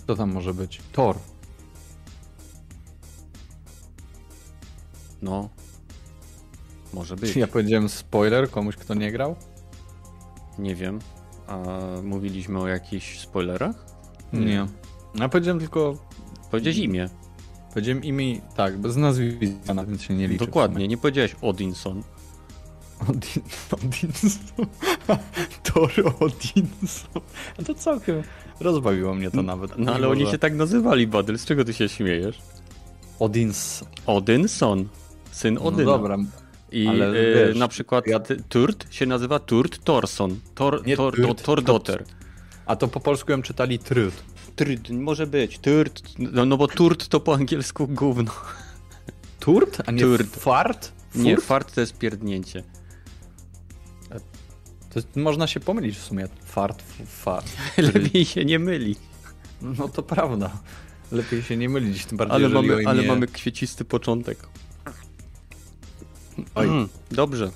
Co tam może być? Thor. No. Może być. Czy ja powiedziałem spoiler komuś, kto nie grał? Nie wiem. A mówiliśmy o jakichś spoilerach? Nie. Ja powiedziałem tylko... Powiedziałeś imię. Powiedziałem imię, tak, bez nazwiska, więc się nie liczy. Dokładnie, nie powiedziałeś Odinson. Odinson. Thor Odinson. A to całkiem rozbawiło mnie to nawet. No ale oni cię tak nazywali, Badyl. Z czego ty się śmiejesz? Odinson. Syn Odyna. No dobra. I ale wiesz, na przykład Turt się nazywa Turt Thorson. Thordotter. A to po polsku ją czytali Trud. Turt, może być. Turt. No bo Turt to po angielsku gówno. Turt? A nie Turt. fart? Nie, fart to jest pierdnięcie. To można się pomylić w sumie. Fart. Lepiej się nie myli. No to prawda. Lepiej się nie mylić, tym bardziej, ale mamy kwiecisty początek. Oj. Dobrze.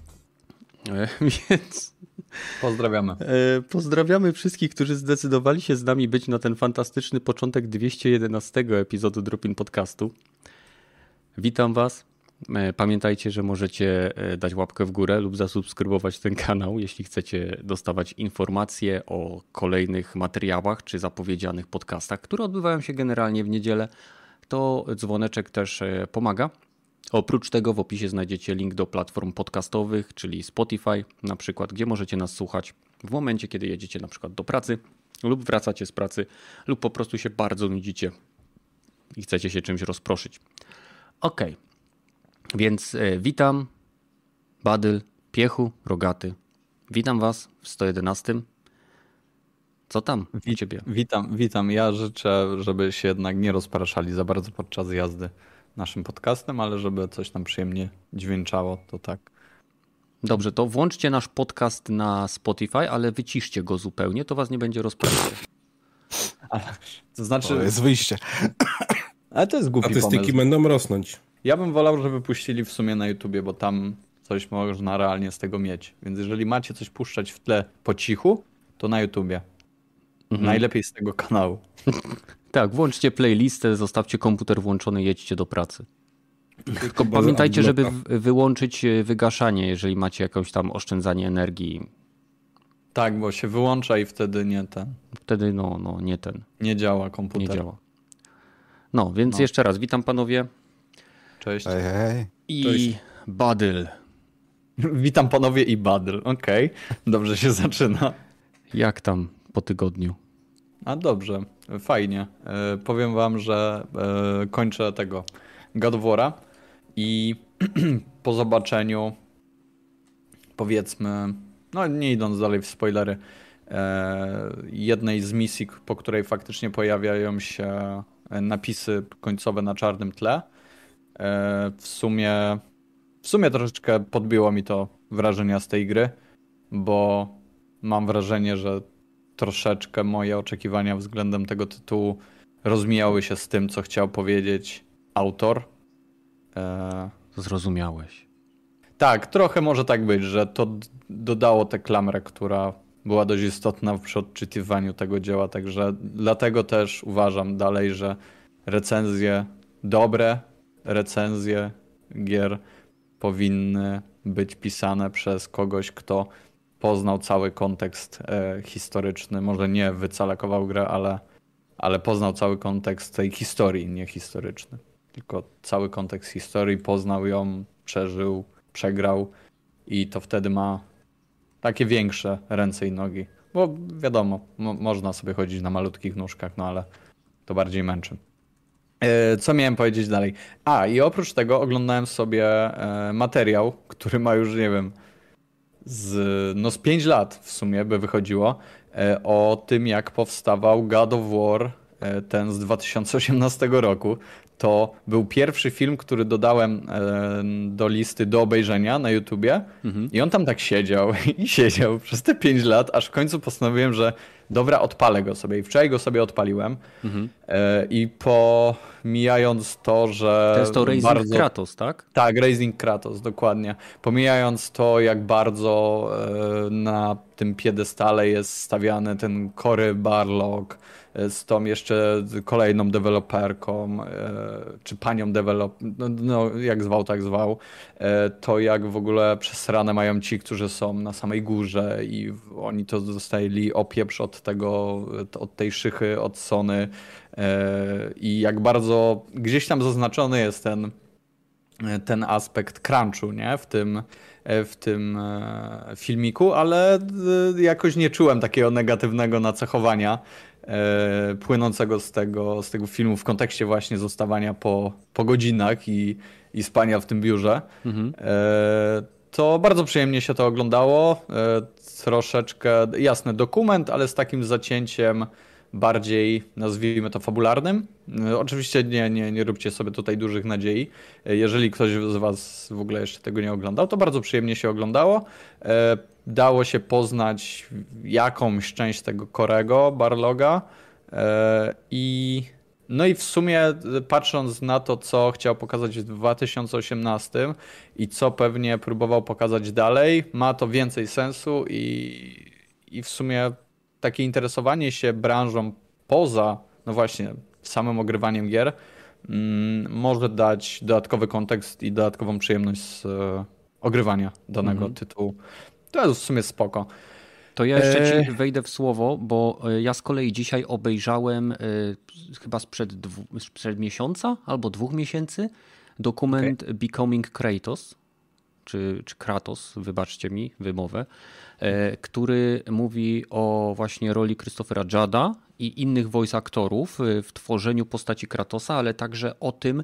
Więc pozdrawiamy. Pozdrawiamy wszystkich, którzy zdecydowali się z nami być na ten fantastyczny początek 211 epizodu Drop-In Podcastu. Witam was. Pamiętajcie, że możecie dać łapkę w górę lub zasubskrybować ten kanał, jeśli chcecie dostawać informacje o kolejnych materiałach czy zapowiedzianych podcastach, które odbywają się generalnie w niedzielę. To dzwoneczek też pomaga. Oprócz tego w opisie znajdziecie link do platform podcastowych, czyli Spotify na przykład, gdzie możecie nas słuchać w momencie, kiedy jedziecie na przykład do pracy lub wracacie z pracy lub po prostu się bardzo nudzicie i chcecie się czymś rozproszyć. Okej. Więc witam, Badyl, Piechu, Rogaty. Witam was w 111. Co tam u ciebie? Witam. Ja życzę, żeby się jednak nie rozpraszali za bardzo podczas jazdy naszym podcastem, ale żeby coś tam przyjemnie dźwięczało, to tak. Dobrze, to włączcie nasz podcast na Spotify, ale wyciszcie go zupełnie, to was nie będzie rozpraszał. To znaczy... To jest wyjście. Ale to jest głupi pomysł. Statystyki będą rosnąć. Ja bym wolał, żeby puścili w sumie na YouTubie, bo tam coś można realnie z tego mieć. Więc jeżeli macie coś puszczać w tle po cichu, to na YouTubie. Najlepiej z tego kanału. Tak, włączcie playlistę, zostawcie komputer włączony, jedźcie do pracy. Tylko pamiętajcie, żeby wyłączyć wygaszanie, jeżeli macie jakieś tam oszczędzanie energii. Tak, bo się wyłącza i wtedy nie ten. Wtedy nie ten. Nie działa komputer. Nie działa. No, więc jeszcze raz, witam panowie. Cześć. Hej. I Cześć. Badyl. Witam panowie i Badyl. Okej, dobrze się zaczyna. Jak tam po tygodniu? A dobrze, fajnie. Powiem wam, że kończę tego God of War'a i po zobaczeniu, powiedzmy, no nie idąc dalej w spoilery, jednej z misji, po której faktycznie pojawiają się napisy końcowe na czarnym tle, w sumie troszeczkę podbiło mi to wrażenia z tej gry, bo mam wrażenie, że troszeczkę moje oczekiwania względem tego tytułu rozmijały się z tym, co chciał powiedzieć autor. Zrozumiałeś. Tak, trochę może tak być, że to dodało tę klamrę, która była dość istotna przy odczytywaniu tego dzieła, także dlatego też uważam dalej, że dobre recenzje gier powinny być pisane przez kogoś, kto poznał cały kontekst historyczny. Może nie wycalakował grę, ale poznał cały kontekst tej historii, nie historyczny. Tylko cały kontekst historii, poznał ją, przeżył, przegrał i to wtedy ma takie większe ręce i nogi. Bo wiadomo, można sobie chodzić na malutkich nóżkach, no ale to bardziej męczy. Co miałem powiedzieć dalej? I oprócz tego oglądałem sobie materiał, który ma już, nie wiem, z 5 lat w sumie by wychodziło, o tym, jak powstawał God of War, ten z 2018 roku. to był pierwszy film, który dodałem do listy do obejrzenia na YouTubie i on tam tak siedział i siedział przez te 5 lat, aż w końcu postanowiłem, że dobra, odpalę go sobie i wczoraj go sobie odpaliłem i pomijając to, że to jest to Raising Kratos, tak? Tak, Raising Kratos, dokładnie. Pomijając to, jak bardzo na tym piedestale jest stawiany ten Cory Barlog z tą jeszcze kolejną deweloperką, czy panią no jak zwał, tak zwał, to jak w ogóle przesrane mają ci, którzy są na samej górze i oni to dostali opieprz od tego, od tej szychy, od Sony i jak bardzo gdzieś tam zaznaczony jest ten aspekt crunchu, nie? W tym filmiku, ale jakoś nie czułem takiego negatywnego nacechowania płynącego z tego filmu w kontekście właśnie zostawania po godzinach i spania w tym biurze. To bardzo przyjemnie się to oglądało. Troszeczkę, jasny dokument, ale z takim zacięciem bardziej, nazwijmy to, fabularnym. Oczywiście nie róbcie sobie tutaj dużych nadziei. Jeżeli ktoś z was w ogóle jeszcze tego nie oglądał, to bardzo przyjemnie się oglądało. Dało się poznać jakąś część tego Corego Barloga no i w sumie patrząc na to, co chciał pokazać w 2018 i co pewnie próbował pokazać dalej, ma to więcej sensu i w sumie takie interesowanie się branżą poza, no właśnie, samym ogrywaniem gier może dać dodatkowy kontekst i dodatkową przyjemność z ogrywania danego tytułu. To jest w sumie spoko. To ja jeszcze ci wejdę w słowo, bo ja z kolei dzisiaj obejrzałem chyba sprzed miesiąca albo 2 miesięcy dokument Becoming Kratos, czy Kratos, wybaczcie mi wymowę, który mówi o właśnie roli Christophera Judda i innych voice aktorów w tworzeniu postaci Kratosa, ale także o tym,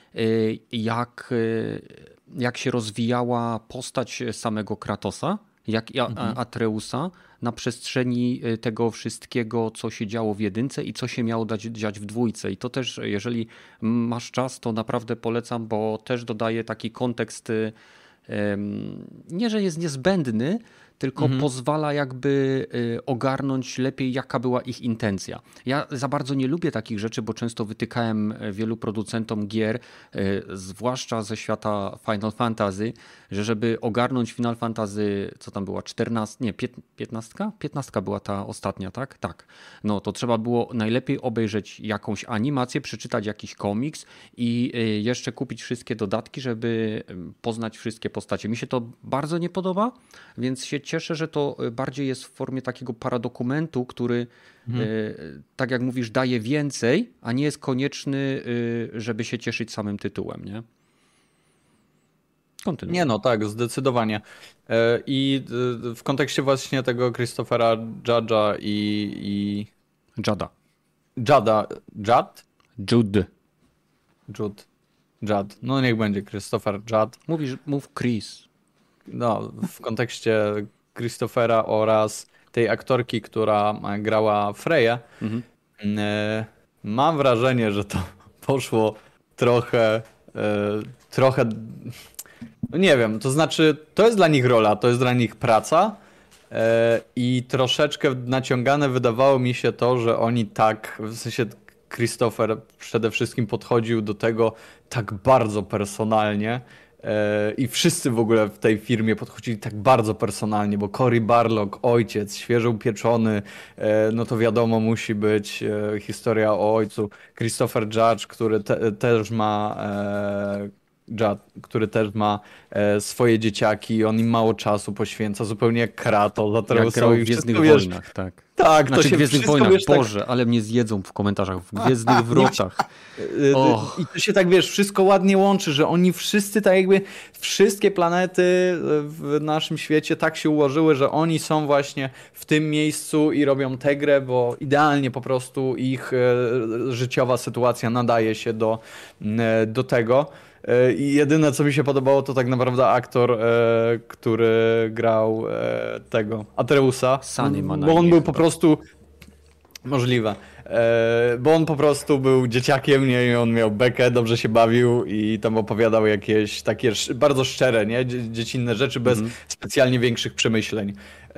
jak się rozwijała postać samego Kratosa, jak Atreusa na przestrzeni tego wszystkiego, co się działo w jedynce i co się miało dziać w dwójce. I to też, jeżeli masz czas, to naprawdę polecam, bo też dodaje taki kontekst, nie że jest niezbędny, tylko pozwala jakby ogarnąć lepiej, jaka była ich intencja. Ja za bardzo nie lubię takich rzeczy, bo często wytykałem wielu producentom gier, zwłaszcza ze świata Final Fantasy, że żeby ogarnąć Final Fantasy, co tam była, 14, nie, 15? 15 była ta ostatnia, tak? Tak. No to trzeba było najlepiej obejrzeć jakąś animację, przeczytać jakiś komiks i jeszcze kupić wszystkie dodatki, żeby poznać wszystkie postacie. Mi się to bardzo nie podoba, więc się cieszę, że to bardziej jest w formie takiego paradokumentu, który, tak jak mówisz, daje więcej, a nie jest konieczny, żeby się cieszyć samym tytułem, nie? Kontynuuj. Nie no, tak, zdecydowanie. I w kontekście właśnie tego Christophera Judda i... Judda. Judd. No niech będzie Christopher Judd. Mów Chris. No, w kontekście Christophera oraz tej aktorki, która grała Freję, mam wrażenie, że to poszło trochę, no nie wiem, to znaczy to jest dla nich rola, to jest dla nich praca i troszeczkę naciągane wydawało mi się to, że oni tak, w sensie Christopher przede wszystkim podchodził do tego tak bardzo personalnie i wszyscy w ogóle w tej firmie podchodzili tak bardzo personalnie, bo Cory Barlog, ojciec, świeżo upieczony, no to wiadomo, musi być historia o ojcu. Christopher Judge, który też ma swoje dzieciaki, on im mało czasu poświęca, zupełnie jak Kratos. Jak grał w Gwiezdnych Wojnach, tak. Tak, znaczy to się Gwiezdnych Wojnach, Boże, tak... ale mnie zjedzą w komentarzach, w Gwiezdnych Wrotach. I to się tak, wiesz, wszystko ładnie łączy, że oni wszyscy tak jakby, wszystkie planety w naszym świecie tak się ułożyły, że oni są właśnie w tym miejscu i robią tę grę, bo idealnie po prostu ich życiowa sytuacja nadaje się do tego. I jedyne, co mi się podobało, to tak naprawdę aktor, który grał tego Atreusa, Sunny ma na bo on imię był chyba. po prostu... Możliwe. Bo on po prostu był dzieciakiem, nie? I on miał bekę, dobrze się bawił i tam opowiadał jakieś takie bardzo szczere, nie? Dziecinne rzeczy bez specjalnie większych przemyśleń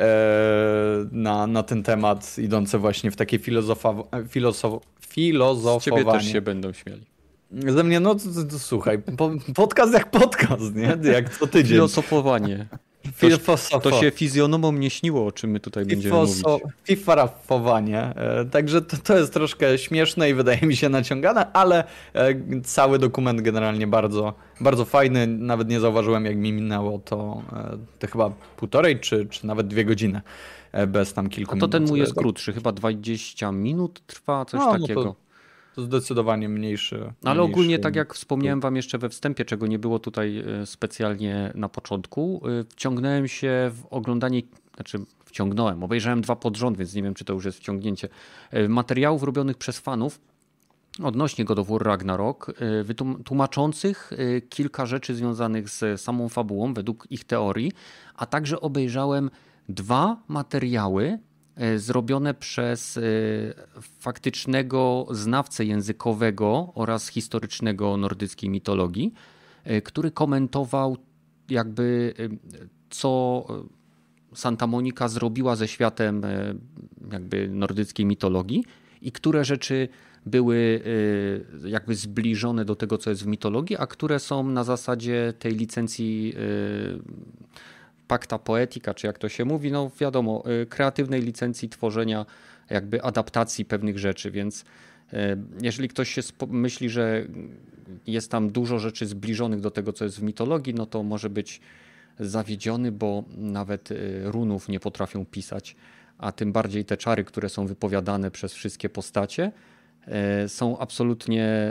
na ten temat, idące właśnie w takie filozofowanie. Z ciebie też się będą śmiali. Ze mnie, no słuchaj, podcast jak podcast, nie? Jak co tydzień. Filozofowanie. To się fizjonomom nie śniło, o czym my tutaj będziemy mówić. Fifarafowanie. Także to jest troszkę śmieszne i wydaje mi się naciągane, ale cały dokument generalnie bardzo, bardzo fajny. Nawet nie zauważyłem, jak mi minęło to chyba 1,5 czy nawet 2 godziny bez tam kilku minut. A to ten mój jest krótszy, chyba 20 minut trwa, coś takiego. No to zdecydowanie mniejszy. Ale ogólnie, tak jak wspomniałem wam jeszcze we wstępie, czego nie było tutaj specjalnie na początku, wciągnąłem się w oglądanie, obejrzałem 2 pod rząd, więc nie wiem, czy to już jest wciągnięcie, materiałów robionych przez fanów odnośnie God of War Ragnarok, tłumaczących kilka rzeczy związanych z samą fabułą według ich teorii, a także obejrzałem 2 materiały zrobione przez faktycznego znawcę językowego oraz historycznego nordyckiej mitologii, który komentował jakby co Santa Monica zrobiła ze światem jakby nordyckiej mitologii i które rzeczy były jakby zbliżone do tego, co jest w mitologii, a które są na zasadzie tej licencji Pacta Poetica, czy jak to się mówi, no wiadomo, kreatywnej licencji tworzenia jakby adaptacji pewnych rzeczy, więc jeżeli ktoś się myśli, że jest tam dużo rzeczy zbliżonych do tego, co jest w mitologii, no to może być zawiedziony, bo nawet runów nie potrafią pisać, a tym bardziej te czary, które są wypowiadane przez wszystkie postacie, są absolutnie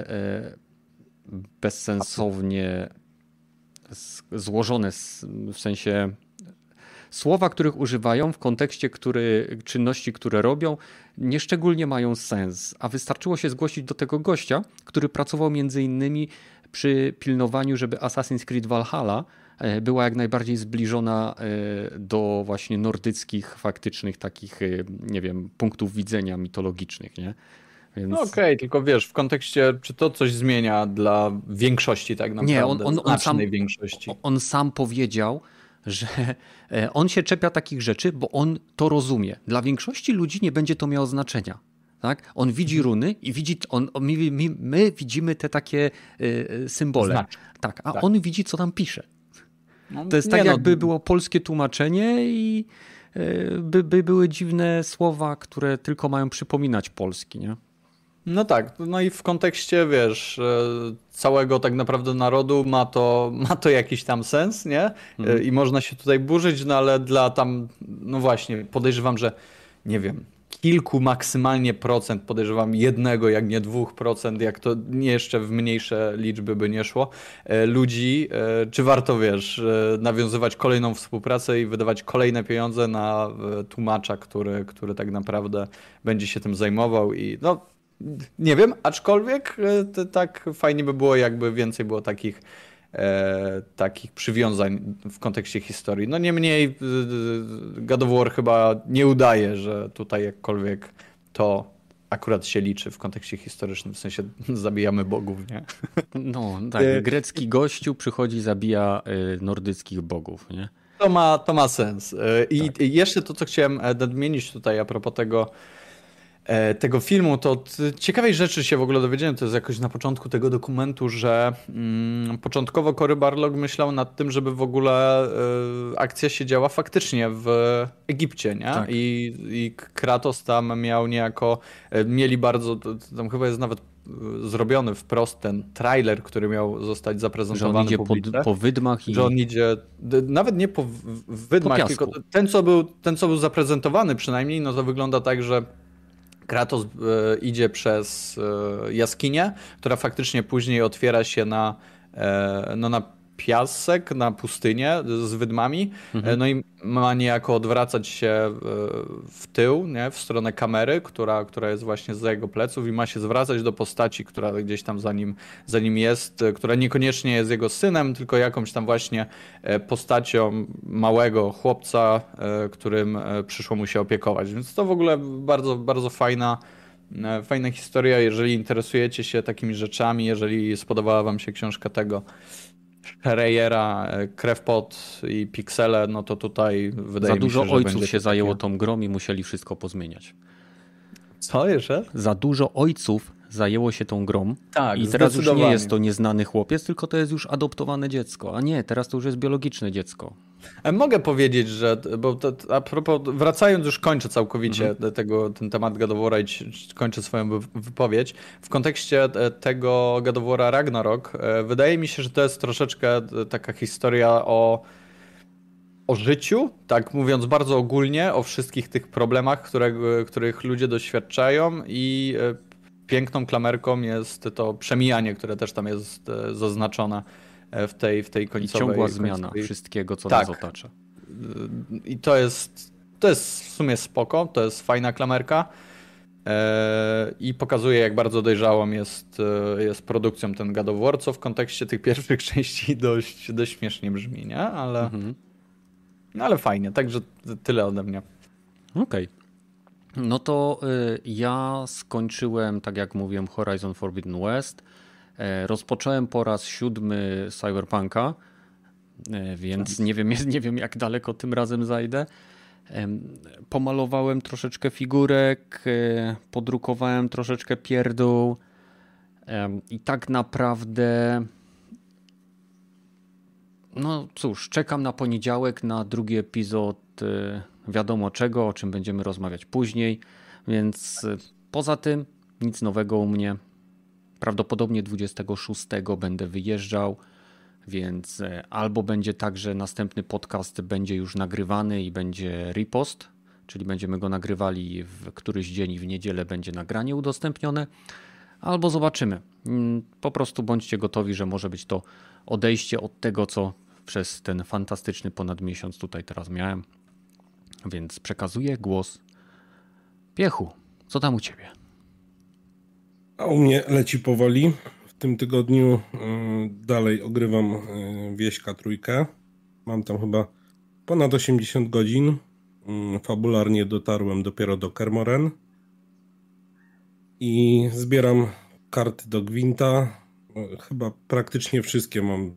bezsensownie złożone, w sensie słowa, których używają w kontekście czynności, które robią, nieszczególnie mają sens. A wystarczyło się zgłosić do tego gościa, który pracował między innymi przy pilnowaniu, żeby Assassin's Creed Valhalla była jak najbardziej zbliżona do właśnie nordyckich, faktycznych takich, nie wiem, punktów widzenia mitologicznych, nie? Więc... No okej, tylko wiesz, w kontekście, czy to coś zmienia dla większości tak naprawdę? Nie, on większości. On sam powiedział, że on się czepia takich rzeczy, bo on to rozumie. Dla większości ludzi nie będzie to miało znaczenia. Tak? On widzi runy i widzi, my widzimy te takie symbole. Tak, a on widzi, co tam pisze. No, to jest tak, jakby było polskie tłumaczenie i by były dziwne słowa, które tylko mają przypominać polski, nie? No tak, no i w kontekście, wiesz, całego tak naprawdę narodu ma to jakiś tam sens, nie? I można się tutaj burzyć, no ale dla tam, no właśnie, podejrzewam, że nie wiem, kilku maksymalnie procent, podejrzewam 1, jak nie 2%, jak to nie jeszcze w mniejsze liczby by nie szło, ludzi, czy warto, wiesz, nawiązywać kolejną współpracę i wydawać kolejne pieniądze na tłumacza, który tak naprawdę będzie się tym zajmował i no nie wiem, aczkolwiek tak fajnie by było, jakby więcej było takich przywiązań w kontekście historii. No niemniej God of War chyba nie udaje, że tutaj jakkolwiek to akurat się liczy w kontekście historycznym, w sensie zabijamy bogów, nie? No tak, grecki gościu przychodzi, zabija nordyckich bogów, nie? To ma sens. I jeszcze to, co chciałem nadmienić tutaj a propos tego filmu, to ciekawej rzeczy się w ogóle dowiedziałem, to jest jakoś na początku tego dokumentu, że początkowo Cory Barlog myślał nad tym, żeby w ogóle akcja się działa faktycznie w Egipcie, nie? Tak. I Kratos tam miał niejako, mieli bardzo, tam chyba jest nawet zrobiony wprost ten trailer, który miał zostać zaprezentowany. Że on idzie po wydmach że on idzie, nawet nie po wydmach, po tylko ten, co był zaprezentowany przynajmniej, no to wygląda tak, że Kratos idzie przez jaskinię, która faktycznie później otwiera się na piasek na pustynię z wydmami, no i ma niejako odwracać się w tył, nie? W stronę kamery, która jest właśnie zza jego pleców i ma się zwracać do postaci, która gdzieś tam za nim jest, która niekoniecznie jest jego synem, tylko jakąś tam właśnie postacią małego chłopca, którym przyszło mu się opiekować. Więc to w ogóle bardzo, bardzo fajna historia, jeżeli interesujecie się takimi rzeczami, jeżeli spodobała wam się książka tego Schreiera, Krew, Pot i Piksele, no to tutaj wydaje mi się, że za dużo ojców się takie... zajęło tą grą i musieli wszystko pozmieniać. Co jeszcze? Za dużo ojców zajęło się tą grą tak, i teraz już nie jest to nieznany chłopiec, tylko to jest już adoptowane dziecko. A nie, teraz to już jest biologiczne dziecko. Mogę powiedzieć, że, bo to, a propos, wracając już kończę całkowicie ten temat God of War'a i kończę swoją wypowiedź. W kontekście tego God of War'a Ragnarok wydaje mi się, że to jest troszeczkę taka historia o życiu, tak mówiąc bardzo ogólnie, o wszystkich tych problemach, których ludzie doświadczają i piękną klamerką jest to przemijanie, które też tam jest zaznaczone w tej końcowej... I ciągła zmiana wszystkiego, co tak. nas otacza. I to jest w sumie spoko, to jest fajna klamerka i pokazuje, jak bardzo dojrzałą jest produkcją ten God of War, co w kontekście tych pierwszych części dość śmiesznie brzmi, nie? Ale, ale fajnie, także tyle ode mnie. Okej. No to ja skończyłem, tak jak mówiłem, Horizon Forbidden West. Rozpocząłem po raz 7 Cyberpunka, więc nie wiem jak daleko tym razem zajdę. Pomalowałem troszeczkę figurek, podrukowałem troszeczkę pierdół i tak naprawdę no cóż, czekam na poniedziałek na drugi epizod wiadomo czego, o czym będziemy rozmawiać później, więc poza tym nic nowego u mnie. Prawdopodobnie 26 będę wyjeżdżał, więc albo będzie tak, że następny podcast będzie już nagrywany i będzie repost, czyli będziemy go nagrywali w któryś dzień i w niedzielę będzie nagranie udostępnione, albo zobaczymy. Po prostu bądźcie gotowi, że może być to odejście od tego, co przez ten fantastyczny ponad miesiąc tutaj teraz miałem. Więc przekazuję głos Piechu. Co tam u ciebie? A u mnie leci powoli. W tym tygodniu dalej ogrywam Wieśka Trójkę. Mam tam chyba ponad 80 godzin. Fabularnie dotarłem dopiero do Kermoren. I zbieram karty do Gwinta. Chyba praktycznie wszystkie mam,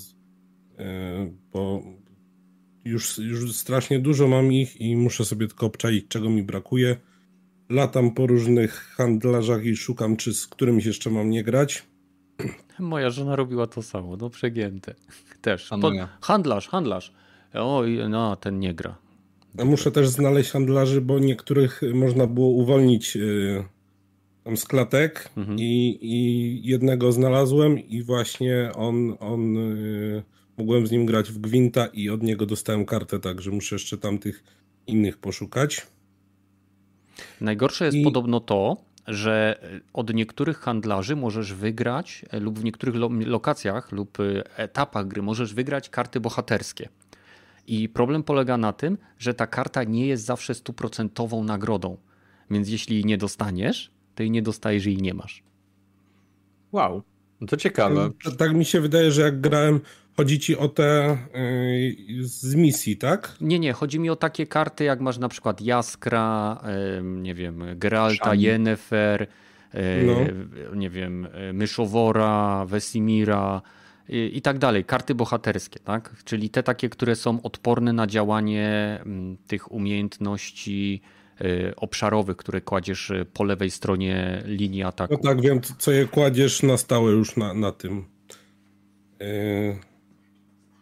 bo już strasznie dużo mam ich i muszę sobie tylko obczaić, czego mi brakuje. Latam po różnych handlarzach i szukam, czy z którymś jeszcze mam nie grać. Moja żona robiła to samo, no przegięte. Też. Handlarz. Oj, no ten nie gra. A muszę też znaleźć handlarzy, bo niektórych można było uwolnić tam z klatek i jednego znalazłem i właśnie on mogłem z nim grać w Gwinta i od niego dostałem kartę, także muszę jeszcze tamtych innych poszukać. Najgorsze jest podobno to, że od niektórych handlarzy możesz wygrać lub w niektórych lokacjach lub etapach gry możesz wygrać karty bohaterskie. I problem polega na tym, że ta karta nie jest zawsze 100% nagrodą. Więc jeśli jej nie dostaniesz, to jej nie dostajesz i jej nie masz. Wow, no to ciekawe. Tak mi się wydaje, że jak grałem, chodzi ci o te z misji, tak? Nie, chodzi mi o takie karty, jak masz na przykład Jaskra, nie wiem, Geralta, Yennefer, nie wiem, Myszowora, Wesimira i tak dalej. Karty bohaterskie, tak? Czyli te takie, które są odporne na działanie tych umiejętności obszarowych, które kładziesz po lewej stronie linii ataku. No tak, wiem, co je kładziesz na stałe już na tym.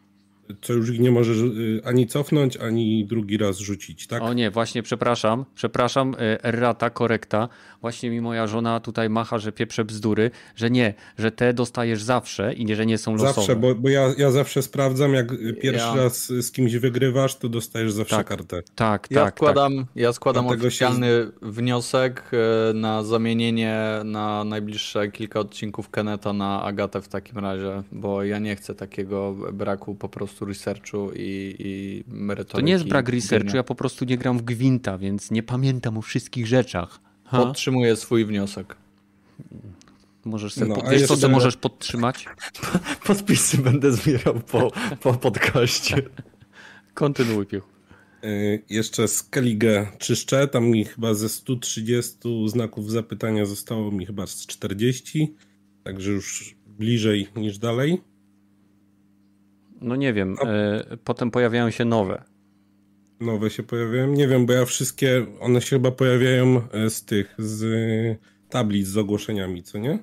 co już ich nie możesz ani cofnąć, ani drugi raz rzucić, tak? O nie, właśnie przepraszam, errata, korekta. Właśnie mi moja żona tutaj macha, że pieprze bzdury, że nie, że te dostajesz zawsze i nie, że nie są losowe. Zawsze, bo ja zawsze sprawdzam, jak pierwszy raz z kimś wygrywasz, to dostajesz zawsze kartę. Tak. Ja składam Dlatego oficjalny wniosek na zamienienie na najbliższe kilka odcinków Keneta na Agatę w takim razie, bo ja nie chcę takiego braku po prostu researchu i merytoryki. To nie jest brak researchu, ja po prostu nie gram w Gwinta, więc nie pamiętam o wszystkich rzeczach. Podtrzymuję swój wniosek. Możesz sobie wiesz co możesz podtrzymać? Podpisy będę zbierał po podcaście. Kontynuuj, Piechu. Jeszcze Skellige czyszczę, tam mi chyba ze 130 znaków zapytania zostało mi chyba z 40, także już bliżej niż dalej. No nie wiem, potem pojawiają się nowe. Nowe się pojawiają? Nie wiem, bo ja wszystkie, one się chyba pojawiają z tablic z ogłoszeniami, co nie?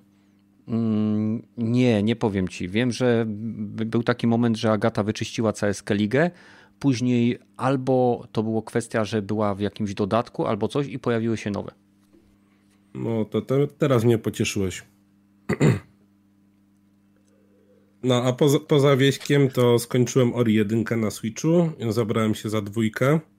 Nie powiem ci. Wiem, że był taki moment, że Agata wyczyściła całe Skellige, później albo to było kwestia, że była w jakimś dodatku, albo coś i pojawiły się nowe. No to teraz mnie pocieszyłeś. No a poza Wieśkiem to skończyłem Ori 1 na Switchu i zabrałem się za 2.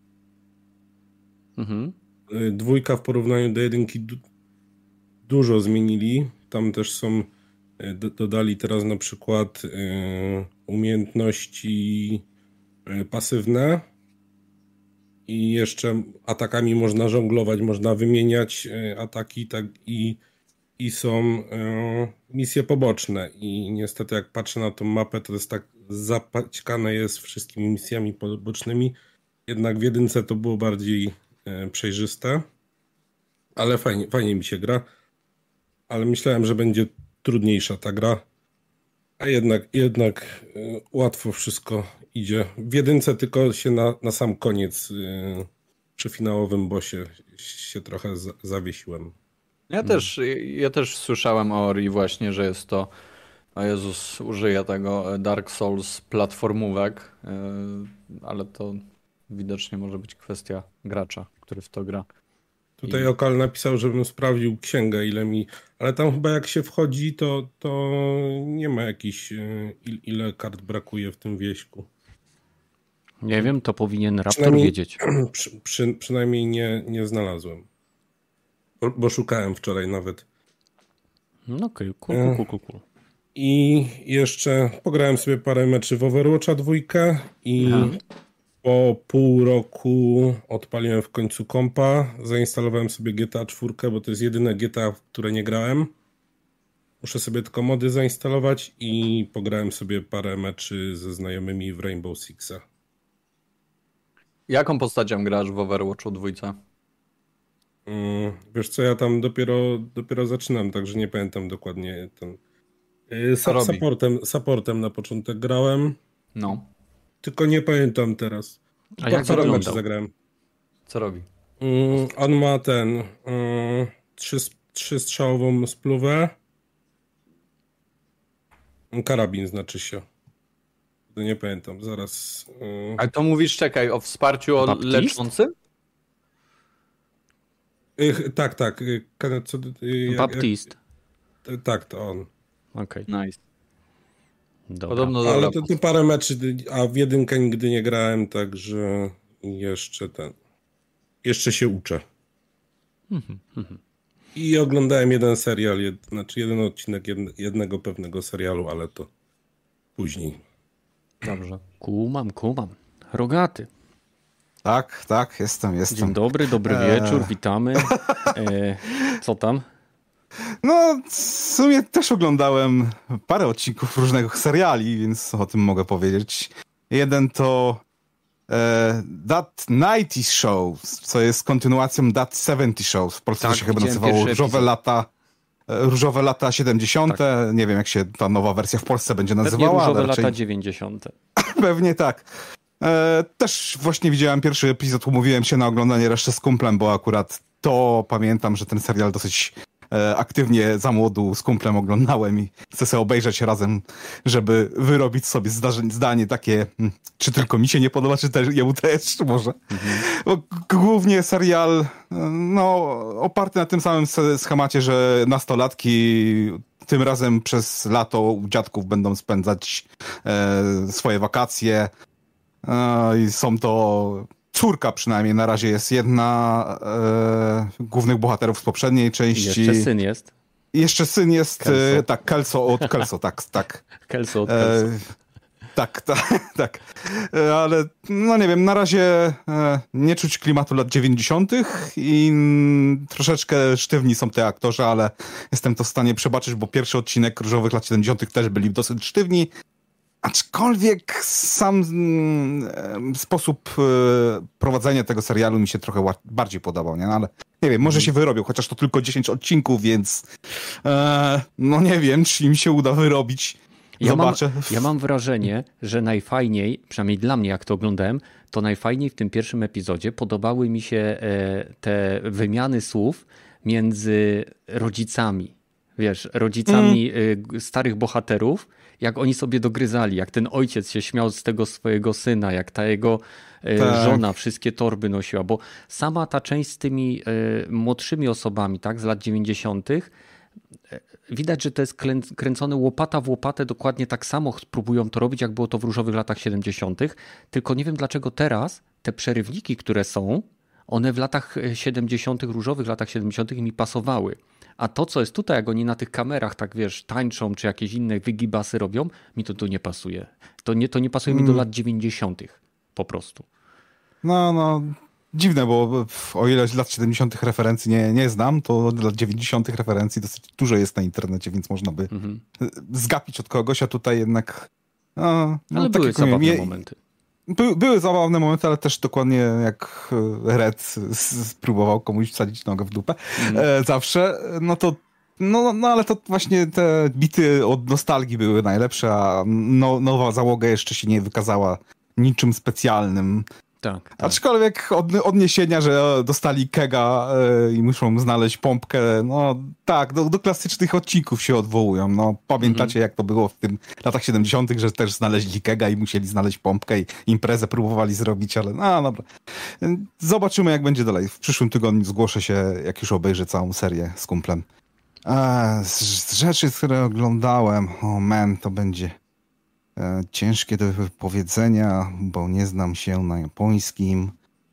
Mhm. 2 w porównaniu do 1 dużo zmienili. Tam też są, dodali teraz na przykład umiejętności pasywne i jeszcze atakami można żonglować, można wymieniać ataki, tak, i są misje poboczne i niestety jak patrzę na tą mapę, to jest tak zapaćkane jest wszystkimi misjami pobocznymi, jednak w 1 to było bardziej przejrzyste, ale fajnie mi się gra, ale myślałem, że będzie trudniejsza ta gra, a jednak łatwo wszystko idzie. W 1 tylko się na sam koniec przy finałowym bossie się trochę zawiesiłem. Ja też słyszałem o Ori właśnie, że jest to, o Jezus, użyję tego Dark Souls platformówek, ale to widocznie może być kwestia gracza, który w to gra. Tutaj Okal napisał, żebym sprawdził księgę, ale tam chyba jak się wchodzi, to nie ma jakichś, ile kart brakuje w tym wieśku. Nie wiem, to powinien Raptor wiedzieć. Przynajmniej nie znalazłem. Bo szukałem wczoraj nawet. No okej, cool. I jeszcze pograłem sobie parę meczy w Overwatcha 2 i po pół roku odpaliłem w końcu kompa. Zainstalowałem sobie GTA 4, bo to jest jedyne GTA, w które nie grałem. Muszę sobie tylko mody zainstalować i pograłem sobie parę meczy ze znajomymi w Rainbow Sixa. Jaką postacią grasz w Overwatchu 2? Wiesz co, ja tam dopiero zaczynam, także nie pamiętam dokładnie ten. Supportem na początek grałem. No. Tylko nie pamiętam teraz. A jak wyglądał? Zagrałem. Co robi? On ma ten 3-strzałową spluwę. Karabin znaczy się. Nie pamiętam, zaraz. Ale to mówisz, czekaj, o wsparciu leczącym? Tak. Baptist. Tak, to on. Okej. Nice. Dobra. Podobno ale to parę meczy, a w 1 nigdy nie grałem, także jeszcze się uczę. I oglądałem jeden serial, jeden odcinek jednego pewnego serialu, ale to później. Dobrze. Kumam. Rogaty. Tak, jestem. Dzień dobry wieczór, witamy. Co tam? No, w sumie też oglądałem parę odcinków różnych seriali, więc o tym mogę powiedzieć. Jeden to That 90's Show, co jest kontynuacją That 70 Show. W Polsce to się chyba nazywało Różowe lata 70. Tak. Nie wiem, jak się ta nowa wersja w Polsce będzie nazywała. Pewnie Różowe lata 90. Pewnie tak. Też właśnie widziałem pierwszy epizod, umówiłem się na oglądanie resztę z kumplem, bo akurat to pamiętam, że ten serial dosyć aktywnie za młodu z kumplem oglądałem i chcę sobie obejrzeć razem, żeby wyrobić sobie zdanie takie, czy tylko mi się nie podoba, czy też jemu też, może. Bo głównie serial oparty na tym samym schemacie, że nastolatki tym razem przez lato u dziadków będą spędzać swoje wakacje i są to... Córka przynajmniej na razie jest jedna głównych bohaterów z poprzedniej części. Jeszcze syn jest. Jeszcze syn jest, Kelso. tak, Kelso od Kelso, tak. Kelso od Kelso. Tak. Ale no nie wiem, na razie nie czuć klimatu lat 90. i troszeczkę sztywni są te aktorzy, ale jestem to w stanie przebaczyć, bo pierwszy odcinek Różowych lat 70. też byli dosyć sztywni. Aczkolwiek sam sposób prowadzenia tego serialu mi się trochę bardziej podobał, nie? No, ale nie wiem, może się wyrobią, chociaż to tylko 10 odcinków, więc no nie wiem, czy im się uda wyrobić. Zobaczę. Ja mam wrażenie, że najfajniej, przynajmniej dla mnie jak to oglądałem, to najfajniej w tym pierwszym epizodzie podobały mi się te wymiany słów między rodzicami. Wiesz, rodzicami starych bohaterów, jak oni sobie dogryzali, jak ten ojciec się śmiał z tego swojego syna, jak ta jego żona wszystkie torby nosiła, bo sama ta część z tymi młodszymi osobami, tak, z lat 90. Widać, że to jest kręcone łopata w łopatę, dokładnie tak samo próbują to robić, jak było to w Różowych latach 70. Tylko nie wiem, dlaczego teraz te przerywniki, które są, one w latach 70., Różowych latach 70. mi pasowały. A to, co jest tutaj, jak oni na tych kamerach, tak wiesz, tańczą, czy jakieś inne wygibasy robią, mi to tu nie pasuje. To nie pasuje mi do lat 90. po prostu. No, dziwne, bo o ile z lat 70. referencji nie znam, to lat 90. referencji dosyć dużo jest na internecie, więc można by zgapić od kogoś, a tutaj jednak... Ale były zabawne momenty. Były zabawne momenty, ale też dokładnie jak Red spróbował komuś wsadzić nogę w dupę zawsze, ale to właśnie te bity od nostalgii były najlepsze, a nowa załoga jeszcze się nie wykazała niczym specjalnym. Tak. Aczkolwiek odniesienia, że dostali kega i muszą znaleźć pompkę, no tak, do klasycznych odcinków się odwołują. No, pamiętacie jak to było w tym latach 70., że też znaleźli kega i musieli znaleźć pompkę i imprezę próbowali zrobić, ale no dobra. Zobaczymy jak będzie dalej. W przyszłym tygodniu zgłoszę się, jak już obejrzę całą serię z kumplem. Z rzeczy, które oglądałem, to będzie... ciężkie do wypowiedzenia, bo nie znam się na japońskim.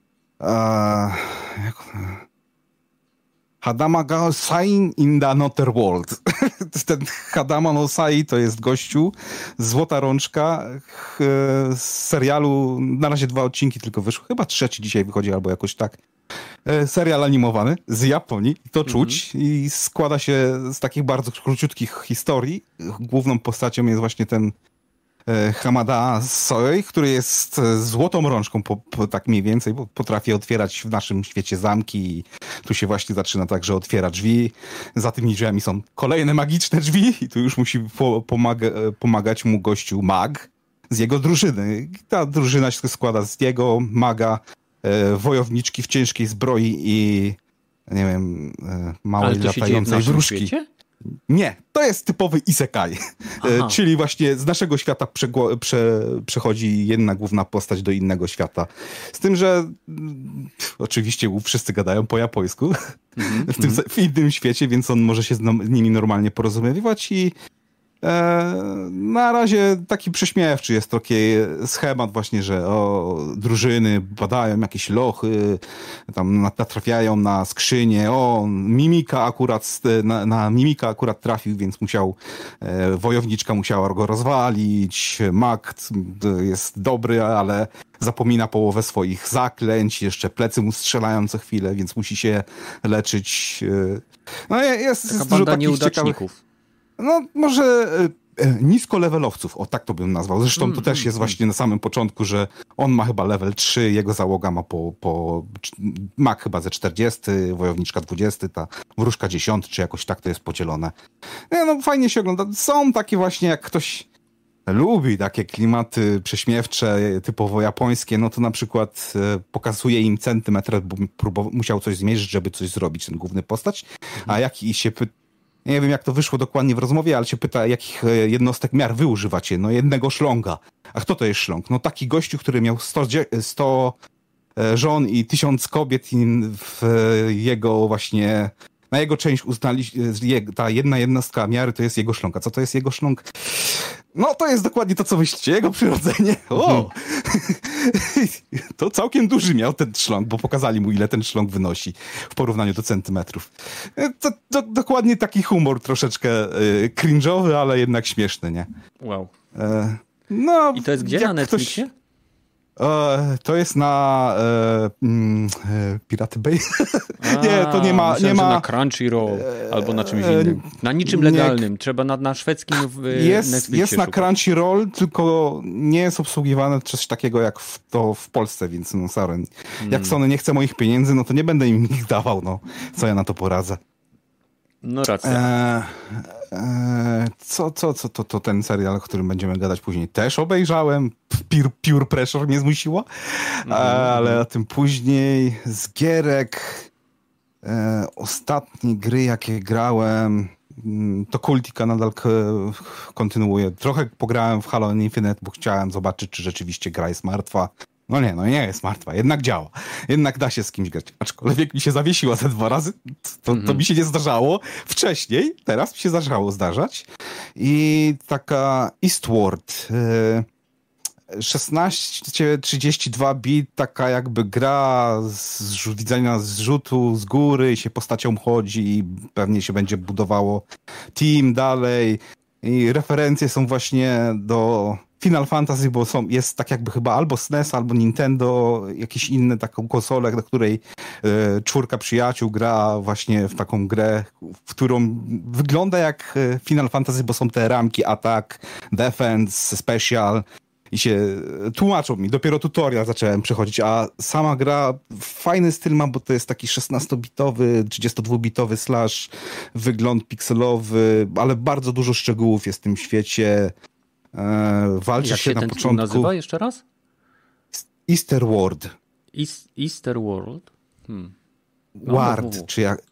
Hadama ga Sai in the Another World. Ten Hadama no Sai to jest gościu, złota rączka z serialu, na razie 2 odcinki tylko wyszły, chyba 3 dzisiaj wychodzi albo jakoś tak. Serial animowany z Japonii, to czuć i składa się z takich bardzo króciutkich historii. Główną postacią jest właśnie ten Hamada Soi, który jest złotą rączką, tak mniej więcej, bo potrafi otwierać w naszym świecie zamki i tu się właśnie zaczyna tak, że otwiera drzwi. Za tymi drzwiami są kolejne magiczne drzwi i tu już musi pomagać mu gościu mag z jego drużyny. Ta drużyna się składa z jego maga, wojowniczki w ciężkiej zbroi i nie wiem, małej latającej wróżki. Świecie? Nie, to jest typowy isekai, czyli właśnie z naszego świata przechodzi jedna główna postać do innego świata. Z tym, że oczywiście wszyscy gadają po japońsku w innym świecie, więc on może się z nimi normalnie porozumiewać i na razie taki prześmiewczy jest taki schemat właśnie, że drużyny badają jakieś lochy, tam natrafiają na skrzynię, mimika akurat, na mimika akurat trafił, więc wojowniczka musiała go rozwalić, mag jest dobry, ale zapomina połowę swoich zaklęć, jeszcze plecy mu strzelają co chwilę, więc musi się leczyć. No jest taka dużo banda takich nieudaczników. Ciekawych... No, może niskolewelowców, tak to bym nazwał. Zresztą to też jest właśnie na samym początku, że on ma chyba level 3, jego załoga ma mag chyba ze 40, wojowniczka 20, ta wróżka 10, czy jakoś tak to jest podzielone. No, fajnie się ogląda. Są takie właśnie, jak ktoś lubi takie klimaty prześmiewcze, typowo japońskie, no to na przykład pokazuje im centymetr, bo musiał coś zmierzyć, żeby coś zrobić, ten główny postać, a jaki się nie wiem jak to wyszło dokładnie w rozmowie, ale się pyta, jakich jednostek miar wy używacie. No jednego szlonga. A kto to jest szlong? No taki gościu, który miał 100 żon i 1000 kobiet i w jego właśnie... Na jego część uznali, ta jedna jednostka miary to jest jego szlong. A co to jest jego szlong? No to jest dokładnie to, co myślicie. Jego przyrodzenie. O! To całkiem duży miał ten szlong, bo pokazali mu, ile ten szlong wynosi w porównaniu do centymetrów. Dokładnie taki humor, troszeczkę cringe'owy, ale jednak śmieszny, nie? Wow. No, i to jest gdzie? Na Netflixie? To jest na Pirate Bay. Nie, to nie ma. Myślałem, nie ma że na Crunchyroll albo na czymś innym. Na niczym legalnym. Trzeba na szwedzkim Netflixie jest na szukać. Crunchyroll, tylko nie jest obsługiwane coś takiego jak w Polsce, więc no sorry. Jak Sony nie chce moich pieniędzy, no to nie będę im ich dawał, no. Co ja na to poradzę? No racja. To ten serial, o którym będziemy gadać później, też obejrzałem. Pure Pressure mnie zmusiła, ale o tym później. Z gierek ostatnie gry, jakie grałem, to Cultica nadal kontynuuję. Trochę pograłem w Halo Infinite, bo chciałem zobaczyć, czy rzeczywiście gra jest martwa. No nie jest martwa, jednak działa. Jednak da się z kimś grać. Aczkolwiek mi się zawiesiła ze 2 razy. To mi się nie zdarzało wcześniej, teraz mi się zdarzało zdarzać. I taka Eastward 16:32 bit, taka jakby gra widzenia z rzutu, z góry i się postacią chodzi i pewnie się będzie budowało team dalej. I referencje są właśnie do Final Fantasy, bo jest tak jakby chyba albo SNES, albo Nintendo, jakieś inne taką konsolę, na której 4 przyjaciół gra właśnie w taką grę, w którą wygląda jak Final Fantasy, bo są te ramki, attack, defense, special i się tłumaczą mi. Dopiero tutorial zacząłem przechodzić, a sama gra fajny styl ma, bo to jest taki 16-bitowy, 32-bitowy slash, wygląd pikselowy, ale bardzo dużo szczegółów jest w tym świecie. Walczy Jak się ten na tytuł początku. nazywa jeszcze raz? Easterward. Easterworld? Ward, czy jak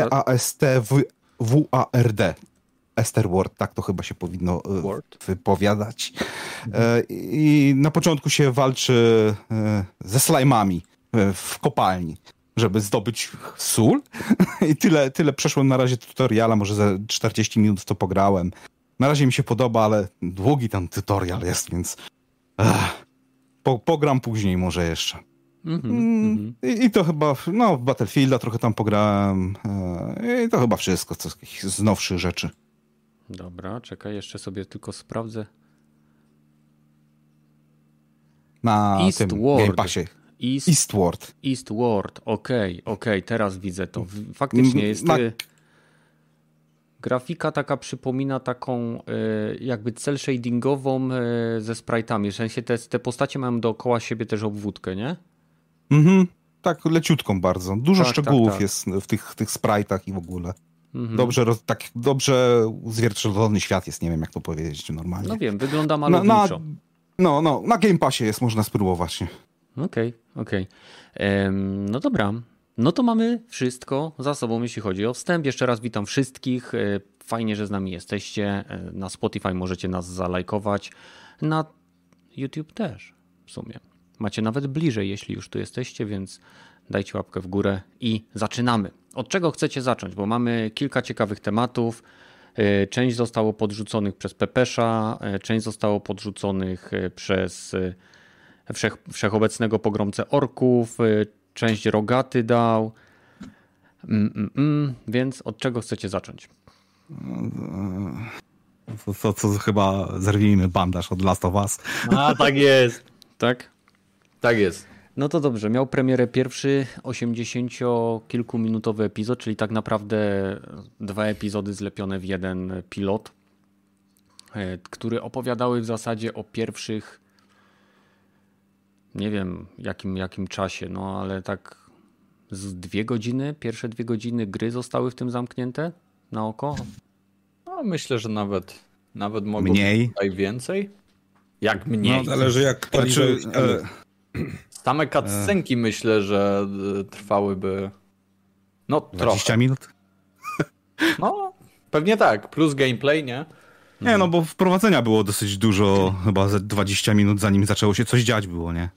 Eastward. Easterward, tak to chyba się powinno wypowiadać. I na początku się walczy ze slajmami w kopalni, żeby zdobyć sól. I tyle przeszłem na razie tutoriala, może za 40 minut w to pograłem. Na razie mi się podoba, ale długi ten tutorial jest, więc pogram później może jeszcze. I to chyba, w Battlefielda trochę tam pograłem. I to chyba wszystko, co z nowszych rzeczy. Dobra, czekaj, jeszcze sobie tylko sprawdzę. Na tym Game Passie. Eastward, okej, teraz widzę to. Faktycznie jest... Grafika taka przypomina taką jakby cel shadingową ze sprite'ami. W sensie te postacie mają dookoła siebie też obwódkę, nie? Tak, leciutką bardzo. Dużo szczegółów jest w tych sprite'ach i w ogóle. Dobrze uzwierciedlony świat jest, nie wiem jak to powiedzieć normalnie. No wiem, wygląda malowniczo. Na Game Passie jest, można spróbować. Okej. No dobra. No to mamy wszystko za sobą, jeśli chodzi o wstęp. Jeszcze raz witam wszystkich. Fajnie, że z nami jesteście. Na Spotify możecie nas zalajkować. Na YouTube też w sumie. Macie nawet bliżej, jeśli już tu jesteście, więc dajcie łapkę w górę i zaczynamy. Od czego chcecie zacząć? Bo mamy kilka ciekawych tematów. Część zostało podrzuconych przez Pepesza, część zostało podrzuconych przez wszechobecnego pogromcę orków, część Rogaty dał. Więc od czego chcecie zacząć? To chyba zerwijmy bandaż od Last of Us. A, tak jest. Tak? Tak jest. No to dobrze, miał premierę pierwszy 80-kilkuminutowy epizod, czyli tak naprawdę 2 epizody zlepione w jeden pilot, które opowiadały w zasadzie o pierwszych, nie wiem jakim czasie, no ale tak z 2 godziny, pierwsze 2 godziny gry zostały w tym zamknięte na oko? No, myślę, że nawet Nawet mogło Mniej. być tutaj więcej. Jak mniej? No, zależy jak ktoś... Same cutscenki myślę, że trwałyby... No 20 trochę. minut? No, pewnie tak. Plus gameplay, nie? Nie, no bo wprowadzenia było dosyć dużo, chyba ze 20 minut, zanim zaczęło się coś dziać było, nie?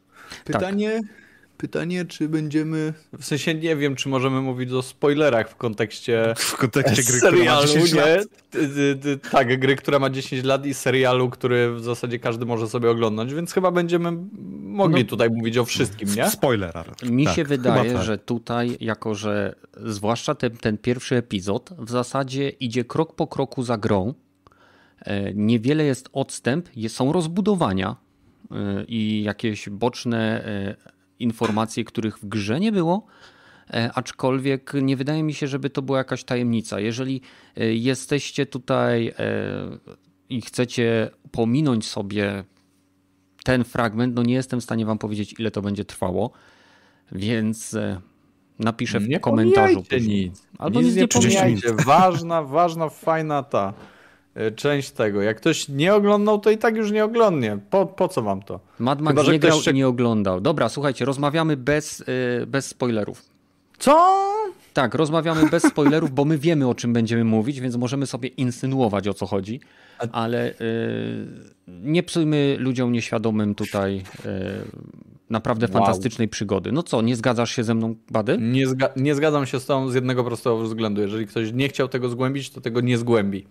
Pytanie, czy będziemy... W sensie nie wiem, czy możemy mówić o spoilerach w kontekście gry, serialu, która ma 10 nie? lat. Tak, gry, która ma 10 lat i serialu, który w zasadzie każdy może sobie oglądać, więc chyba będziemy mogli tutaj mówić o wszystkim, nie? Spoiler alert. Mi się wydaje, tak. że tutaj, jako że zwłaszcza ten pierwszy epizod w zasadzie idzie krok po kroku za grą, niewiele jest odstęp, są rozbudowania i jakieś boczne informacje, których w grze nie było, aczkolwiek nie wydaje mi się, żeby to była jakaś tajemnica. Jeżeli jesteście tutaj i chcecie pominąć sobie ten fragment, no nie jestem w stanie wam powiedzieć, ile to będzie trwało, więc napiszę w komentarzu. Nic. Albo nic nie pomijajcie. pomijajcie. Ważna, fajna ta część tego. Jak ktoś nie oglądał, to i tak już nie oglądnie. Po co wam to? Mad Max Chyba, nie grał ktoś... i nie oglądał. Dobra, słuchajcie, rozmawiamy bez spoilerów. Co? Tak, rozmawiamy bez spoilerów, bo my wiemy, o czym będziemy mówić, więc możemy sobie insynuować, o co chodzi, ale nie psujmy ludziom nieświadomym tutaj naprawdę fantastycznej przygody. No co, nie zgadzasz się ze mną, Bady? Nie zgadzam się z tą z jednego prostego względu. Jeżeli ktoś nie chciał tego zgłębić, to tego nie zgłębi.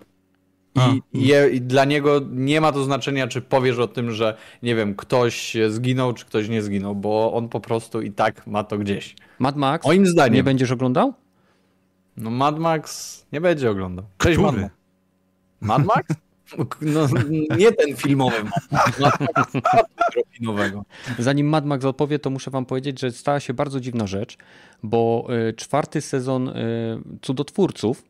I dla niego nie ma to znaczenia, czy powiesz o tym, że nie wiem, ktoś zginął, czy ktoś nie zginął, bo on po prostu i tak ma to gdzieś. Mad Max? Moim zdaniem. Nie będziesz oglądał? No Mad Max nie będzie oglądał. Cześć, Mad Max. Mad Max? No, nie ten filmowy Mad Max dropinowego. Zanim Mad Max odpowie, to muszę wam powiedzieć, że stała się bardzo dziwna rzecz, bo 4. sezon Cudotwórców,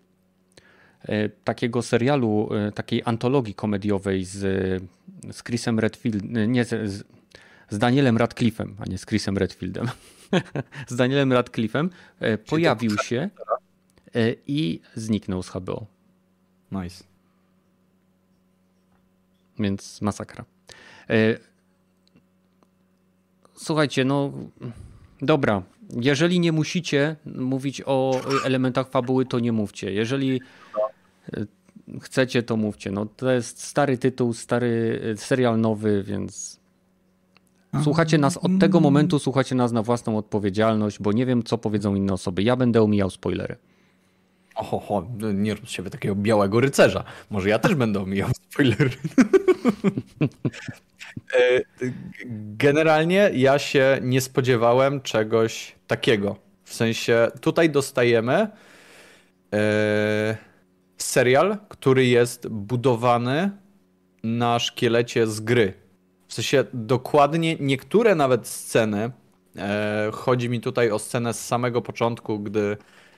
takiego serialu, takiej antologii komediowej z Chrisem Redfieldem, nie, z Danielem Radcliffe'em, a nie z Chrisem Redfieldem, z Danielem Radcliffe'em pojawił się i zniknął z HBO. Nice. Więc masakra. Słuchajcie, no dobra, jeżeli nie musicie mówić o elementach fabuły, to nie mówcie. Jeżeli chcecie, to mówcie. No, to jest stary tytuł, stary serial nowy, więc słuchacie nas od tego momentu, słuchacie nas na własną odpowiedzialność, bo nie wiem, co powiedzą inne osoby. Ja będę omijał spoilery. Oho, nie rób z siebie takiego białego rycerza. Może ja też będę omijał spoilery. Generalnie ja się nie spodziewałem czegoś takiego. W sensie tutaj dostajemy serial, który jest budowany na szkielecie z gry. W sensie dokładnie niektóre nawet sceny, chodzi mi tutaj o scenę z samego początku, gdy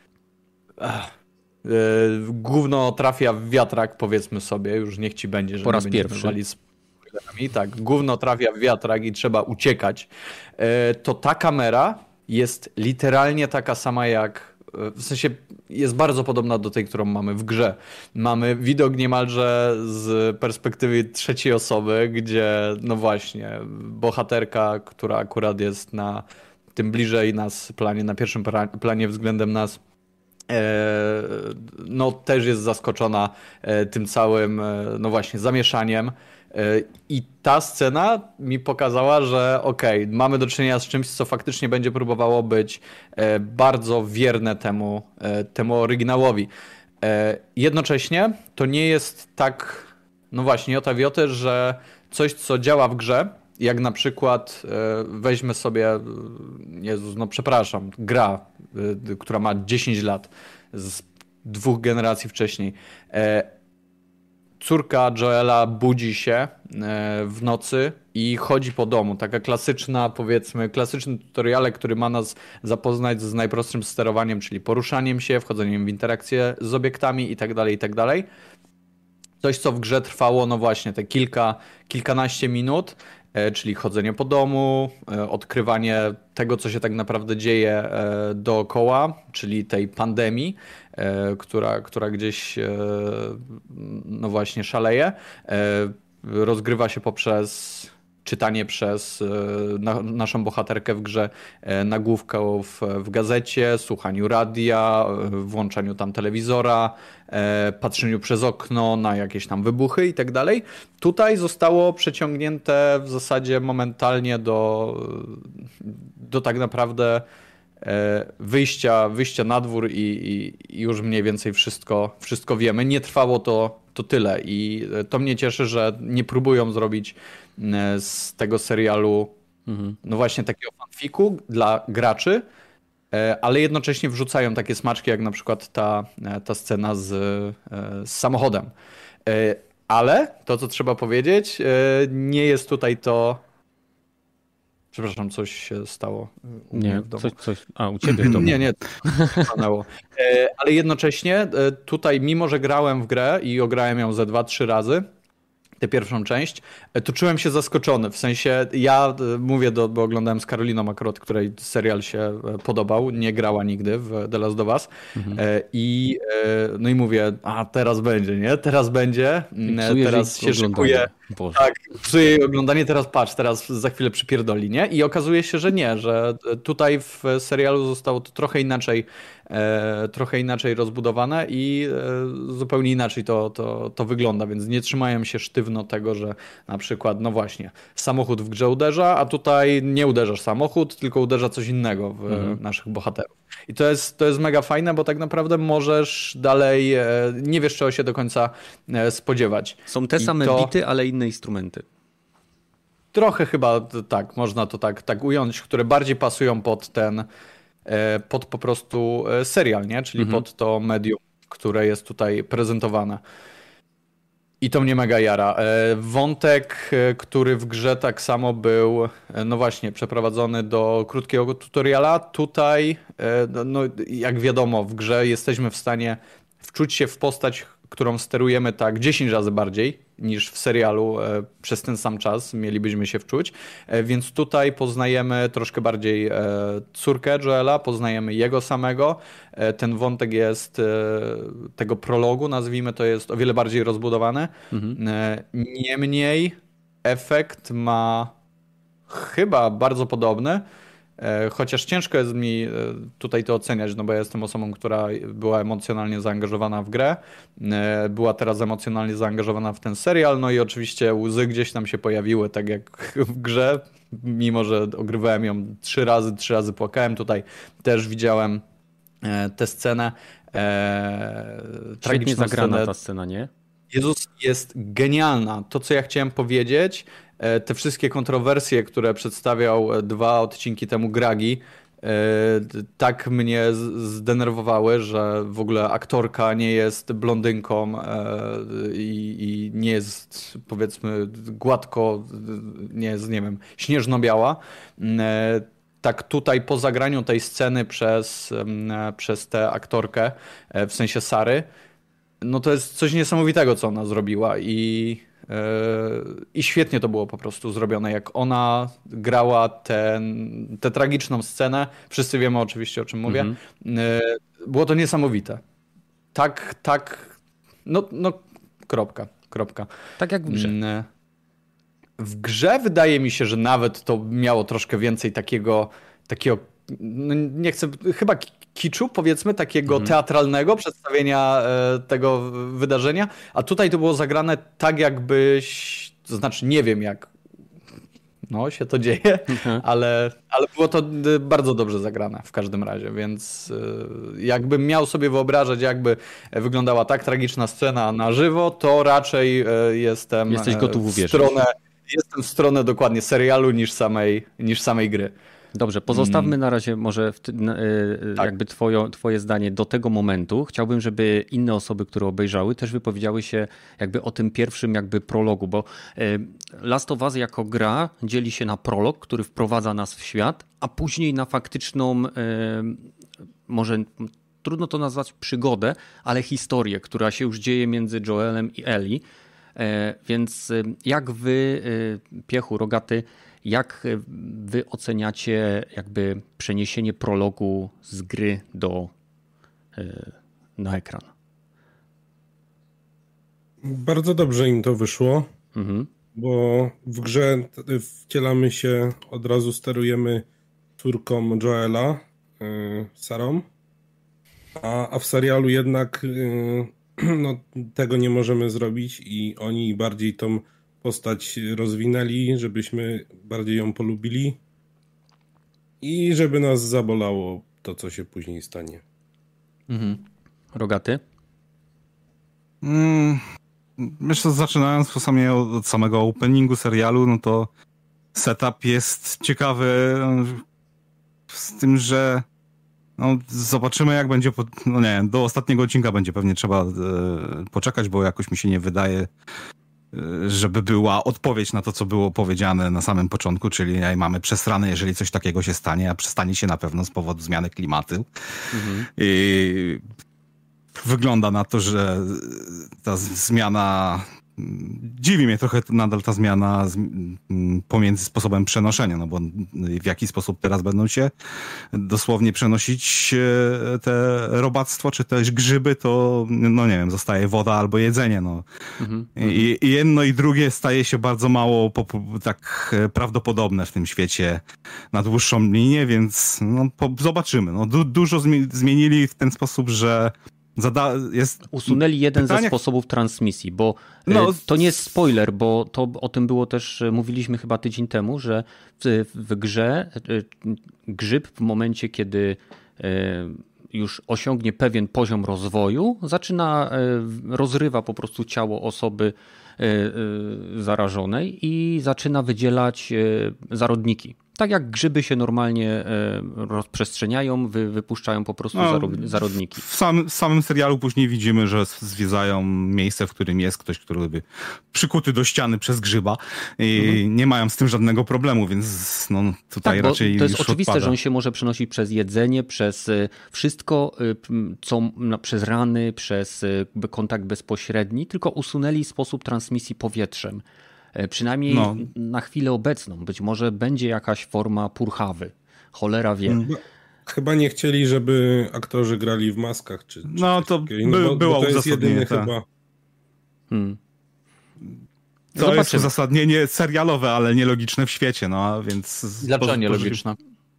gówno trafia w wiatrak, powiedzmy sobie, już niech ci będzie, że po raz nie będziemy pierwszy. wali spoilerami. Tak, gówno trafia w wiatrak i trzeba uciekać. To ta kamera jest literalnie taka sama jak, w sensie jest bardzo podobna do tej, którą mamy w grze. Mamy widok niemalże z perspektywy trzeciej osoby, gdzie no właśnie bohaterka, która akurat jest na tym bliżej nas planie, na pierwszym planie względem nas, no też jest zaskoczona tym całym, no właśnie, zamieszaniem. I ta scena mi pokazała, że okej, mamy do czynienia z czymś, co faktycznie będzie próbowało być bardzo wierne temu oryginałowi. Jednocześnie to nie jest tak, no właśnie, jota w jotę, że coś, co działa w grze, jak na przykład weźmy sobie, Jezus, no przepraszam, gra, która ma 10 lat, z 2 generacji wcześniej. Córka Joela budzi się w nocy i chodzi po domu. Taka klasyczna, powiedzmy, klasyczny tutorial, który ma nas zapoznać z najprostszym sterowaniem, czyli poruszaniem się, wchodzeniem w interakcje z obiektami itd., itd. Coś, co w grze trwało, no właśnie, te kilkanaście minut, czyli chodzenie po domu, odkrywanie tego, co się tak naprawdę dzieje dookoła, czyli tej pandemii. która gdzieś no właśnie szaleje. Rozgrywa się poprzez czytanie przez naszą bohaterkę w grze nagłówków w gazecie, słuchaniu radia, włączaniu tam telewizora, patrzeniu przez okno na jakieś tam wybuchy i tak dalej. Tutaj zostało przeciągnięte w zasadzie momentalnie do tak naprawdę wyjścia na dwór i już mniej więcej wszystko wiemy. Nie trwało to tyle i to mnie cieszy, że nie próbują zrobić z tego serialu no właśnie takiego fanfiku dla graczy, ale jednocześnie wrzucają takie smaczki jak na przykład ta scena z samochodem. Ale to, co trzeba powiedzieć, nie jest tutaj to... Przepraszam, coś się stało u mnie w domu. U ciebie w domu. Nie, stanęło. Ale jednocześnie tutaj, mimo że grałem w grę i ograłem ją ze 2-3 razy, tę pierwszą część, to czułem się zaskoczony. W sensie, ja mówię, bo oglądałem z Karoliną akurat, której serial się podobał, nie grała nigdy w The Last of Us. No i mówię, a teraz będzie, nie? Teraz będzie, teraz się szykuje. Boże. Tak, psuje jej oglądanie, teraz za chwilę przypierdoli, nie? I okazuje się, że nie, że tutaj w serialu zostało to trochę inaczej rozbudowane i zupełnie inaczej to wygląda, więc nie trzymają się sztywno tego, że na przykład, no właśnie, samochód w grze uderza, a tutaj nie uderzasz samochód, tylko uderza coś innego w naszych bohaterów. I to jest mega fajne, bo tak naprawdę możesz dalej, nie wiesz czego się do końca spodziewać. Są te same bity, ale inne instrumenty. Trochę chyba tak, można to tak ująć, które bardziej pasują pod po prostu serial, nie? Czyli pod to medium, które jest tutaj prezentowane. I to mnie mega jara. Wątek, który w grze tak samo był, no właśnie, przeprowadzony do krótkiego tutoriala. Tutaj, no jak wiadomo, w grze jesteśmy w stanie wczuć się w postać, którą sterujemy tak 10 razy bardziej niż w serialu przez ten sam czas mielibyśmy się wczuć. Więc tutaj poznajemy troszkę bardziej córkę Joela, poznajemy jego samego. Ten wątek jest tego prologu, nazwijmy to, jest o wiele bardziej rozbudowany. Niemniej efekt ma chyba bardzo podobny. Chociaż ciężko jest mi tutaj to oceniać, no bo ja jestem osobą, która była emocjonalnie zaangażowana w grę, była teraz emocjonalnie zaangażowana w ten serial, no i oczywiście łzy gdzieś tam się pojawiły, tak jak w grze, mimo że ogrywałem ją 3 razy płakałem, tutaj też widziałem tę scenę. Świetnie zagrana ta scena, nie? Jezus, jest genialna. To, co ja chciałem powiedzieć, te wszystkie kontrowersje, które przedstawiał 2 odcinki temu Gragi, tak mnie zdenerwowały, że w ogóle aktorka nie jest blondynką i nie jest, powiedzmy, gładko, nie jest, nie wiem, śnieżno-biała. Tak tutaj po zagraniu tej sceny przez tę aktorkę, w sensie Sary, no to jest coś niesamowitego, co ona zrobiła i świetnie to było po prostu zrobione, jak ona grała tę tragiczną scenę. Wszyscy wiemy oczywiście, o czym mówię. Było to niesamowite. Tak, no kropka. Tak jak w grze. W grze wydaje mi się, że nawet to miało troszkę więcej takiego no nie chcę, chyba kiczu, powiedzmy, takiego teatralnego przedstawienia tego wydarzenia, a tutaj to było zagrane tak jakbyś, to znaczy nie wiem jak się to dzieje, ale było to bardzo dobrze zagrane w każdym razie, więc jakbym miał sobie wyobrażać, jakby wyglądała tak tragiczna scena na żywo, to raczej Jesteś gotów uwierzyć. Jestem w stronę dokładnie serialu niż samej gry. Dobrze, pozostawmy na razie może jakby twoje zdanie do tego momentu. Chciałbym, żeby inne osoby, które obejrzały, też wypowiedziały się jakby o tym pierwszym jakby prologu, bo Last of Us jako gra dzieli się na prolog, który wprowadza nas w świat, a później na faktyczną, może trudno to nazwać przygodę, ale historię, która się już dzieje między Joelem i Ellie. Więc jak wy, Piechu, Rogaty, jak wy oceniacie jakby przeniesienie prologu z gry na ekran. Bardzo dobrze im to wyszło, bo w grze wcielamy się, od razu sterujemy córką Joela, Sarą, a w serialu jednak no, tego nie możemy zrobić i oni bardziej tą postać rozwinęli, żebyśmy bardziej ją polubili i żeby nas zabolało to, co się później stanie. Rogaty? Myślę, zaczynając w sumie od samego openingu serialu, no to setup jest ciekawy z tym, że no, zobaczymy jak będzie, no nie wiem, do ostatniego odcinka będzie pewnie trzeba poczekać, bo jakoś mi się nie wydaje, żeby była odpowiedź na to, co było powiedziane na samym początku, czyli mamy przesrane, jeżeli coś takiego się stanie, a przestanie się na pewno z powodu zmiany klimatu. I wygląda na to, że ta zmiana... Dziwi mnie trochę nadal ta zmiana pomiędzy sposobem przenoszenia, no bo w jaki sposób teraz będą się dosłownie przenosić te robactwo, czy też grzyby, to no nie wiem, zostaje woda albo jedzenie. No. I jedno i drugie staje się bardzo mało tak prawdopodobne w tym świecie na dłuższą linię, więc no, zobaczymy. No, dużo zmienili w ten sposób, że usunęli jeden ze sposobów transmisji, bo to nie jest spoiler, bo to o tym było też, mówiliśmy chyba tydzień temu, że w grze grzyb w momencie, kiedy już osiągnie pewien poziom rozwoju, rozrywa po prostu ciało osoby zarażonej i zaczyna wydzielać zarodniki. Tak jak grzyby się normalnie rozprzestrzeniają, wypuszczają po prostu zarodniki. W samym serialu później widzimy, że zwiedzają miejsce, w którym jest ktoś, który by przykuty do ściany przez grzyba i nie mają z tym żadnego problemu, więc no, tutaj tak, raczej to jest już oczywiste, odpada. że on się może przenosić przez jedzenie, przez wszystko, przez rany, przez kontakt bezpośredni, tylko usunęli sposób transmisji powietrzem. Przynajmniej na chwilę obecną. Być może będzie jakaś forma purchawy. Cholera wie. Chyba nie chcieli, żeby aktorzy grali w maskach. Czy no to było to jest jedyny chyba. To jest uzasadnienie serialowe, ale nielogiczne w świecie, no więc... Dlaczego nielogiczne?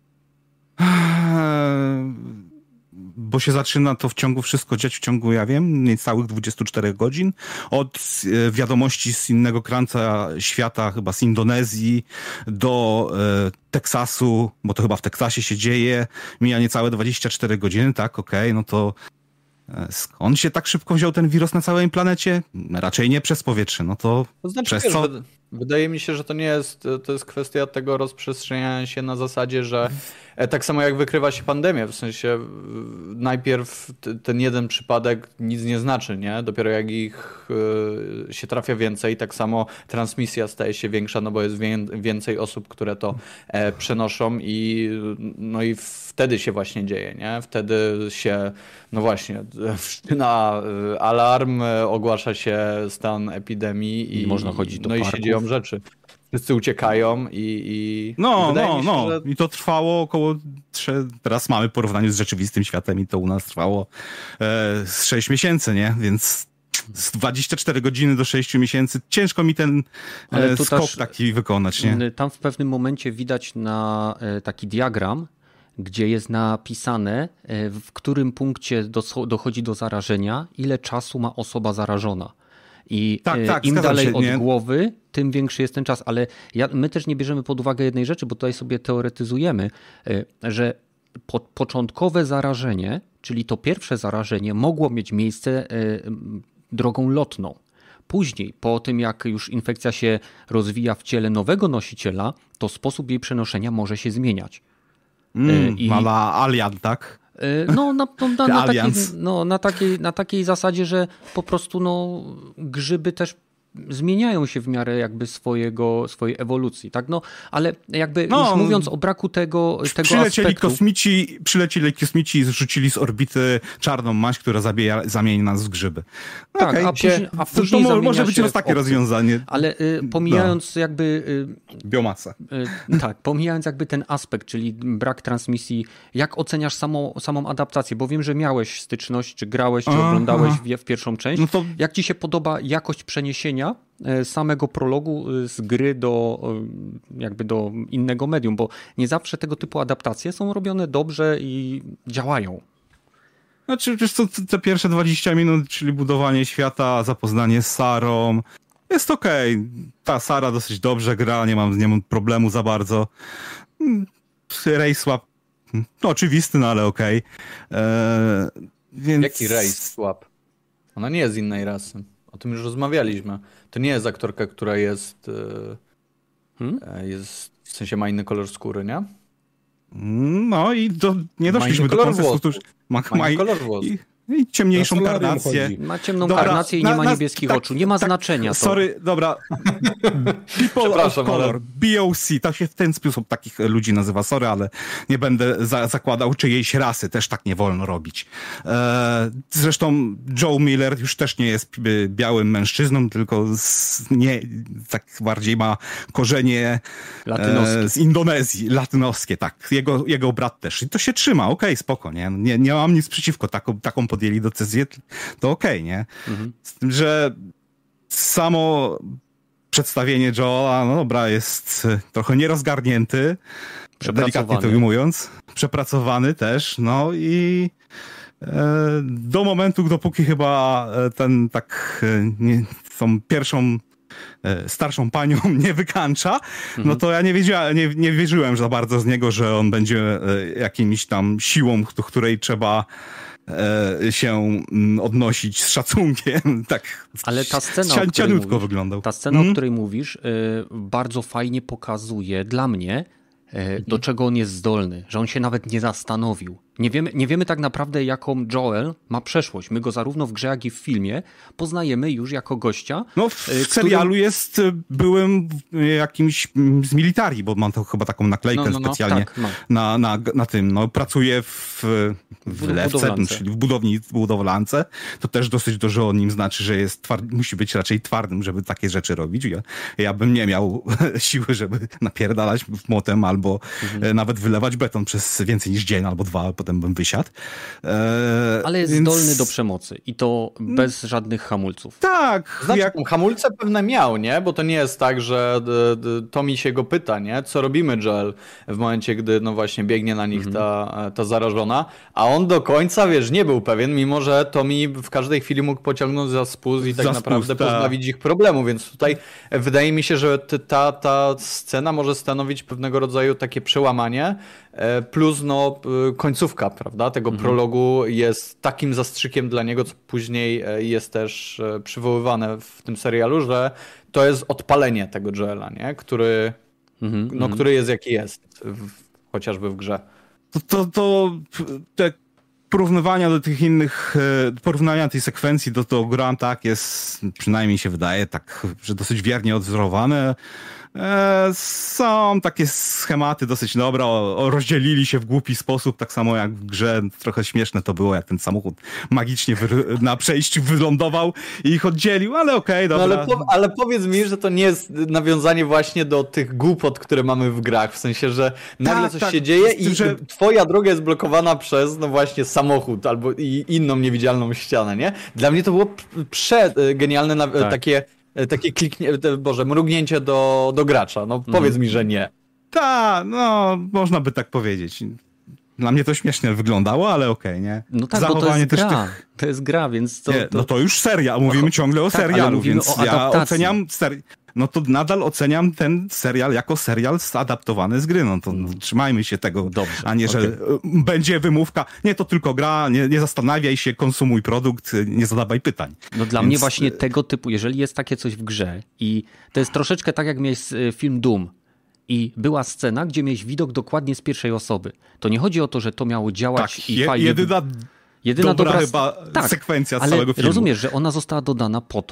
Bo się zaczyna to wszystko dziać w ciągu, ja wiem, niecałych 24 godzin. Od wiadomości z innego krańca świata, chyba z Indonezji, do Teksasu, bo to chyba w Teksasie się dzieje, mija niecałe 24 godziny, tak, okej, no to skąd się tak szybko wziął ten wirus na całej planecie? Raczej nie przez powietrze, no to znaczy, przez co? Wydaje mi się, że to jest kwestia tego rozprzestrzeniania się na zasadzie, że tak samo jak wykrywa się pandemia, w sensie najpierw ten jeden przypadek nic nie znaczy, nie? Dopiero jak ich się trafia więcej, tak samo transmisja staje się większa, no bo jest więcej osób, które to przenoszą no i wtedy się właśnie dzieje, nie? Wtedy się, no właśnie, wszczyna alarm, ogłasza się stan epidemii i można chodzić do parków. I się dzieją rzeczy. Wszyscy uciekają i że... I to trwało około... Teraz mamy porównanie z rzeczywistym światem i to u nas trwało z 6 miesięcy, nie? Więc z 24 godziny do 6 miesięcy ciężko mi ten skok taki wykonać, nie? Tam w pewnym momencie widać na taki diagram, gdzie jest napisane, w którym punkcie dochodzi do zarażenia, ile czasu ma osoba zarażona. I im dalej od głowy, tym większy jest ten czas. Ale my też nie bierzemy pod uwagę jednej rzeczy, bo tutaj sobie teoretyzujemy, że początkowe zarażenie, czyli to pierwsze zarażenie, mogło mieć miejsce drogą lotną. Później, po tym jak już infekcja się rozwija w ciele nowego nosiciela, to sposób jej przenoszenia może się zmieniać. Mala Alien, tak? No, na takiej zasadzie, że po prostu grzyby też zmieniają się w miarę jakby swojej ewolucji, tak? No, ale jakby No, już mówiąc o braku tego aspektu... Przylecieli kosmici i zrzucili z orbity czarną maść, która zamieni nas w grzyby. No Tak, okej, a później to może być się takie obcy. rozwiązanie. Ale pomijając jakby... Biomasę. Tak, pomijając jakby ten aspekt, czyli brak transmisji, jak oceniasz samą adaptację? Bo wiem, że miałeś styczność, czy grałeś, czy oglądałeś w pierwszą część. No to... Jak ci się podoba jakość przeniesienia samego prologu z gry do innego medium? Bo nie zawsze tego typu adaptacje są robione dobrze i działają. Znaczy, wiesz co, te pierwsze 20 minut, czyli budowanie świata, zapoznanie z Sarą, jest okej. Ta Sara dosyć dobrze gra, nie mam problemu za bardzo. Ray Swap, no oczywisty, no ale okej. Więc... Jaki Ray Swap? Ona nie jest z innej rasy. O tym już rozmawialiśmy. To nie jest aktorka, która jest w sensie ma inny kolor skóry, nie? No i nie doszliśmy do kontekstu. Ma kolor włosów. I ciemniejszą karnację. Ma ciemną karnację i nie ma niebieskich oczu. Nie ma znaczenia to. Sorry, dobra. People of color, BOC, to się w ten sposób takich ludzi nazywa, sorry, ale nie będę zakładał czyjejś rasy, też tak nie wolno robić. Zresztą Joe Miller już też nie jest białym mężczyzną, tylko tak bardziej ma korzenie z Indonezji, latynoskie, tak. Jego brat też. I to się trzyma, okej, spoko, nie mam nic przeciwko, taką podjęli decyzję, to okej, nie? Z tym, że samo przedstawienie Joela, no dobra, jest trochę nierozgarnięty, delikatnie to ujmując, przepracowany też, no i do momentu, dopóki chyba tą pierwszą starszą panią nie wykańcza, no to ja nie wierzyłem za bardzo z niego, że on będzie jakimś tam siłą, do której trzeba się odnosić z szacunkiem. Tak. Ale ta scena, cianiutko wyglądał. Ta scena, o której mówisz, bardzo fajnie pokazuje dla mnie, do czego on jest zdolny, że on się nawet nie zastanowił. Nie wiemy tak naprawdę, jaką Joel ma przeszłość. My go zarówno w grze, jak i w filmie poznajemy już jako gościa. No w serialu jest byłym jakimś z militarii, bo mam to chyba taką naklejkę specjalnie tak, na tym. No, pracuje w lewce, czyli w budowlance. To też dosyć dużo o nim znaczy, że musi być raczej twardym, żeby takie rzeczy robić. Ja bym nie miał siły, żeby napierdalać młotem albo nawet wylewać beton przez więcej niż dzień albo dwa, potem bym wysiadł. Ale jest zdolny do przemocy i to bez żadnych hamulców. Tak. Znaczy, hamulce pewne miał, nie? Bo to nie jest tak, że Tommy się go pyta, nie? Co robimy, Joel? W momencie, gdy no właśnie biegnie na nich ta zarażona, a on do końca, wiesz, nie był pewien, mimo że Tommy w każdej chwili mógł pociągnąć za spust i tak naprawdę pozbawić ich problemu, więc tutaj wydaje mi się, że ta scena może stanowić pewnego rodzaju takie przełamanie, plus no końcówka, prawda, tego prologu jest takim zastrzykiem dla niego, co później jest też przywoływane w tym serialu, że to jest odpalenie tego Joela, nie? Który jest jaki jest, chociażby w grze. To te porównywania do tych innych, porównania tej sekwencji do gram, tak, jest, przynajmniej się wydaje, tak, że dosyć wiernie odwzorowane. Są takie schematy dosyć dobre, rozdzielili się w głupi sposób, tak samo jak w grze. Trochę śmieszne to było, jak ten samochód magicznie na przejściu wylądował i ich oddzielił, ale okej, dobra. No ale powiedz mi, że to nie jest nawiązanie właśnie do tych głupot, które mamy w grach, w sensie, że nagle coś się dzieje i że twoja droga jest blokowana przez no właśnie samochód albo inną niewidzialną ścianę, nie? Dla mnie to było genialne takie mrugnięcie do gracza. No powiedz mi, że nie. Tak, no można by tak powiedzieć. Dla mnie to śmiesznie wyglądało, ale okej, nie? No tak, zachowanie bo to jest też gra. To jest gra, więc to... No to już serial, mówimy ciągle o serialu, więc ja oceniam... No to nadal oceniam ten serial jako serial zadaptowany z gry. No to trzymajmy się tego, dobrze, a nie, że będzie wymówka. Nie, to tylko gra, nie zastanawiaj się, konsumuj produkt, nie zadawaj pytań. No dla mnie właśnie tego typu, jeżeli jest takie coś w grze i to jest troszeczkę tak, jak miałeś film Doom i była scena, gdzie miałeś widok dokładnie z pierwszej osoby. To nie chodzi o to, że to miało działać tak, i fajnie... Jedyna dobra chyba sekwencja z całego filmu. Rozumiesz, że ona została dodana po to,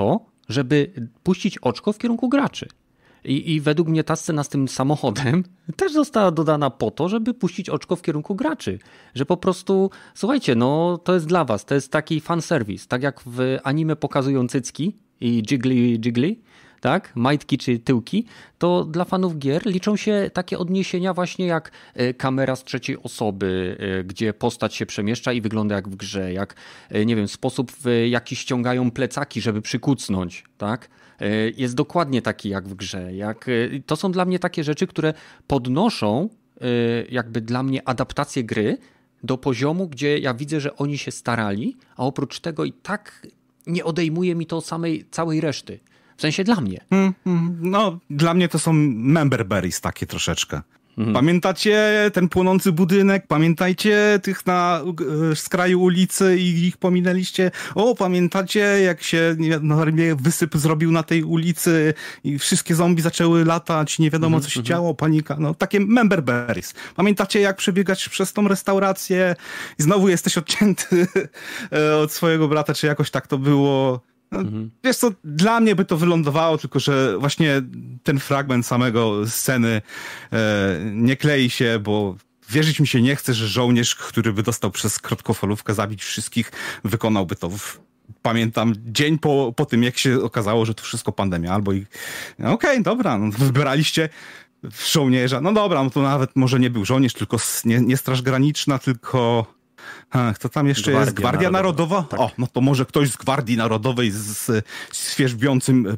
żeby puścić oczko w kierunku graczy. I według mnie ta scena z tym samochodem też została dodana po to, żeby puścić oczko w kierunku graczy. Że po prostu, słuchajcie, no to jest dla was, to jest taki fanserwis. Tak jak w anime pokazują cycki i jiggly, tak, majtki czy tyłki, to dla fanów gier liczą się takie odniesienia właśnie jak kamera z trzeciej osoby, gdzie postać się przemieszcza i wygląda jak w grze, jak, nie wiem, sposób w jaki ściągają plecaki, żeby przykucnąć, tak, jest dokładnie taki jak w grze. To są dla mnie takie rzeczy, które podnoszą jakby dla mnie adaptację gry do poziomu, gdzie ja widzę, że oni się starali, a oprócz tego i tak nie odejmuje mi to całej reszty. W sensie dla mnie. No, dla mnie to są member berries takie troszeczkę. Pamiętacie ten płonący budynek? Pamiętajcie tych na skraju ulicy i ich pominęliście? Pamiętacie jak się wysyp zrobił na tej ulicy i wszystkie zombie zaczęły latać, nie wiadomo co się działo, panika. No, takie member berries. Pamiętacie jak przebiegać przez tą restaurację i znowu jesteś odcięty od swojego brata, czy jakoś tak to było? No, wiesz co, dla mnie by to wylądowało, tylko że właśnie ten fragment samego sceny nie klei się, bo wierzyć mi się nie chce, że żołnierz, który by dostał przez krótkofalówkę zabić wszystkich, wykonałby to pamiętam dzień po tym, jak się okazało, że to wszystko pandemia, albo okej, dobra, no, wybraliście żołnierza, no dobra, no to nawet może nie był żołnierz, tylko nie Straż Graniczna, tylko... Kto tam jeszcze jest? Gwardia Narodowa? Tak. No to może ktoś z Gwardii Narodowej z świerzbiącym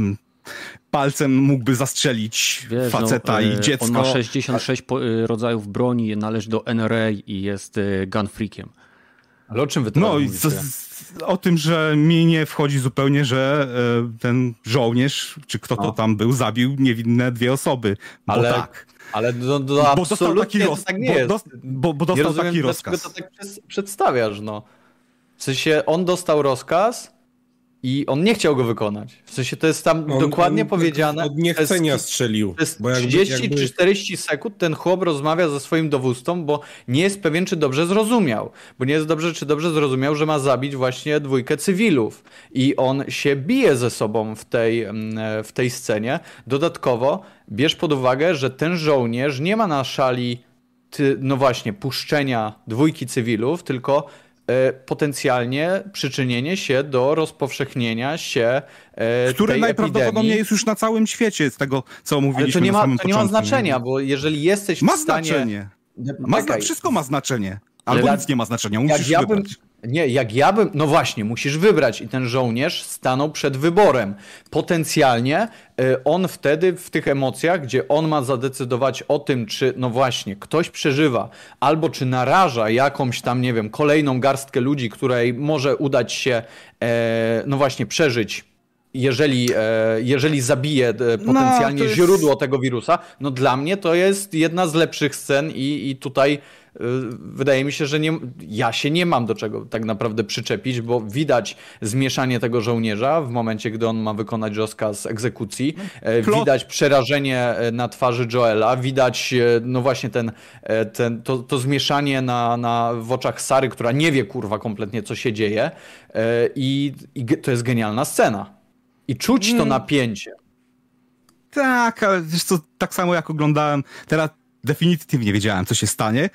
palcem mógłby zastrzelić faceta i dziecko. On ma 66 rodzajów broni, należy do NRA i jest gunfreakiem. Ale o czym wy teraz mówicie? O tym, że mi nie wchodzi zupełnie, że ten żołnierz, czy kto to tam był, zabił niewinne 2 osoby. Ale... tak. Ale bo dostał taki tak nie jest. Bo dostał taki rozkaz. Dlaczego to tak przedstawiasz, no. W sensie on dostał rozkaz i on nie chciał go wykonać. W sensie to jest tam dokładnie powiedziane. Od niechcenia strzelił. To jest 30 czy 40 sekund ten chłop rozmawia ze swoim dowódcą, bo nie jest pewien, czy dobrze zrozumiał. Bo nie jest czy dobrze zrozumiał, że ma zabić właśnie 2 cywilów. I on się bije ze sobą w tej scenie. Dodatkowo bierz pod uwagę, że ten żołnierz nie ma na szali no właśnie puszczenia 2 cywilów, tylko potencjalnie przyczynienie się do rozpowszechnienia się które tej najprawdopodobniej epidemii. jest już na całym świecie z tego, co mówiliśmy Ale na samym początku. To nie ma znaczenia, bo jeżeli jesteś w stanie... Znaczenie. Wszystko ma znaczenie. Albo nic nie ma znaczenia, musisz wybrać. No właśnie, musisz wybrać i ten żołnierz stanął przed wyborem. Potencjalnie on wtedy w tych emocjach, gdzie on ma zadecydować o tym, czy no właśnie ktoś przeżywa, albo czy naraża jakąś tam, nie wiem, kolejną garstkę ludzi, której może udać się no właśnie przeżyć, jeżeli zabije potencjalnie źródło tego wirusa, no dla mnie to jest jedna z lepszych scen i tutaj wydaje mi się, że ja się nie mam do czego tak naprawdę przyczepić, bo widać zmieszanie tego żołnierza w momencie, gdy on ma wykonać rozkaz egzekucji. Widać przerażenie na twarzy Joela, widać no właśnie to zmieszanie w oczach Sary, która nie wie kurwa kompletnie co się dzieje i to jest genialna scena. I czuć to napięcie. Tak, ale wiesz co, tak samo jak oglądałem, teraz definitywnie wiedziałem, co się stanie.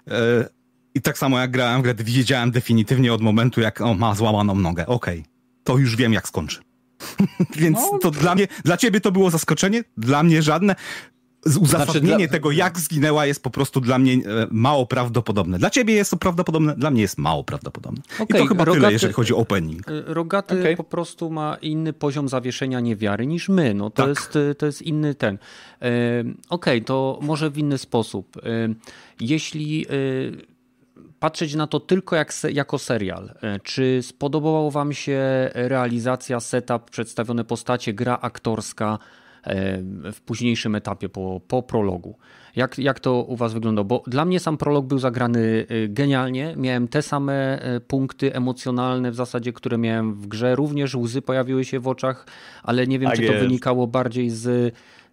I tak samo jak grałem w grę, wiedziałem definitywnie od momentu, jak ma złamaną nogę. Okej, to już wiem, jak skończy. Więc to dla ciebie to było zaskoczenie, dla mnie żadne. Uzasadnienie tego, jak zginęła, jest po prostu dla mnie mało prawdopodobne. Dla ciebie jest to prawdopodobne, dla mnie jest mało prawdopodobne. I to chyba tyle, jeżeli chodzi o opening. Rogaty po prostu ma inny poziom zawieszenia niewiary niż my. No, to jest inny ten. To może w inny sposób. Jeśli patrzeć na to tylko jako serial, czy spodobało wam się realizacja, setup, przedstawione postacie, gra aktorska, w późniejszym etapie, po prologu. Jak to u was wygląda? Bo dla mnie sam prolog był zagrany genialnie. Miałem te same punkty emocjonalne w zasadzie, które miałem w grze. Również łzy pojawiły się w oczach, ale nie wiem, czy to wynikało bardziej z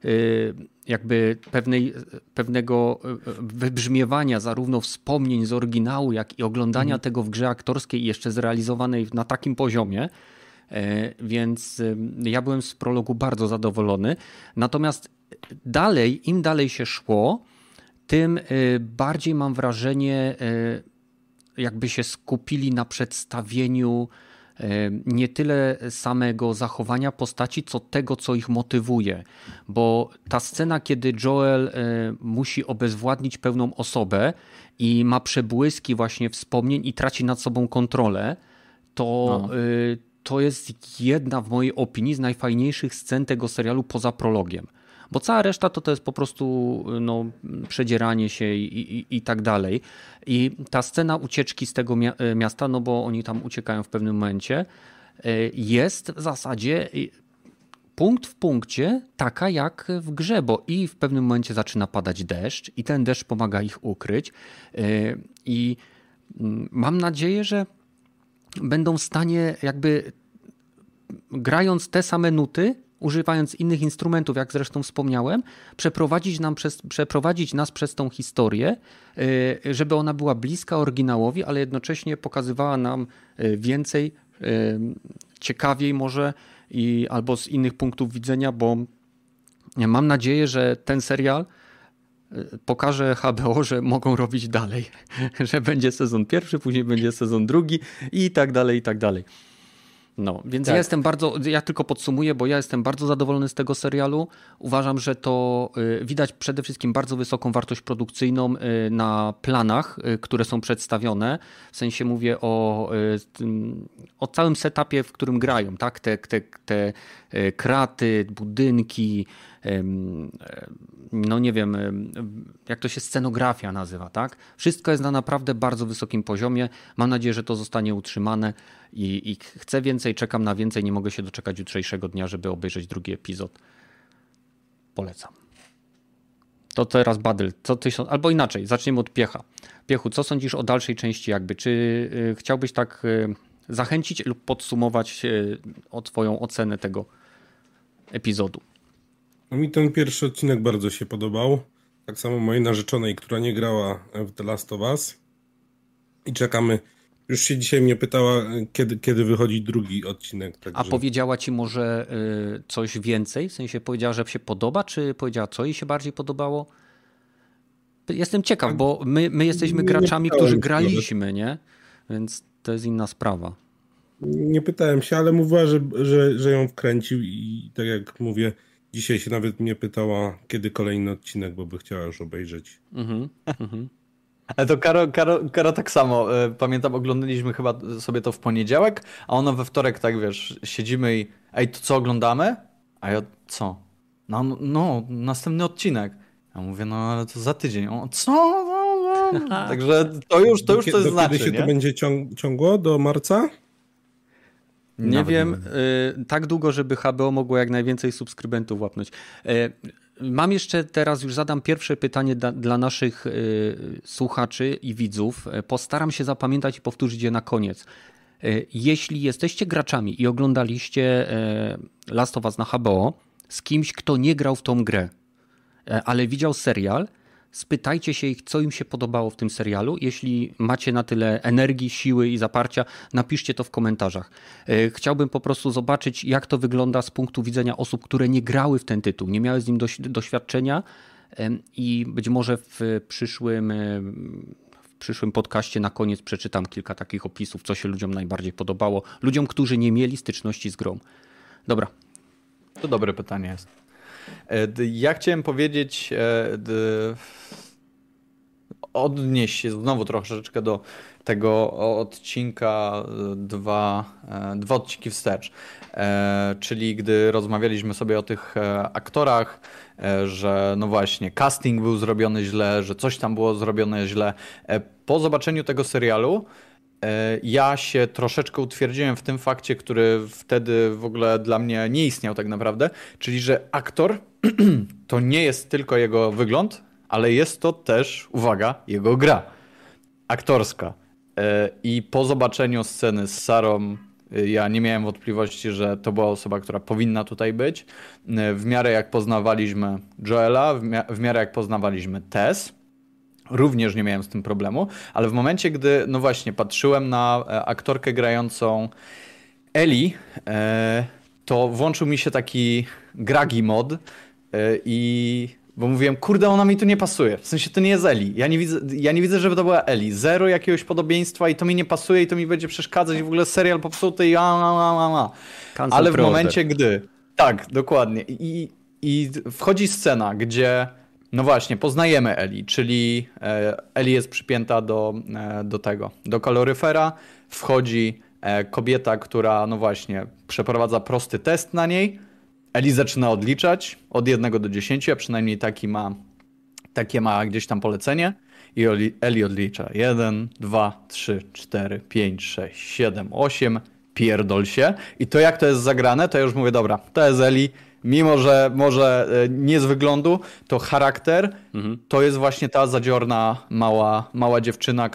jakby pewnego wybrzmiewania zarówno wspomnień z oryginału, jak i oglądania tego w grze aktorskiej i jeszcze zrealizowanej na takim poziomie, Więc ja byłem z prologu bardzo zadowolony. Natomiast im dalej się szło, tym bardziej mam wrażenie, jakby się skupili na przedstawieniu nie tyle samego zachowania postaci, co tego, co ich motywuje. Bo ta scena, kiedy Joel musi obezwładnić pewną osobę i ma przebłyski właśnie wspomnień i traci nad sobą kontrolę, to jest jedna w mojej opinii z najfajniejszych scen tego serialu poza prologiem. Bo cała reszta to jest po prostu przedzieranie się i tak dalej. I ta scena ucieczki z tego miasta, no bo oni tam uciekają w pewnym momencie, jest w zasadzie punkt w punkcie taka jak w grze, bo i w pewnym momencie zaczyna padać deszcz i ten deszcz pomaga ich ukryć. I mam nadzieję, że będą w stanie jakby grając te same nuty, używając innych instrumentów, jak zresztą wspomniałem, przeprowadzić nas przez tą historię, żeby ona była bliska oryginałowi, ale jednocześnie pokazywała nam więcej, ciekawiej może albo z innych punktów widzenia, bo mam nadzieję, że ten serial pokaże HBO, że mogą robić dalej, że będzie sezon pierwszy, później będzie sezon drugi i tak dalej, i tak dalej. No, więc tak. Ja tylko podsumuję, bo ja jestem bardzo zadowolony z tego serialu. Uważam, że to widać przede wszystkim bardzo wysoką wartość produkcyjną na planach, które są przedstawione. W sensie mówię o całym setupie, w którym grają, tak? Te kraty, budynki, no nie wiem, jak to się scenografia nazywa, tak? Wszystko jest na naprawdę bardzo wysokim poziomie. Mam nadzieję, że to zostanie utrzymane i chcę więcej, czekam na więcej. Nie mogę się doczekać jutrzejszego dnia, żeby obejrzeć drugi epizod. Polecam. To teraz Badyl, albo inaczej, zaczniemy od Piecha. Piechu, co sądzisz o dalszej części jakby? Czy chciałbyś tak zachęcić lub podsumować o twoją ocenę tego epizodu? No mi ten pierwszy odcinek bardzo się podobał. Tak samo mojej narzeczonej, która nie grała w The Last of Us. I czekamy. Już się dzisiaj mnie pytała, kiedy wychodzi drugi odcinek. Także... A powiedziała ci może coś więcej? W sensie powiedziała, że się podoba, czy powiedziała, co jej się bardziej podobało? Jestem ciekaw, bo my jesteśmy graczami, którzy graliśmy, nie? Więc to jest inna sprawa. Nie pytałem się, ale mówiła, że ją wkręcił i tak jak mówię, dzisiaj się nawet mnie pytała, kiedy kolejny odcinek, bo by chciała już obejrzeć. Ale to Karo tak samo. Pamiętam, oglądaliśmy chyba sobie to w poniedziałek, a ona we wtorek tak, wiesz, siedzimy i ej, to co oglądamy? A ja, co? No, następny odcinek. Ja mówię, no ale to za tydzień. O, co? Także to już coś znaczy, kiedy się nie? to będzie ciągło? Do marca? Nie wiem, tak długo, żeby HBO mogło jak najwięcej subskrybentów łapnąć. Mam jeszcze teraz, już zadam pierwsze pytanie dla naszych słuchaczy i widzów. Postaram się zapamiętać i powtórzyć je na koniec. Jeśli jesteście graczami i oglądaliście Last of Us na HBO z kimś, kto nie grał w tą grę, ale widział serial, spytajcie się ich, co im się podobało w tym serialu. Jeśli macie na tyle energii, siły i zaparcia, napiszcie to w komentarzach. Chciałbym po prostu zobaczyć, jak to wygląda z punktu widzenia osób, które nie grały w ten tytuł, nie miały z nim doświadczenia i być może w przyszłym podcaście na koniec przeczytam kilka takich opisów, co się ludziom najbardziej podobało. Ludziom, którzy nie mieli styczności z grą. Dobra. To dobre pytanie jest. Ja chciałem powiedzieć, odnieść się znowu troszeczkę do tego odcinka, dwa odcinki wstecz, czyli gdy rozmawialiśmy sobie o tych aktorach, że no właśnie casting był zrobiony źle, że coś tam było zrobione źle. Po zobaczeniu tego serialu ja się troszeczkę utwierdziłem w tym fakcie, który wtedy w ogóle dla mnie nie istniał tak naprawdę, czyli że aktor to nie jest tylko jego wygląd, ale jest to też, uwaga, jego gra aktorska. I po zobaczeniu sceny z Sarą ja nie miałem wątpliwości, że to była osoba, która powinna tutaj być. W miarę jak poznawaliśmy Joela, w miarę jak poznawaliśmy Tess, również nie miałem z tym problemu, ale w momencie, gdy no właśnie patrzyłem na aktorkę grającą Ellie, to włączył mi się taki gragi mod bo mówiłem, kurde, ona mi tu nie pasuje. W sensie to nie jest Ellie. Ja nie widzę, żeby to była Ellie. Zero jakiegoś podobieństwa i to mi nie pasuje i to mi będzie przeszkadzać i w ogóle serial popsuty i ale w momencie, gdy... Tak, dokładnie. I wchodzi scena, gdzie no właśnie, poznajemy Ellie, czyli Ellie jest przypięta do kaloryfera, wchodzi kobieta, która no właśnie przeprowadza prosty test na niej. Ellie zaczyna odliczać od 1 do 10, a przynajmniej takie ma gdzieś tam polecenie. I Ellie odlicza 1, 2, 3, 4, 5, 6, 7, 8, pierdol się. I to jak to jest zagrane, to ja już mówię, dobra, to jest Ellie. Mimo, że może nie z wyglądu, to charakter to jest właśnie ta zadziorna, mała dziewczyna,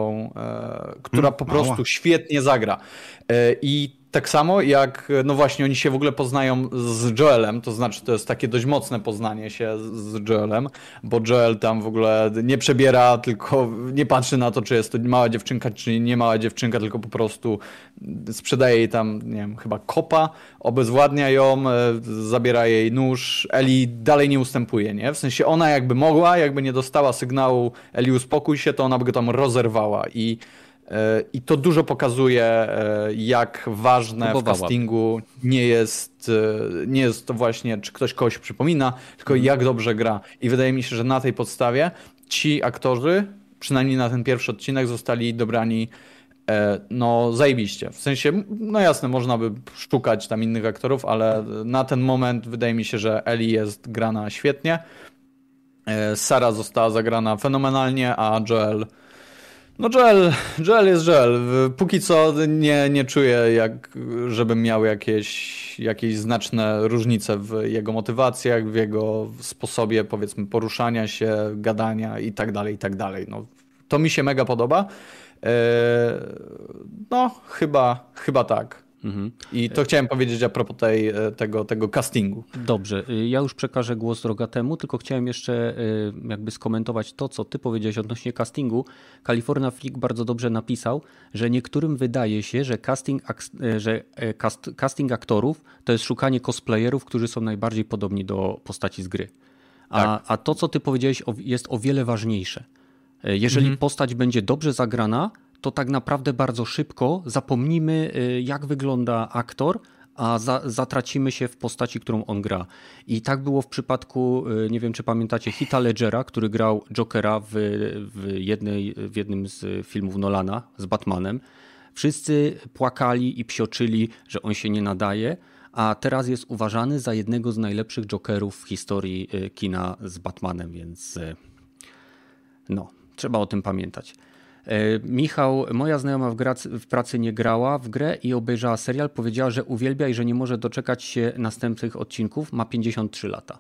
która po prostu świetnie zagra. I tak samo jak, no właśnie, oni się w ogóle poznają z Joelem, to znaczy to jest takie dość mocne poznanie się z Joelem, bo Joel tam w ogóle nie przebiera, tylko nie patrzy na to, czy jest to mała dziewczynka, czy nie mała dziewczynka, tylko po prostu sprzedaje jej tam, nie wiem, chyba kopa, obezwładnia ją, zabiera jej nóż. Ellie dalej nie ustępuje, nie? W sensie ona jakby mogła, jakby nie dostała sygnału Ellie uspokój się, to ona by go tam rozerwała i to dużo pokazuje, jak ważne w castingu nie jest to właśnie, czy ktoś kogoś przypomina, tylko jak dobrze gra. I wydaje mi się, że na tej podstawie ci aktorzy, przynajmniej na ten pierwszy odcinek, zostali dobrani no zajebiście. W sensie, no jasne, można by szukać tam innych aktorów, ale na ten moment wydaje mi się, że Ellie jest grana świetnie. Sarah została zagrana fenomenalnie, a Joel... No Joel jest Joel. Póki co nie czuję, żebym miał jakieś znaczne różnice w jego motywacjach, w jego sposobie, powiedzmy, poruszania się, gadania i tak dalej. No, to mi się mega podoba. No, chyba tak. I to chciałem powiedzieć a propos tego castingu. Dobrze, ja już przekażę głos Rogatemu, tylko chciałem jeszcze jakby skomentować to, co ty powiedziałeś odnośnie castingu. California Freak bardzo dobrze napisał, że niektórym wydaje się, że casting aktorów to jest szukanie cosplayerów, którzy są najbardziej podobni do postaci z gry. A to, co ty powiedziałeś, jest o wiele ważniejsze. Jeżeli postać będzie dobrze zagrana, to tak naprawdę bardzo szybko zapomnimy, jak wygląda aktor, a zatracimy się w postaci, którą on gra. I tak było w przypadku, nie wiem czy pamiętacie, Heatha Ledgera, który grał Jokera w jednym z filmów Nolana z Batmanem. Wszyscy płakali i psioczyli, że on się nie nadaje, a teraz jest uważany za jednego z najlepszych Jokerów w historii kina z Batmanem, więc no, trzeba o tym pamiętać. Michał, moja znajoma w pracy nie grała w grę i obejrzała serial, powiedziała, że uwielbia i że nie może doczekać się następnych odcinków. Ma 53 lata.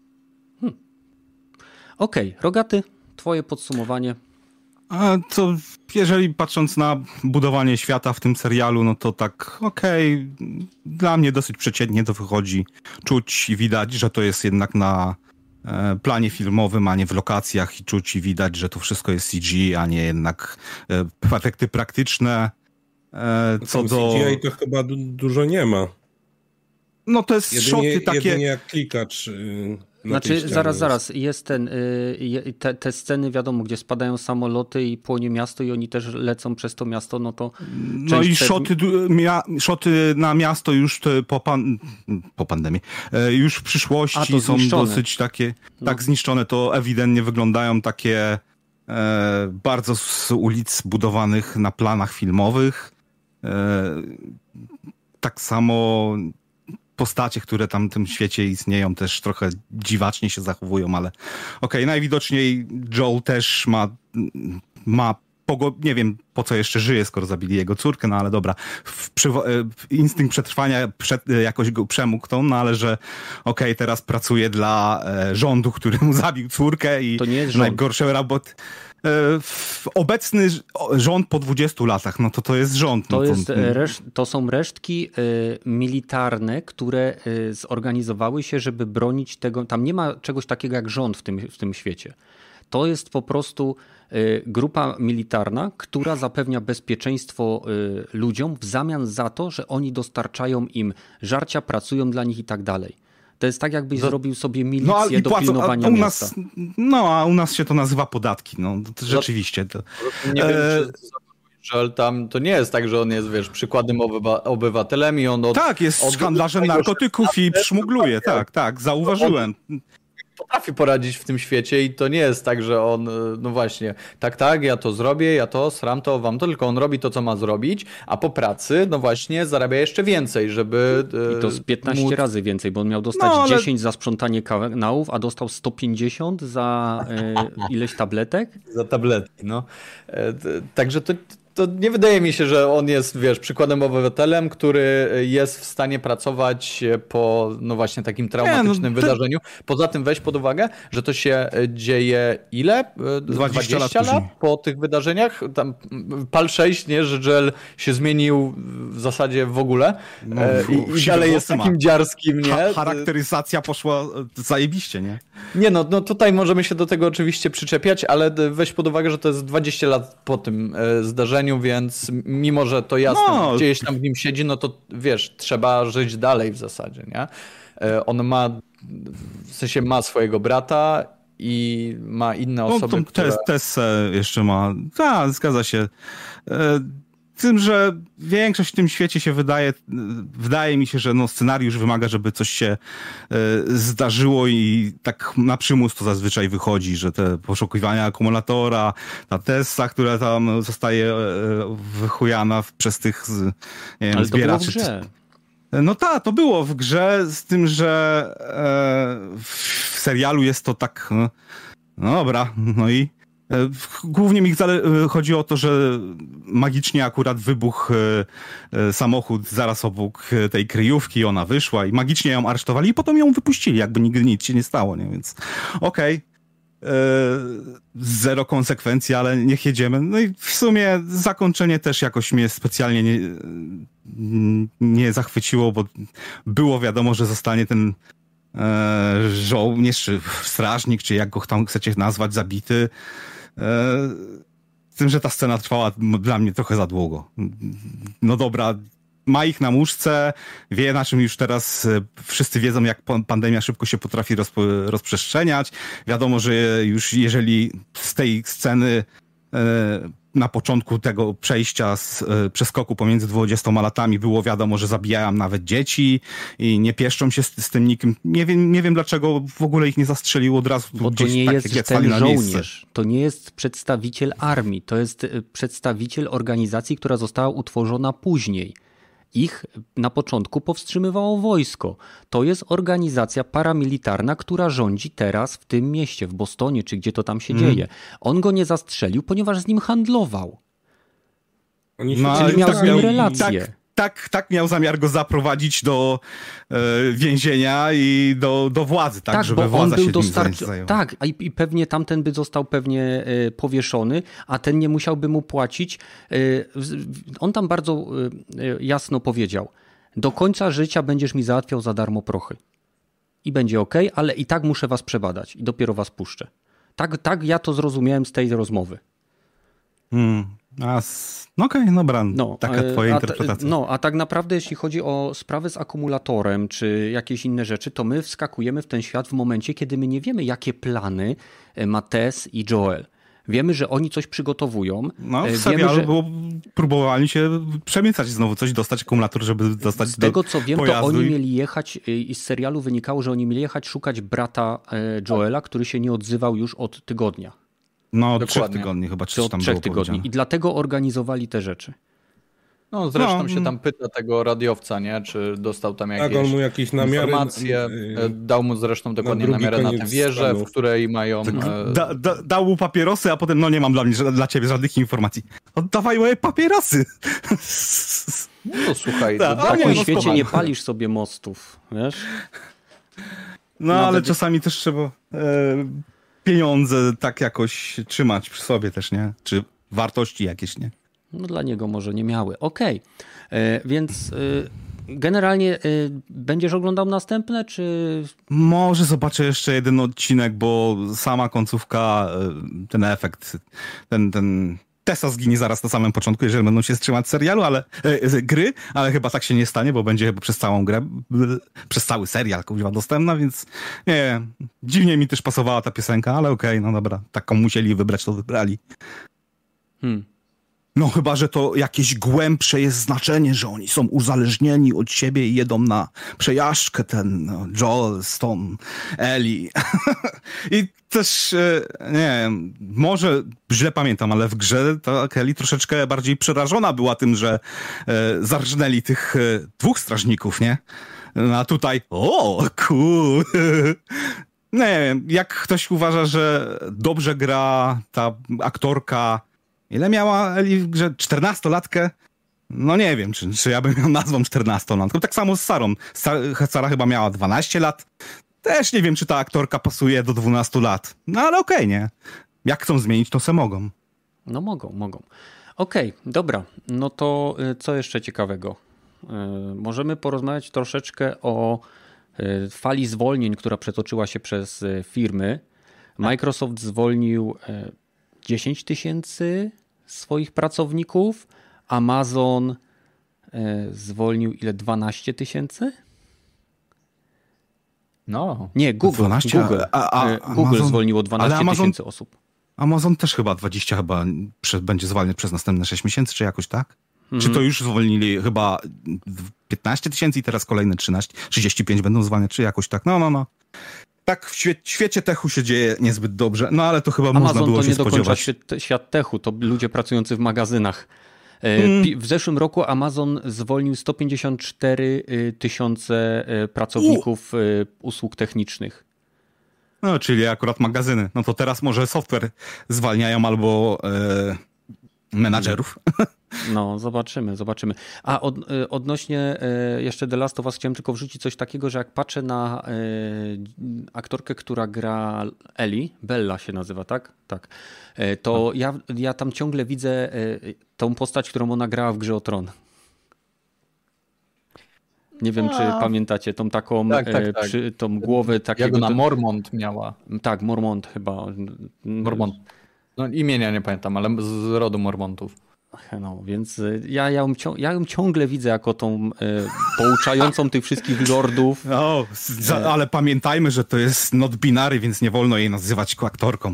Okej, Rogaty, twoje podsumowanie. To jeżeli patrząc na budowanie świata w tym serialu, no to tak dla mnie dosyć przeciętnie to wychodzi. Czuć i widać, że to jest jednak na planie filmowym, a nie w lokacjach i czuć i widać, że to wszystko jest CG, a nie jednak efekty praktyczne. CGI to chyba dużo nie ma. No to jest szoty takie... Jedynie jak klikacz Znaczy, zaraz, jest te sceny, wiadomo, gdzie spadają samoloty i płonie miasto i oni też lecą przez to miasto, no to... No i szoty na miasto już po pandemii, już w przyszłości są dosyć takie, tak zniszczone, to ewidentnie wyglądają takie bardzo z ulic budowanych na planach filmowych. Tak samo... postacie, które tam w tym świecie istnieją, też trochę dziwacznie się zachowują, ale najwidoczniej Joel też ma nie wiem po co jeszcze żyje, skoro zabili jego córkę, no ale dobra, instynkt przetrwania jakoś go przemógł no ale że teraz pracuje dla rządu, który mu zabił córkę i to nie jest rząd. Najgorsze roboty. Obecny rząd po 20 latach, no to jest rząd. To są resztki militarne, które zorganizowały się, żeby bronić tego. Tam nie ma czegoś takiego jak rząd w tym świecie. To jest po prostu grupa militarna, która zapewnia bezpieczeństwo ludziom w zamian za to, że oni dostarczają im żarcia, pracują dla nich i tak dalej. To jest tak, jakbyś zrobił sobie milicję do pilnowania miasta. A u nas się to nazywa podatki. No, to rzeczywiście. To. Nie wiem, czy tam to nie jest tak, że on jest, wiesz, przykładnym obywatelem i on tak, jest handlarzem narkotyków i szmugluje. Tak, zauważyłem. Potrafi poradzić w tym świecie i to nie jest tak, że on, no właśnie, tak, ja to zrobię, ja to, sram to, wam to, tylko on robi to, co ma zrobić, a po pracy, no właśnie, zarabia jeszcze więcej, żeby... I to z 15 razy więcej, bo on miał dostać 10 za sprzątanie kanałów, a dostał 150 za ileś tabletek? Za tabletki, no. Także to nie wydaje mi się, że on jest, wiesz, przykładem obywatelem, który jest w stanie pracować po, no właśnie, takim traumatycznym wydarzeniu. Poza tym weź pod uwagę, że to się dzieje ile? 20 lat po tych wydarzeniach. Tam PAL 6, nie, że Joel się zmienił w zasadzie w ogóle i dalej jest takim dziarskim, nie? Charakteryzacja poszła zajebiście, nie? Nie, no tutaj możemy się do tego oczywiście przyczepiać, ale weź pod uwagę, że to jest 20 lat po tym zdarzeniu, więc mimo, że to jasne, gdzieś tam w nim siedzi, no to wiesz, trzeba żyć dalej w zasadzie, nie? On ma, w sensie ma swojego brata i ma inne osoby, które... Tessę jeszcze ma, tak, zgadza się. Tym, że większość w tym świecie się wydaje mi się, że no scenariusz wymaga, żeby coś się zdarzyło i tak na przymus to zazwyczaj wychodzi, że te poszukiwania akumulatora, ta Tessa, która tam zostaje wychujana przez tych nie wiem, ale zbieraczy. To było w grze. No tak, to było w grze, z tym, że w serialu jest to tak, no dobra, no i głównie mi chodzi o to, że magicznie akurat wybuchł samochód zaraz obok tej kryjówki, ona wyszła i magicznie ją aresztowali i potem ją wypuścili, jakby nigdy nic się nie stało, nie? Więc okej. Zero konsekwencji, ale niech jedziemy. No i w sumie zakończenie też jakoś mnie specjalnie nie zachwyciło, bo było wiadomo, że zostanie ten żołnierz, czy strażnik, czy jak go tam chcecie nazwać, zabity. Z tym, że ta scena trwała dla mnie trochę za długo. No dobra, ma ich na muszce, wie na czym już teraz wszyscy wiedzą, jak pandemia szybko się potrafi rozprzestrzeniać. Wiadomo, że już jeżeli z tej sceny na początku tego przejścia przeskoku pomiędzy 20 latami było wiadomo, że zabijają nawet dzieci i nie pieszczą się z tym nikim. Nie wiem dlaczego w ogóle ich nie zastrzeliło od razu. Bo to nie jest ten żołnierz, to nie jest przedstawiciel armii, to jest przedstawiciel organizacji, która została utworzona później. Ich na początku powstrzymywało wojsko. To jest organizacja paramilitarna, która rządzi teraz w tym mieście, w Bostonie, czy gdzie to tam się dzieje. On go nie zastrzelił, ponieważ z nim handlował. Czyli miał z nim relacje. Tak miał zamiar go zaprowadzić do więzienia i do władzy, tak, żeby władza się nim zajęła. Tak, i pewnie tamten by został powieszony, a ten nie musiałby mu płacić. On tam bardzo jasno powiedział: do końca życia będziesz mi załatwiał za darmo prochy. I będzie okej, ale i tak muszę was przebadać i dopiero was puszczę. Tak ja to zrozumiałem z tej rozmowy. Okej, dobra, taka twoja interpretacja. A tak naprawdę jeśli chodzi o sprawę z akumulatorem, czy jakieś inne rzeczy, to my wskakujemy w ten świat w momencie, kiedy my nie wiemy, jakie plany ma Tess i Joel. Wiemy, że oni coś przygotowują. No, w serialu próbowali się przemiecać znowu, coś dostać, akumulator, żeby dostać do Z tego co wiem, pojazdu. To oni mieli jechać, i z serialu wynikało, że oni mieli jechać szukać brata Joela, który się nie odzywał już od tygodnia. No, 3 tygodni chyba, czy tam 3 było tygodni. powiedziane. I dlatego organizowali te rzeczy. No zresztą się tam pyta tego radiowca, nie? Czy dostał tam jakieś, on mu jakieś namiary, informacje. Dał mu zresztą dokładnie namiary na tę wieżę, w której mają... Dał mu papierosy, a potem nie mam dla ciebie żadnych informacji. Oddawaj moje papierosy! No słuchaj, w takim świecie nie palisz sobie mostów, wiesz? No ale czasami też trzeba pieniądze tak jakoś trzymać przy sobie też, nie? Czy wartości jakieś, nie? No dla niego może nie miały. Okej. Więc generalnie będziesz oglądał następne, czy... Może zobaczę jeszcze jeden odcinek, bo sama końcówka, ten efekt, ten Tessa zginie zaraz na samym początku, jeżeli będą się wstrzymać serialu, gry, ale chyba tak się nie stanie, bo będzie chyba przez całą grę, przez cały serial kuźwa dostępna, więc nie, dziwnie mi też pasowała ta piosenka, ale okej, no dobra, taką musieli wybrać, to wybrali. No chyba, że to jakieś głębsze jest znaczenie, że oni są uzależnieni od siebie i jedą na przejażdżkę, Joel, Stone, Ellie. I też, nie wiem, może źle pamiętam, ale w grze ta Ellie troszeczkę bardziej przerażona była tym, że zarżnęli tych dwóch strażników, nie? A tutaj, cool. Nie wiem, jak ktoś uważa, że dobrze gra ta aktorka. Ile miała Ellie w grze? 14-latkę? No nie wiem, czy ja bym ją nazwał 14-latką. Tak samo z Sarą. Sara chyba miała 12 lat. Też nie wiem, czy ta aktorka pasuje do 12 lat. No ale okej, nie? Jak chcą zmienić, to se mogą. No mogą. Okej, dobra. No to co jeszcze ciekawego? Możemy porozmawiać troszeczkę o fali zwolnień, która przetoczyła się przez firmy. Microsoft zwolnił 10 000 swoich pracowników, Amazon zwolnił ile? 12 000? No. Nie, Google. 12, Google Amazon, zwolniło 12 000 osób. Amazon też chyba 20 będzie zwalniać przez następne 6 miesięcy, czy jakoś tak? Czy to już zwolnili chyba 15 000 i teraz kolejne 35 będą zwalniać, czy jakoś tak? No. Tak w świecie techu się dzieje niezbyt dobrze, no ale to chyba można było się spodziewać. Amazon to nie do końca świat techu, to ludzie pracujący w magazynach. W zeszłym roku Amazon zwolnił 154 000 pracowników usług technicznych. No, czyli akurat magazyny. No to teraz może software zwalniają albo menadżerów. No, zobaczymy. A odnośnie jeszcze The Last of Us chciałem tylko wrzucić coś takiego, że jak patrzę na aktorkę, która gra Ellie, Bella się nazywa, tak? Tak. To ja tam ciągle widzę tą postać, którą ona grała w Grze o Tron. Nie wiem, czy pamiętacie tą taką tak. tą głowę takiego... Jak ona Mormont miała. Tak, Mormont chyba. Mormont. No imienia nie pamiętam, ale z rodu Mormontów. No, więc ja ją ciągle widzę jako tą pouczającą tych wszystkich lordów. No, ale pamiętajmy, że to jest not binary, więc nie wolno jej nazywać aktorką.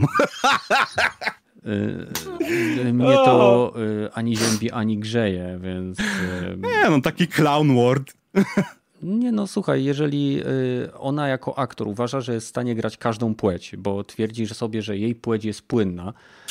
Mnie to ani ziębi, ani grzeje, więc... Nie, no taki clown word. Nie no, słuchaj, jeżeli ona jako aktor uważa, że jest w stanie grać każdą płeć, bo twierdzi sobie, że jej płeć jest płynna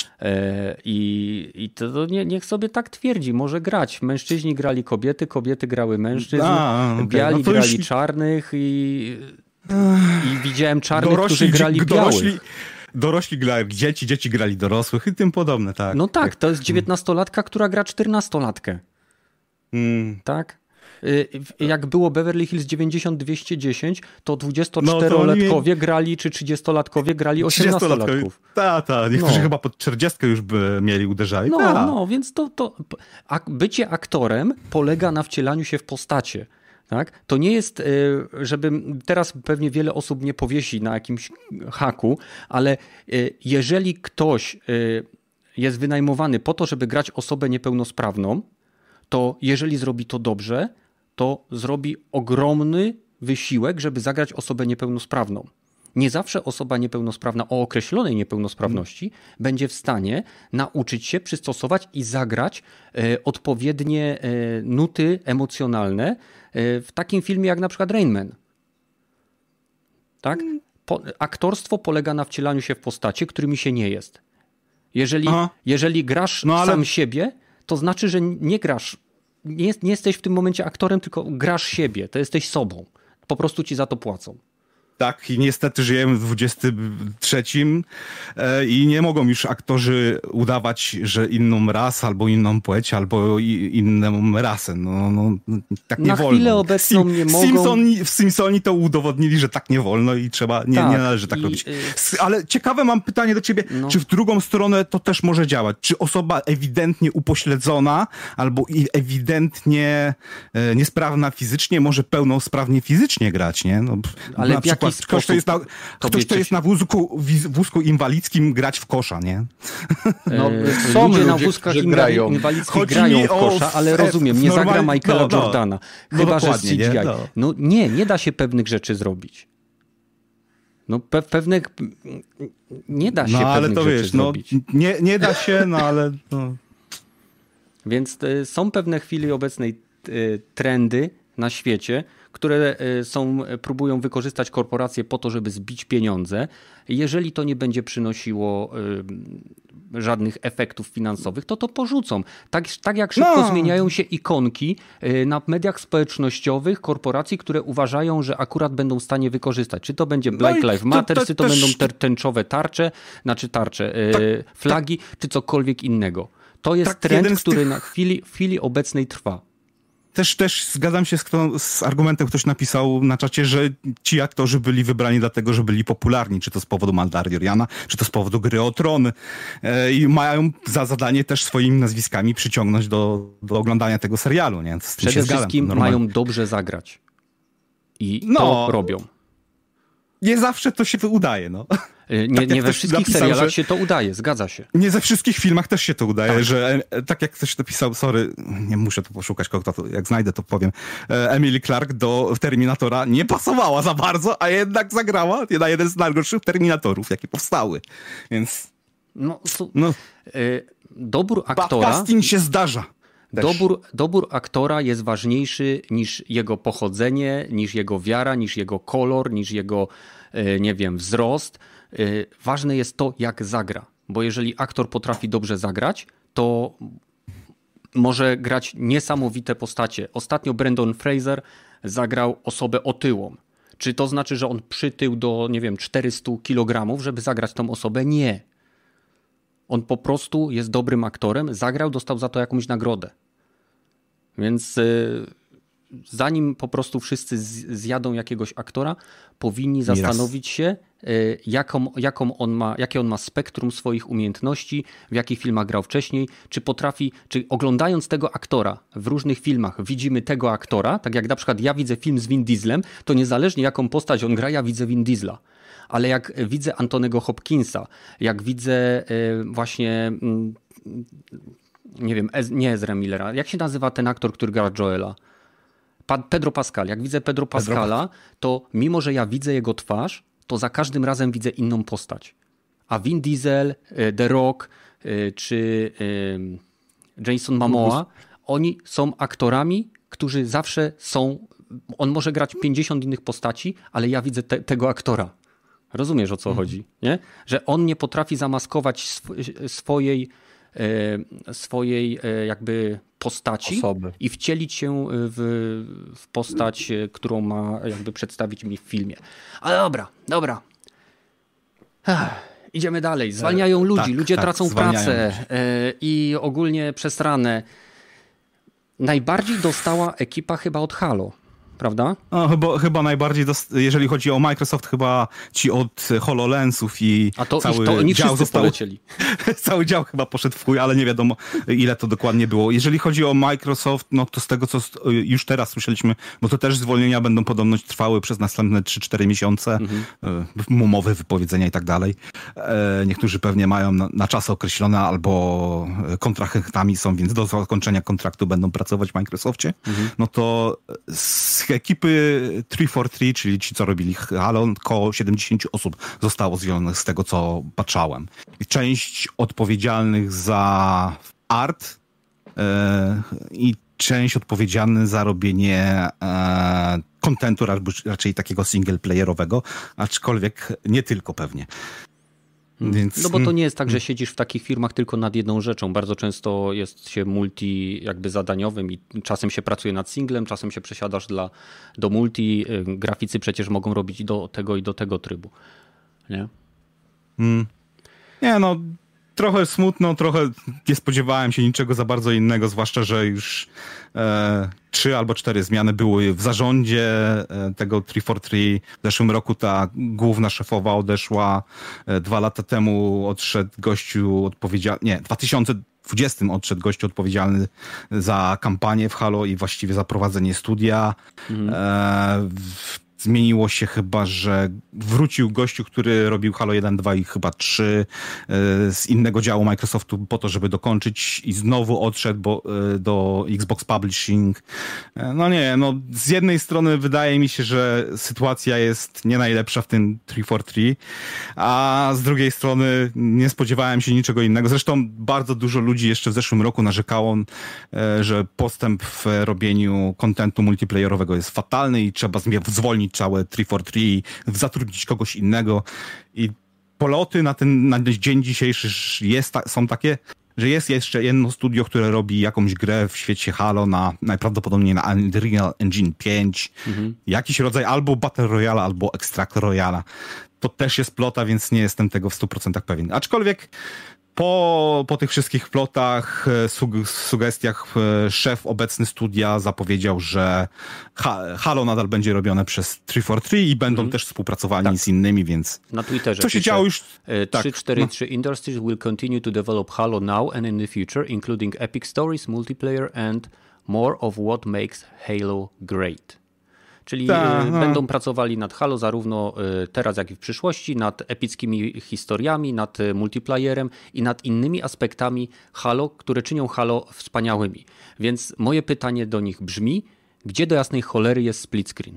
i to niech sobie tak twierdzi, może grać. Mężczyźni grali kobiety, kobiety grały mężczyzn, biali grali czarnych i widziałem czarnych, którzy grali białych. Dorośli grali dzieci grali dorosłych i tym podobne, tak. No tak, to jest 19-latka, która gra 14-latkę. Tak? Jak było Beverly Hills 90-210, to 24-latkowie grali, czy 30-latkowie grali 18-latków. Tak. Niektórzy chyba pod 40 już by mieli uderzali. No, więc bycie aktorem polega na wcielaniu się w postacie. Tak? To nie jest, żeby teraz pewnie wiele osób nie powiesi na jakimś haku, ale jeżeli ktoś jest wynajmowany po to, żeby grać osobę niepełnosprawną, to jeżeli zrobi to dobrze, to zrobi ogromny wysiłek, żeby zagrać osobę niepełnosprawną. Nie zawsze osoba niepełnosprawna o określonej niepełnosprawności będzie w stanie nauczyć się, przystosować i zagrać odpowiednie nuty emocjonalne w takim filmie jak na przykład Rain Man. Tak? Aktorstwo polega na wcielaniu się w postacie, którymi się nie jest. Jeżeli grasz sam siebie, to znaczy, że nie grasz, nie jesteś w tym momencie aktorem, tylko grasz siebie, to jesteś sobą. Po prostu ci za to płacą. Tak, i niestety żyjemy w XXIII i nie mogą już aktorzy udawać, że inną rasę, albo inną płeć, albo inną rasę. Tak nie na wolno. Na chwilę obecną nie mogą. W Simpsoni to udowodnili, że tak nie wolno i trzeba, nie należy tak robić. Ale ciekawe mam pytanie do ciebie, czy w drugą stronę to też może działać? Czy osoba ewidentnie upośledzona, albo ewidentnie niesprawna fizycznie, może pełnosprawnie fizycznie grać, nie? Ale w jaki ktoś, kto jest na wózku inwalidzkim, grać w kosza, nie? Są ludzie na ludzie, wózkach inwalidzkich Chodzi grają mi w kosza, ale rozumiem, nie zagra Michaela Jordana. Chyba, że z CGI. Nie da się pewnych rzeczy zrobić. Nie da się pewnych rzeczy zrobić. Nie da się, ale... Więc są pewne w chwili obecnej trendy na świecie, które próbują wykorzystać korporacje po to, żeby zbić pieniądze. Jeżeli to nie będzie przynosiło żadnych efektów finansowych, to porzucą. Tak jak szybko zmieniają się ikonki na mediach społecznościowych korporacji, które uważają, że akurat będą w stanie wykorzystać. Czy to będzie Black Lives Matter, czy to będą tęczowe flagi, czy cokolwiek innego. To jest trend, który na chwili obecnej trwa. Też zgadzam się z argumentem, ktoś napisał na czacie, że ci aktorzy byli wybrani dlatego, że byli popularni, czy to z powodu Mandaloriana, czy to z powodu Gry o Tron i mają za zadanie też swoimi nazwiskami przyciągnąć do oglądania tego serialu. Nie? Przede wszystkim mają dobrze zagrać i to robią. Nie zawsze to się udaje, Nie we wszystkich serialach się to udaje, zgadza się. Nie ze wszystkich filmach też się to udaje, że tak jak ktoś napisał, nie muszę to poszukać, jak znajdę to powiem, Emily Clark do Terminatora nie pasowała za bardzo, a jednak zagrała na jeden z najgorszych Terminatorów, jakie powstały. Więc... Dobór aktora... Casting się zdarza. Dobór aktora jest ważniejszy niż jego pochodzenie, niż jego wiara, niż jego kolor, niż jego, wzrost. Ważne jest to, jak zagra. Bo jeżeli aktor potrafi dobrze zagrać, to może grać niesamowite postacie. Ostatnio Brendan Fraser zagrał osobę otyłą. Czy to znaczy, że on przytył do, 400 kg, żeby zagrać tą osobę? Nie. On po prostu jest dobrym aktorem, zagrał, dostał za to jakąś nagrodę. Więc zanim po prostu wszyscy zjadą jakiegoś aktora, powinni zastanowić się, jakie on ma spektrum swoich umiejętności, w jakich filmach grał wcześniej, czy oglądając tego aktora w różnych filmach widzimy tego aktora, tak jak na przykład ja widzę film z Vin Dieslem, to niezależnie jaką postać on gra, ja widzę Vin Diesla. Ale jak widzę Antonego Hopkinsa, jak widzę właśnie, nie Ezra Millera, jak się nazywa ten aktor, który gra Joela? Pedro Pascal. Jak widzę Pedro Pascala, to mimo, że ja widzę jego twarz, to za każdym razem widzę inną postać. A Vin Diesel, The Rock czy Jason Momoa, oni są aktorami, którzy zawsze są... On może grać 50 innych postaci, ale ja widzę tego aktora. Rozumiesz, o co chodzi, nie? Że on nie potrafi zamaskować swojej jakby postaci osoby i wcielić się w postać, którą ma jakby przedstawić mi w filmie. Ale dobra. Idziemy dalej. Zwalniają ludzi, ludzie tracą pracę i ogólnie przesrane. Najbardziej dostała ekipa chyba od Halo. Prawda? Chyba najbardziej, jeżeli chodzi o Microsoft, chyba ci od HoloLensów i cały oni dział wszyscy polecieli. Cały dział chyba poszedł w chuj, ale nie wiadomo, ile to dokładnie było. Jeżeli chodzi o Microsoft, to z tego, co już teraz słyszeliśmy, bo to też zwolnienia będą podobno trwały przez następne 3-4 miesiące, umowy, wypowiedzenia i tak dalej. Niektórzy pewnie mają na czas określone albo kontrahentami są, więc do zakończenia kontraktu będą pracować w Microsoftie. To z ekipy 343, czyli ci, co robili Halo, około 70 osób zostało zwolnionych z tego, co patrzałem. Część odpowiedzialnych za art i część odpowiedzialny za robienie kontentu, raczej takiego single playerowego, aczkolwiek nie tylko pewnie. Więc... No bo to nie jest tak, że siedzisz w takich firmach tylko nad jedną rzeczą. Bardzo często jest się multi jakby zadaniowym i czasem się pracuje nad singlem, czasem się przesiadasz do multi. Graficy przecież mogą robić do tego i do tego trybu. Nie? Nie, no trochę smutno, trochę nie spodziewałem się niczego za bardzo innego, zwłaszcza, że już 3 albo 4 zmiany były w zarządzie tego 343. W zeszłym roku ta główna szefowa odeszła, 2 lata temu odszedł gościu odpowiedzialny, nie, w 2020 odszedł gościu odpowiedzialny za kampanię w Halo i właściwie za prowadzenie studia. Zmieniło się chyba, że wrócił gościu, który robił Halo 1, 2 i chyba 3 z innego działu Microsoftu po to, żeby dokończyć i znowu odszedł do Xbox Publishing. No nie, no z jednej strony wydaje mi się, że sytuacja jest nie najlepsza w tym 343, a z drugiej strony nie spodziewałem się niczego innego. Zresztą bardzo dużo ludzi jeszcze w zeszłym roku narzekało, że postęp w robieniu kontentu multiplayerowego jest fatalny i trzeba zwolnić całe 343 i zatrudnić kogoś innego. I poloty na dzień dzisiejszy są takie, że jest jeszcze jedno studio, które robi jakąś grę w świecie Halo najprawdopodobniej na Unreal Engine 5. Jakiś rodzaj albo Battle Royale, albo Extract Royale. To też jest plota, więc nie jestem tego w 100% pewien. Aczkolwiek po tych wszystkich plotach, sugestiach szef obecny studia zapowiedział, że Halo nadal będzie robione przez 343 i będą też współpracowali z innymi, więc na Twitterze co się działo już... 343 Industries will continue to develop Halo now and in the future, including epic stories, multiplayer and more of what makes Halo great. Czyli będą pracowali nad Halo zarówno teraz, jak i w przyszłości, nad epickimi historiami, nad multiplayerem i nad innymi aspektami Halo, które czynią Halo wspaniałymi. Więc moje pytanie do nich brzmi, gdzie do jasnej cholery jest split screen?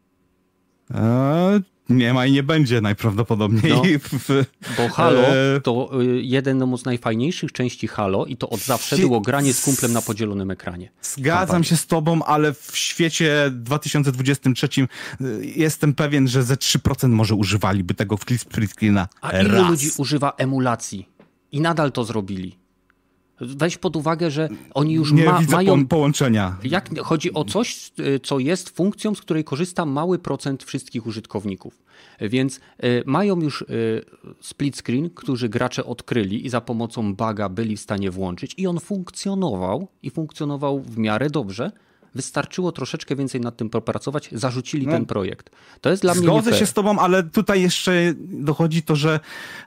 Nie ma i nie będzie najprawdopodobniej. No, bo Halo to jeden z najfajniejszych części Halo i to od zawsze było granie z kumplem na podzielonym ekranie. Zgadzam się z tobą, ale w świecie 2023 jestem pewien, że ze 3% może używaliby tego split screena. A ilu ludzi używa emulacji? I nadal to zrobili. Weź pod uwagę, że oni już mają połączenia. Chodzi o coś, co jest funkcją, z której korzysta mały procent wszystkich użytkowników. Więc mają już split screen, który gracze odkryli i za pomocą buga byli w stanie włączyć i on funkcjonował w miarę dobrze. Wystarczyło troszeczkę więcej nad tym popracować, zarzucili ten projekt. To jest dla mnie nie fair. Zgodzę się z tobą, ale tutaj jeszcze dochodzi to, że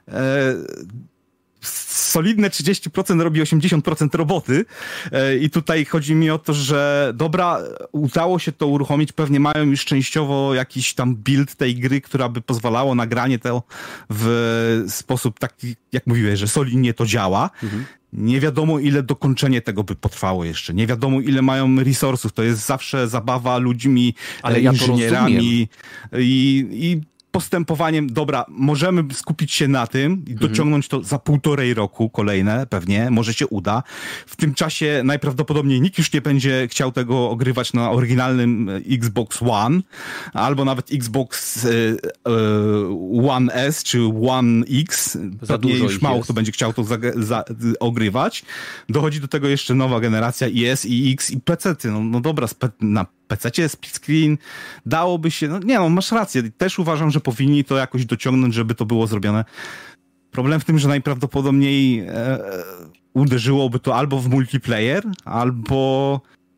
solidne 30% robi 80% roboty i tutaj chodzi mi o to, że dobra, udało się to uruchomić, pewnie mają już częściowo jakiś tam build tej gry, która by pozwalało na granie to w sposób taki, jak mówiłeś, że solidnie to działa. Nie wiadomo, ile dokończenie tego by potrwało jeszcze. Nie wiadomo, ile mają resursów. To jest zawsze zabawa ludźmi, ale inżynierami i postępowaniem, dobra, możemy skupić się na tym i dociągnąć to za 1,5 roku kolejne, pewnie, może się uda. W tym czasie najprawdopodobniej nikt już nie będzie chciał tego ogrywać na oryginalnym Xbox One, albo nawet Xbox One S czy One X. Pewnie już mało kto będzie chciał to ogrywać. Dochodzi do tego jeszcze nowa generacja i S, i X, i PC-ty. No dobra, na PC-cie split screen dałoby się, masz rację. Też uważam, że powinni to jakoś dociągnąć, żeby to było zrobione. Problem w tym, że najprawdopodobniej uderzyłoby to albo w multiplayer, albo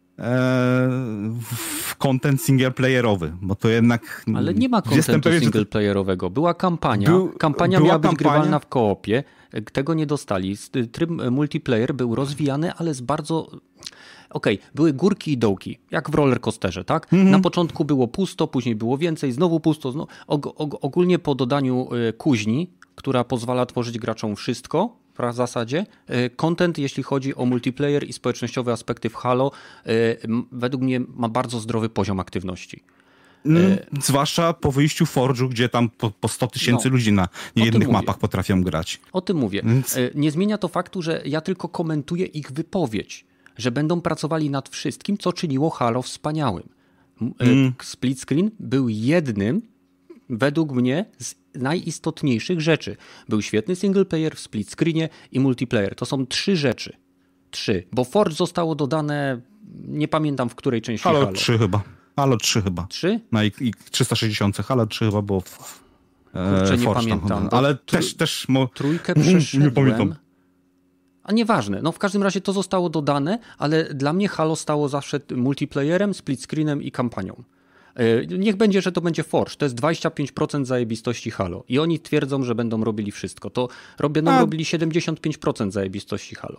w content singleplayerowy, bo to jednak... Ale nie ma contentu singleplayerowego. Była kampania. Kampania miała być grywalna w koopie. Tego nie dostali. Tryb multiplayer był rozwijany, ale z bardzo... były górki i dołki, jak w rollercoasterze, tak? Na początku było pusto, później było więcej, znowu pusto. Ogólnie po dodaniu kuźni, która pozwala tworzyć graczom wszystko, w zasadzie, content, jeśli chodzi o multiplayer i społecznościowe aspekty w Halo, według mnie ma bardzo zdrowy poziom aktywności. Zwłaszcza po wyjściu Forge'u, gdzie tam po 100 000 ludzi na niejednych mapach potrafią grać. O tym mówię. Nie zmienia to faktu, że ja tylko komentuję ich wypowiedź, że będą pracowali nad wszystkim, co czyniło Halo wspaniałym. Split screen był jednym według mnie z najistotniejszych rzeczy. Był świetny single player w split screenie i multiplayer. To są 3 rzeczy. 3, bo Forge zostało dodane, nie pamiętam w której części Halo. 3 chyba. Halo 3 chyba. 3? Na i 360. Halo 3 chyba było w Kurczę, nie Forge pamiętam. Ale też Trójkę przeszedłem. Nie pamiętam. A nieważne. No w każdym razie to zostało dodane, ale dla mnie Halo stało zawsze multiplayerem, split screenem i kampanią. Niech będzie, że to będzie Forge. To jest 25% zajebistości Halo. I oni twierdzą, że będą robili wszystko. To będą robili 75% zajebistości Halo.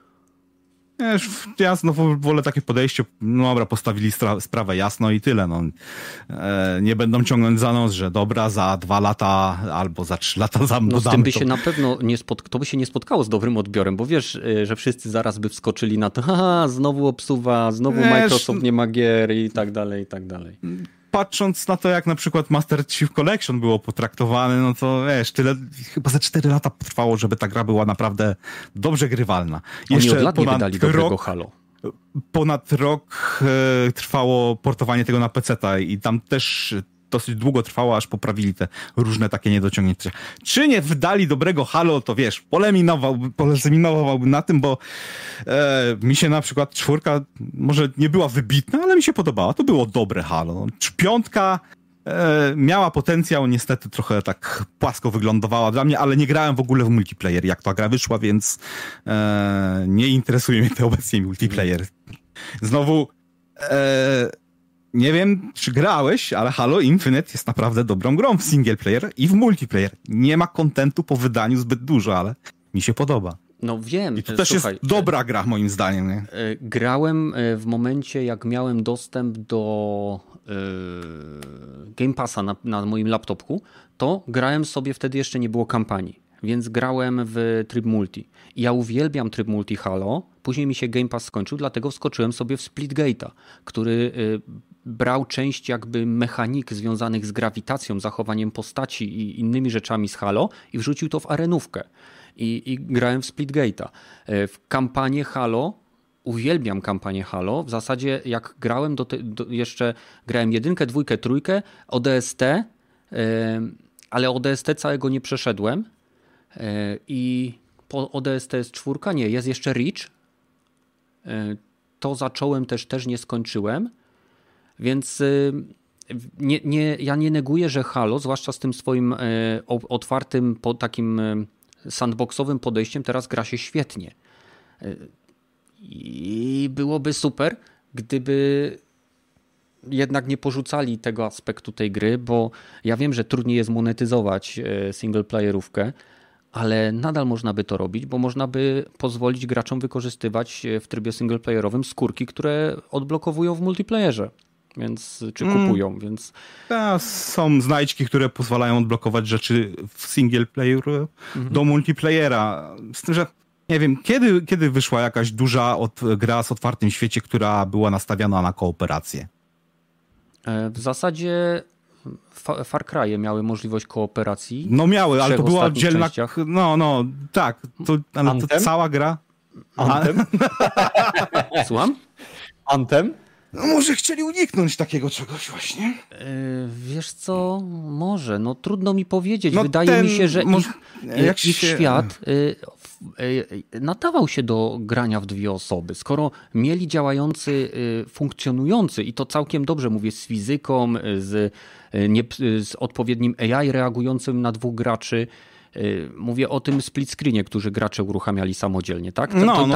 Ja znowu wolę takie podejście, no dobra, postawili sprawę jasno i tyle. No. Nie będą ciągnąć za nos, że dobra, za 2 lata albo za 3 lata No z tym by się na pewno to by się nie spotkało z dobrym odbiorem, bo wiesz, że wszyscy zaraz by wskoczyli na to, haha, znowu obsuwa, znowu Microsoft nie ma gier i tak dalej, i tak dalej. Patrząc na to, jak na przykład Master Chief Collection było potraktowane, no to wiesz, tyle, chyba ze 4 lata trwało, żeby ta gra była naprawdę dobrze grywalna. Oni od lat nie wydali dobrego Halo. Ponad rok trwało portowanie tego na PC-ta i tam też dosyć długo trwało, aż poprawili te różne takie niedociągnięcia. Czy nie wydali dobrego Halo, to wiesz, poleminowałbym na tym, bo mi się na przykład 4 może nie była wybitna, ale mi się podobała. To było dobre Halo. 5 miała potencjał, niestety trochę tak płasko wyglądowała dla mnie, ale nie grałem w ogóle w multiplayer, jak ta gra wyszła, więc nie interesuje mnie to obecnie multiplayer. Znowu nie wiem, czy grałeś, ale Halo Infinite jest naprawdę dobrą grą w single player i w multiplayer. Nie ma kontentu po wydaniu zbyt dużo, ale mi się podoba. No wiem. I to też jest dobra gra, moim zdaniem. Nie? Grałem w momencie, jak miałem dostęp do Game Passa na moim laptopku, to grałem sobie, wtedy jeszcze nie było kampanii, więc grałem w tryb multi. I ja uwielbiam tryb multi Halo, później mi się Game Pass skończył, dlatego wskoczyłem sobie w Splitgate'a, który brał część jakby mechanik związanych z grawitacją, zachowaniem postaci i innymi rzeczami z Halo i wrzucił to w arenówkę. I grałem w Splitgate'a. W kampanię Halo, uwielbiam kampanię Halo. W zasadzie jak grałem, jeszcze grałem 1, 2, 3, ODST, ale ODST całego nie przeszedłem. I po ODST jest 4, nie, jest jeszcze Reach. To zacząłem, też nie skończyłem. Więc ja nie neguję, że Halo, zwłaszcza z tym swoim otwartym, takim sandboxowym podejściem, teraz gra się świetnie. I byłoby super, gdyby jednak nie porzucali tego aspektu tej gry, bo ja wiem, że trudniej jest monetyzować singleplayerówkę, ale nadal można by to robić, bo można by pozwolić graczom wykorzystywać w trybie singleplayerowym skórki, które odblokowują w multiplayerze. Czy kupują, więc... Są znajdźki, które pozwalają odblokować rzeczy w single playeru do multiplayera. Z tym, że nie wiem, kiedy wyszła jakaś duża gra z otwartym świecie, która była nastawiona na kooperację? W zasadzie Far Cry'e miały możliwość kooperacji. No miały, ale to była oddzielna... częściach. No, tak. Ale to cała gra... Anthem? Słucham? Anthem? No może chcieli uniknąć takiego czegoś właśnie. Wiesz co, może. No trudno mi powiedzieć. Wydaje mi się, że ich świat nadawał się do grania w 2 osoby. Skoro mieli działający, funkcjonujący i to całkiem dobrze, mówię, z fizyką, z odpowiednim AI reagującym na 2 graczy. Mówię o tym split screenie, który gracze uruchamiali samodzielnie, tak?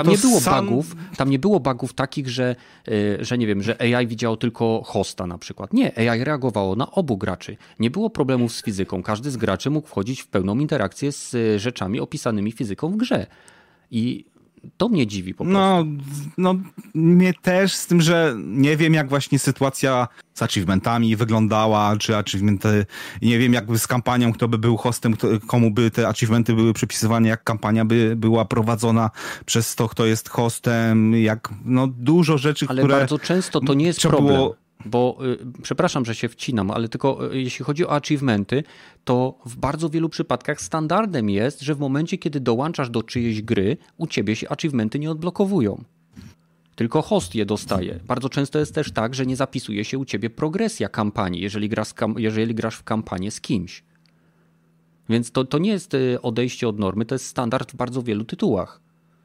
Tam nie było bugów takich, że nie wiem, że AI widziało tylko hosta na przykład. Nie, AI reagowało na obu graczy. Nie było problemów z fizyką. Każdy z graczy mógł wchodzić w pełną interakcję z rzeczami opisanymi fizyką w grze. I to mnie dziwi po prostu. No mnie też, z tym, że nie wiem, jak właśnie sytuacja z achievementami wyglądała, czy achievementy, nie wiem, jakby z kampanią, kto by był hostem, komu by te achievementy były przypisywane, jak kampania by była prowadzona przez to, kto jest hostem, dużo rzeczy, ale które... Ale bardzo często to nie jest problem. Bo, przepraszam, że się wcinam, ale tylko jeśli chodzi o achievementy, to w bardzo wielu przypadkach standardem jest, że w momencie, kiedy dołączasz do czyjejś gry, u ciebie się achievementy nie odblokowują. tylko host je dostaje. Bardzo często jest też tak, że nie zapisuje się u ciebie progresja kampanii, jeżeli grasz w kampanię z kimś. Więc to nie jest odejście od normy, to jest standard w bardzo wielu tytułach.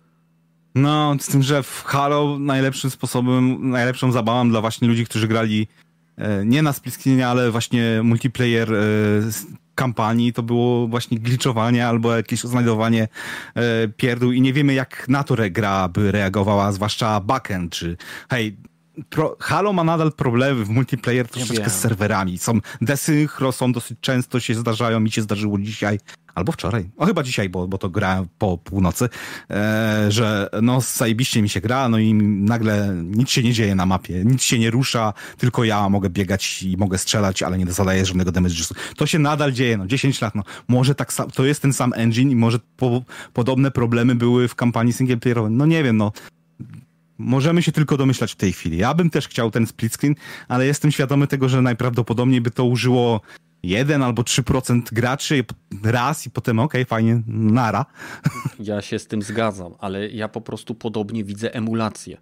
No, z tym, że w Halo najlepszą zabawą dla właśnie ludzi, którzy grali nie na split screenie, ale właśnie multiplayer kampanii, to było właśnie glitchowanie albo jakieś znajdowanie pierdół i nie wiemy, jak na to gra by reagowała, zwłaszcza backend, czy hej, Halo ma nadal problemy w multiplayer troszeczkę z serwerami. Są desynchro, są dosyć często się zdarzają, mi się zdarzyło dzisiaj, albo wczoraj, chyba dzisiaj, bo to grałem po północy, że no zajebiście mi się gra, no i nagle nic się nie dzieje na mapie, nic się nie rusza, tylko ja mogę biegać i mogę strzelać, ale nie zadaję żadnego damage'u. To się nadal dzieje, 10 lat, może tak to jest ten sam engine i może podobne problemy były w kampanii singleplayerowej, nie wiem, możemy się tylko domyślać w tej chwili. Ja bym też chciał ten split screen, ale jestem świadomy tego, że najprawdopodobniej by to użyło 1 albo 3% graczy raz i potem okej, fajnie, nara. Ja się z tym zgadzam, ale ja po prostu podobnie widzę emulację.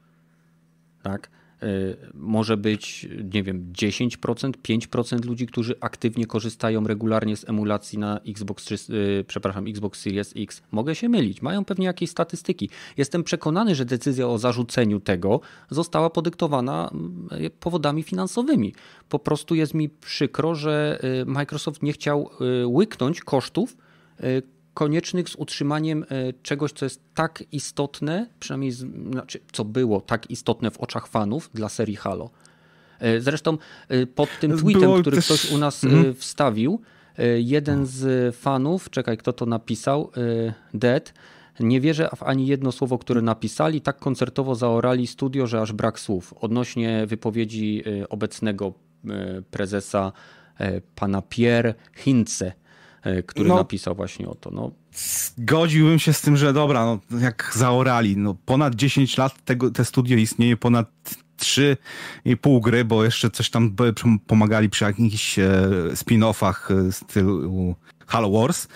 Tak? Może być, nie wiem, 10%, 5% ludzi, którzy aktywnie korzystają regularnie z emulacji na Xbox Series X. Mogę się mylić, mają pewnie jakieś statystyki. Jestem przekonany, że decyzja o zarzuceniu tego została podyktowana powodami finansowymi. Po prostu jest mi przykro, że Microsoft nie chciał łyknąć kosztów koniecznych z utrzymaniem czegoś, co jest tak istotne, przynajmniej co było tak istotne w oczach fanów dla serii Halo. Zresztą pod tym tweetem, który ktoś u nas wstawił, jeden z fanów, kto to napisał, Dead, nie wierzę w ani jedno słowo, które napisali, tak koncertowo zaorali studio, że aż brak słów. Odnośnie wypowiedzi obecnego prezesa pana Pierre Hintze, który napisał właśnie o to. Zgodziłbym się z tym, że dobra, jak zaorali, ponad 10 lat te studio istnieje, ponad 3,5 gry, bo jeszcze coś tam pomagali przy jakichś spin-offach stylu Halo Wars,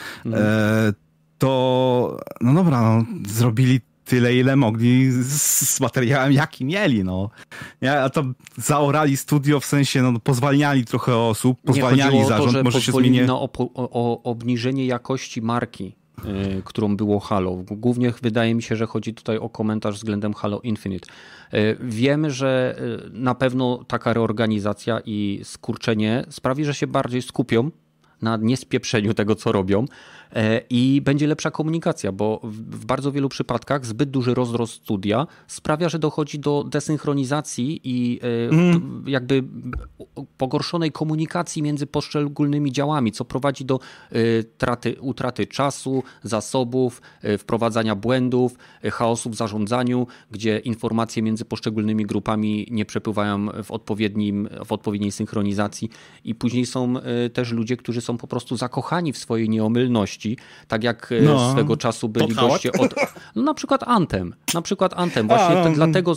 to dobra, zrobili tyle, ile mogli z materiałem, jaki mieli, A to zaorali studio, w sensie, pozwalniali trochę osób, pozwalniali zarząd, to, może się zmieni. O obniżenie jakości marki, którą było Halo. Głównie wydaje mi się, że chodzi tutaj o komentarz względem Halo Infinite. Wiemy, że na pewno taka reorganizacja i skurczenie sprawi, że się bardziej skupią na niespieprzeniu tego, co robią i będzie lepsza komunikacja, bo w bardzo wielu przypadkach zbyt duży rozrost studia sprawia, że dochodzi do desynchronizacji i jakby pogorszonej komunikacji między poszczególnymi działami, co prowadzi do utraty czasu, zasobów, wprowadzania błędów, chaosu w zarządzaniu, gdzie informacje między poszczególnymi grupami nie przepływają w odpowiedniej synchronizacji i później są też ludzie, którzy są po prostu zakochani w swojej nieomylności, tak jak swego czasu byli goście od... na przykład Anthem. Właśnie dlatego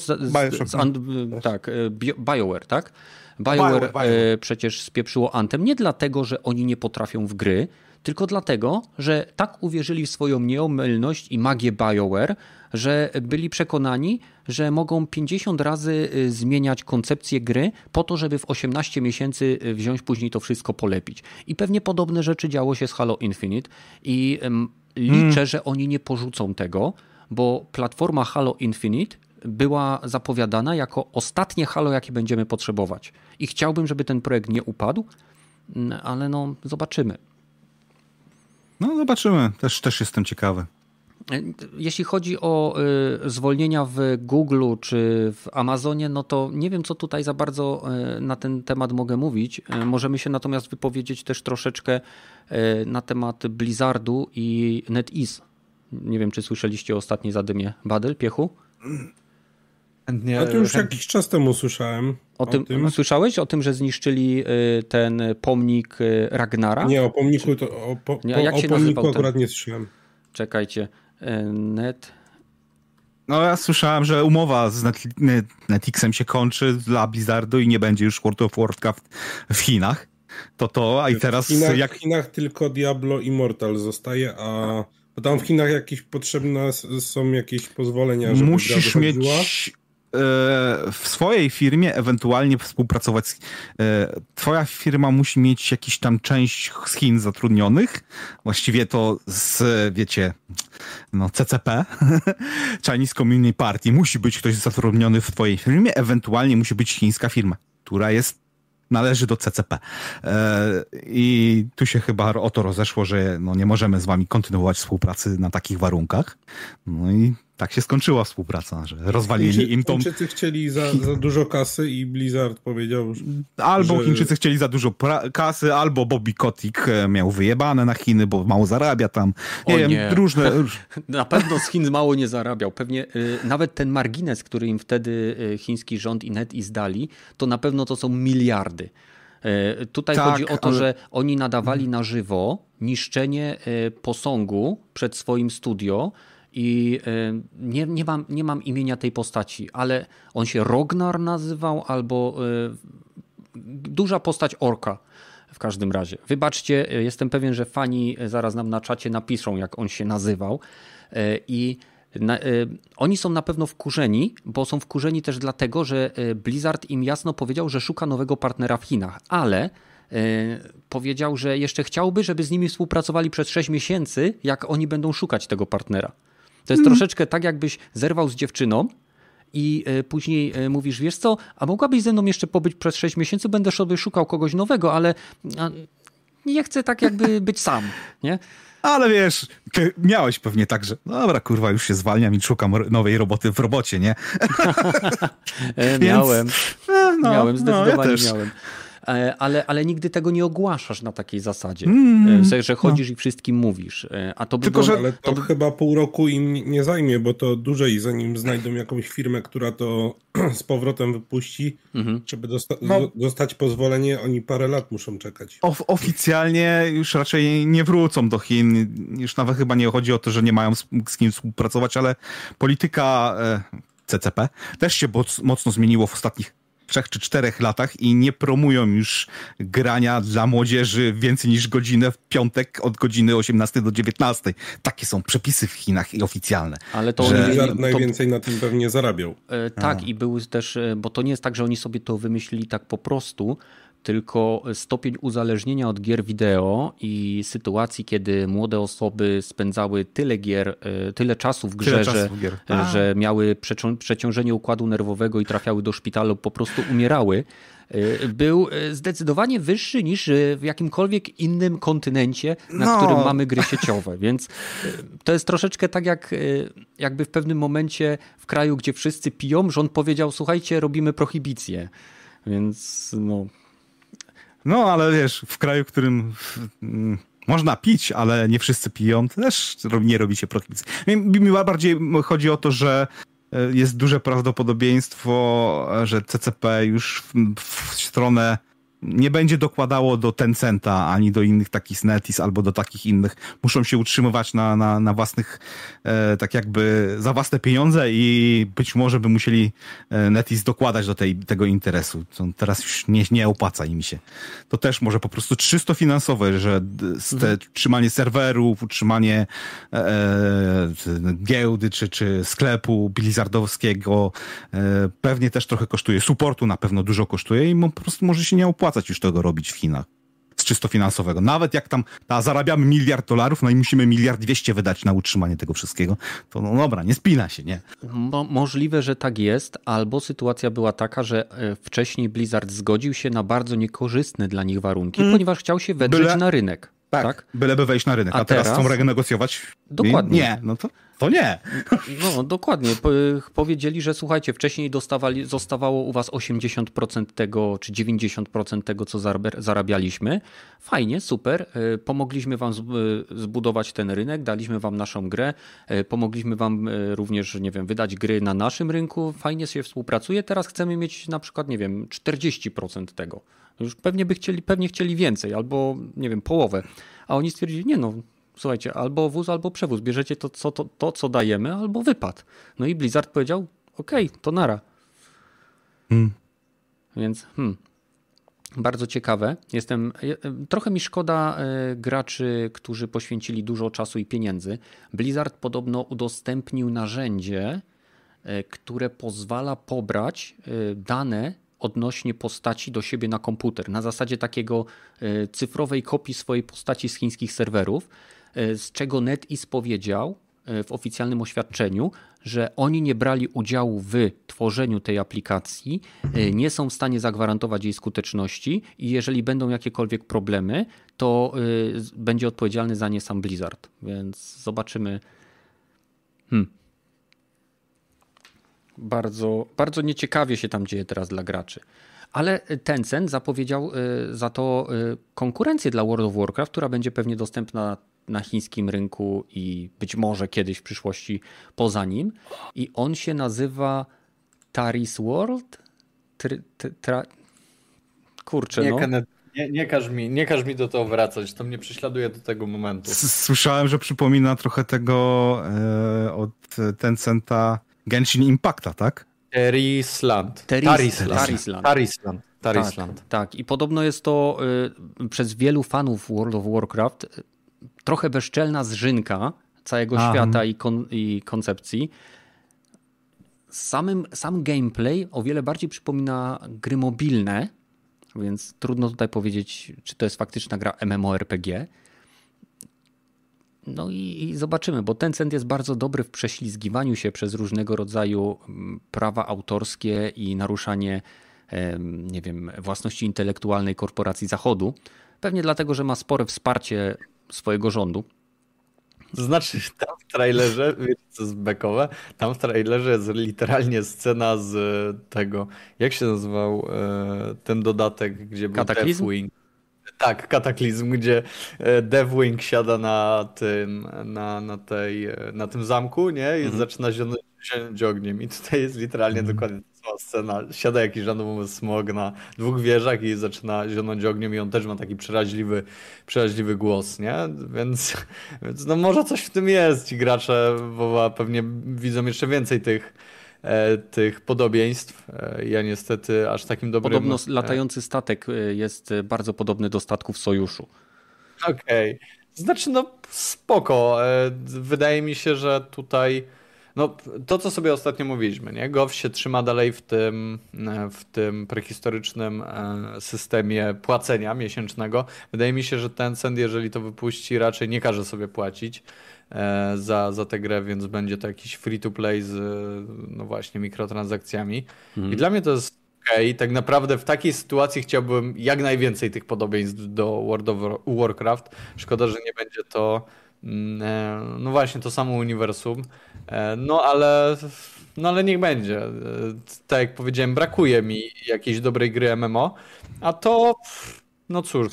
BioWare, tak? BioWare przecież spieprzyło Anthem nie dlatego, że oni nie potrafią w gry, tylko dlatego, że tak uwierzyli w swoją nieomylność i magię BioWare, że byli przekonani, że mogą 50 razy zmieniać koncepcję gry po to, żeby w 18 miesięcy wziąć później to wszystko polepić. I pewnie podobne rzeczy działo się z Halo Infinite i liczę, że oni nie porzucą tego, bo platforma Halo Infinite była zapowiadana jako ostatnie Halo, jakie będziemy potrzebować. I chciałbym, żeby ten projekt nie upadł, ale zobaczymy. Zobaczymy. Też jestem ciekawy. Jeśli chodzi o zwolnienia w Google czy w Amazonie, to nie wiem, co tutaj za bardzo na ten temat mogę mówić. Możemy się natomiast wypowiedzieć też troszeczkę na temat Blizzardu i NetEase. Nie wiem, czy słyszeliście o ostatniej zadymie Badel, Piechu? A to już jakiś czas temu słyszałem. O tym. Słyszałeś o tym, że zniszczyli ten pomnik Ragnara? Nie, o pomniku to jak się o pomniku nazywał akurat nie słyszałem. Czekajcie. Ja słyszałem, że umowa z NetEasem się kończy dla Blizzardu i nie będzie już World of Warcraft w Chinach. A i teraz... W Chinach tylko Diablo Immortal zostaje, a A tam w Chinach jakieś potrzebne są jakieś pozwolenia, żeby musisz gra mieć wychodziła? w swojej firmie ewentualnie współpracować twoja firma musi mieć jakiś tam część z Chin zatrudnionych, właściwie to wiecie, CCP, Chinese Communist Party, musi być ktoś zatrudniony w twojej firmie, ewentualnie musi być chińska firma, która należy do CCP. I tu się chyba o to rozeszło, że nie możemy z wami kontynuować współpracy na takich warunkach. No i tak się skończyła współpraca, że rozwalili im tą... Chińczycy chcieli za dużo kasy i Blizzard powiedział, Albo że... Chińczycy chcieli za dużo kasy, albo Bobby Kotick miał wyjebane na Chiny, bo mało zarabia tam. Nie wiem, różne... Na pewno z Chin mało nie zarabiał. Pewnie nawet ten margines, który im wtedy chiński rząd i NetEase dali, to na pewno to są miliardy. Tutaj chodzi o to, że oni nadawali na żywo niszczenie posągu przed swoim studio i nie mam imienia tej postaci, ale on się Rognar nazywał albo duża postać orka w każdym razie. Wybaczcie, jestem pewien, że fani zaraz nam na czacie napiszą, jak on się nazywał i oni są na pewno wkurzeni, bo są wkurzeni też dlatego, że Blizzard im jasno powiedział, że szuka nowego partnera w Chinach, ale powiedział, że jeszcze chciałby, żeby z nimi współpracowali przez 6 miesięcy, jak oni będą szukać tego partnera. To jest troszeczkę tak, jakbyś zerwał z dziewczyną i później mówisz, wiesz co, a mogłabyś ze mną jeszcze pobyć przez 6 miesięcy, będę sobie szukał kogoś nowego, ale nie chcę tak jakby być sam, nie? Ale wiesz, miałeś pewnie tak, że dobra, kurwa, już się zwalniam i szukam nowej roboty w robocie, nie? Miałem. Miałem, zdecydowanie ja też. miałem. Ale nigdy tego nie ogłaszasz na takiej zasadzie, że chodzisz i wszystkim mówisz. A to by Tylko, było, że to chyba pół roku im nie zajmie, bo to dłużej, zanim znajdą jakąś firmę, która to z powrotem wypuści, żeby dostać pozwolenie, oni parę lat muszą czekać. Oficjalnie już raczej nie wrócą do Chin. Już nawet chyba nie chodzi o to, że nie mają z kim współpracować, ale polityka CCP też się mocno zmieniło w ostatnich 3 czy 4 latach i nie promują już grania dla młodzieży więcej niż godzinę w piątek od godziny 18 do 19. Takie są przepisy w Chinach i oficjalne. Ale to Blizzard najwięcej na tym pewnie zarabiał. Tak, i były też, bo to nie jest tak, że oni sobie to wymyślili tak po prostu, tylko stopień uzależnienia od gier wideo i sytuacji, kiedy młode osoby spędzały tyle czasu w grze, że miały przeciążenie układu nerwowego i trafiały do szpitalu, po prostu umierały, był zdecydowanie wyższy niż w jakimkolwiek innym kontynencie, na którym mamy gry sieciowe. Więc to jest troszeczkę tak, jakby w pewnym momencie w kraju, gdzie wszyscy piją, rząd powiedział, słuchajcie, robimy prohibicję. Więc No, ale wiesz, w kraju, w którym można pić, ale nie wszyscy piją, to też nie robi się prohibicji. Mi bardziej chodzi o to, że jest duże prawdopodobieństwo, że CCP już w stronę nie będzie dokładało do Tencenta, ani do innych takich NetEase, albo do takich innych. Muszą się utrzymywać na własnych, tak jakby za własne pieniądze i być może by musieli NetEase dokładać do tego interesu. To teraz już nie opłaca im się. To też może po prostu czysto finansowe, że utrzymanie serwerów, utrzymanie giełdy, czy sklepu blizzardowskiego pewnie też trochę kosztuje. Supportu na pewno dużo kosztuje i po prostu może się nie opłacać już tego robić w Chinach. Z czysto finansowego. Nawet jak tam zarabiamy $1 miliard, no i musimy $1,2 miliarda wydać na utrzymanie tego wszystkiego, to no dobra, nie spina się, nie? Możliwe, że tak jest, albo sytuacja była taka, że wcześniej Blizzard zgodził się na bardzo niekorzystne dla nich warunki, ponieważ chciał się wedrzeć na rynek. Tak? Byleby wejść na rynek. A teraz chcą renegocjować? Dokładnie. Nie, no to nie. No, dokładnie. Powiedzieli, że słuchajcie, wcześniej zostawało u was 80% tego, czy 90% tego, co zarabialiśmy. Fajnie, super. Pomogliśmy wam zbudować ten rynek, daliśmy wam naszą grę, pomogliśmy wam również, nie wiem, wydać gry na naszym rynku. Fajnie się współpracuje. Teraz chcemy mieć na przykład, nie wiem, 40% tego. Już pewnie chcieli więcej, albo, nie wiem, połowę. A oni stwierdzili, nie no, słuchajcie, albo wóz, albo przewóz. Bierzecie to, co dajemy, albo wypad. No i Blizzard powiedział, okej, to nara. Więc Bardzo ciekawe. Trochę mi szkoda graczy, którzy poświęcili dużo czasu i pieniędzy. Blizzard podobno udostępnił narzędzie, które pozwala pobrać dane odnośnie postaci do siebie na komputer. Na zasadzie takiego cyfrowej kopii swojej postaci z chińskich serwerów, z czego NetEase powiedział w oficjalnym oświadczeniu, że oni nie brali udziału w tworzeniu tej aplikacji, nie są w stanie zagwarantować jej skuteczności i jeżeli będą jakiekolwiek problemy, to będzie odpowiedzialny za nie sam Blizzard. Więc zobaczymy. Bardzo, bardzo nieciekawie się tam dzieje teraz dla graczy. Ale Tencent zapowiedział za to konkurencję dla World of Warcraft, która będzie pewnie dostępna na chińskim rynku i być może kiedyś w przyszłości poza nim. I on się nazywa Taris World? Kurczę, nie, no. Kenneth, nie każ mi do tego wracać, to mnie prześladuje do tego momentu. Słyszałem, że przypomina trochę tego od Tencenta Genshin Impacta, tak? Tarisland. Tak, i podobno jest to przez wielu fanów World of Warcraft trochę bezczelna zżynka całego świata i koncepcji. Sam gameplay o wiele bardziej przypomina gry mobilne, więc trudno tutaj powiedzieć, czy to jest faktyczna gra MMORPG. No i zobaczymy, bo Tencent jest bardzo dobry w prześlizgiwaniu się przez różnego rodzaju prawa autorskie i naruszanie, nie wiem, własności intelektualnej korporacji Zachodu. Pewnie dlatego, że ma spore wsparcie swojego rządu. To znaczy, tam w trailerze, wiecie co jest bekowe? Tam w trailerze jest literalnie scena z tego, jak się nazywał ten dodatek, gdzie był Deathwing. Tak, Kataklizm, gdzie Deathwing siada na tym zamku, nie? I zaczyna zionąć ogniem. I tutaj jest literalnie dokładnie ta sama scena. Siada jakiś randomowy smog na 2 wieżach i zaczyna zionąć ogniem i on też ma taki przeraźliwy głos, nie? Więc no może coś w tym jest. Ci gracze pewnie widzą jeszcze więcej tych podobieństw. Ja niestety aż takim dobrym... Podobno latający statek jest bardzo podobny do statków Sojuszu. Okej. Znaczy no spoko. Wydaje mi się, że tutaj no to, co sobie ostatnio mówiliśmy, nie? GOW się trzyma dalej w tym prehistorycznym systemie płacenia miesięcznego. Wydaje mi się, że Tencent, jeżeli to wypuści, raczej nie każe sobie płacić za tę grę, więc będzie to jakiś free-to-play z no właśnie mikrotransakcjami. I dla mnie to jest okej. Tak naprawdę w takiej sytuacji chciałbym jak najwięcej tych podobieństw do World of Warcraft. Szkoda, że nie będzie to no właśnie to samo uniwersum. No ale niech będzie. Tak jak powiedziałem, brakuje mi jakiejś dobrej gry MMO, a to no cóż.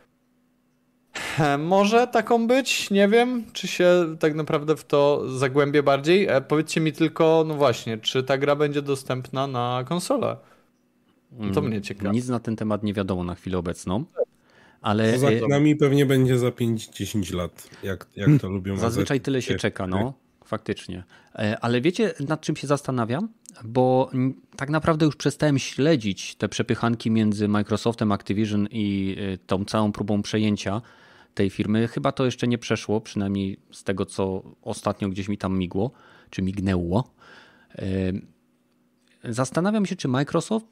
Może taką być, nie wiem, czy się tak naprawdę w to zagłębię bardziej. Powiedzcie mi tylko, no właśnie, czy ta gra będzie dostępna na konsolę? To mnie ciekawi. Nic na ten temat nie wiadomo na chwilę obecną. Ale za nami pewnie będzie za 5-10 lat, jak to lubią. Zazwyczaj tyle się czeka, no faktycznie. Ale wiecie, nad czym się zastanawiam? Bo tak naprawdę już przestałem śledzić te przepychanki między Microsoftem, Activision i tą całą próbą przejęcia tej firmy. Chyba to jeszcze nie przeszło, przynajmniej z tego, co ostatnio gdzieś mi tam migło, czy mignęło. Zastanawiam się, czy Microsoft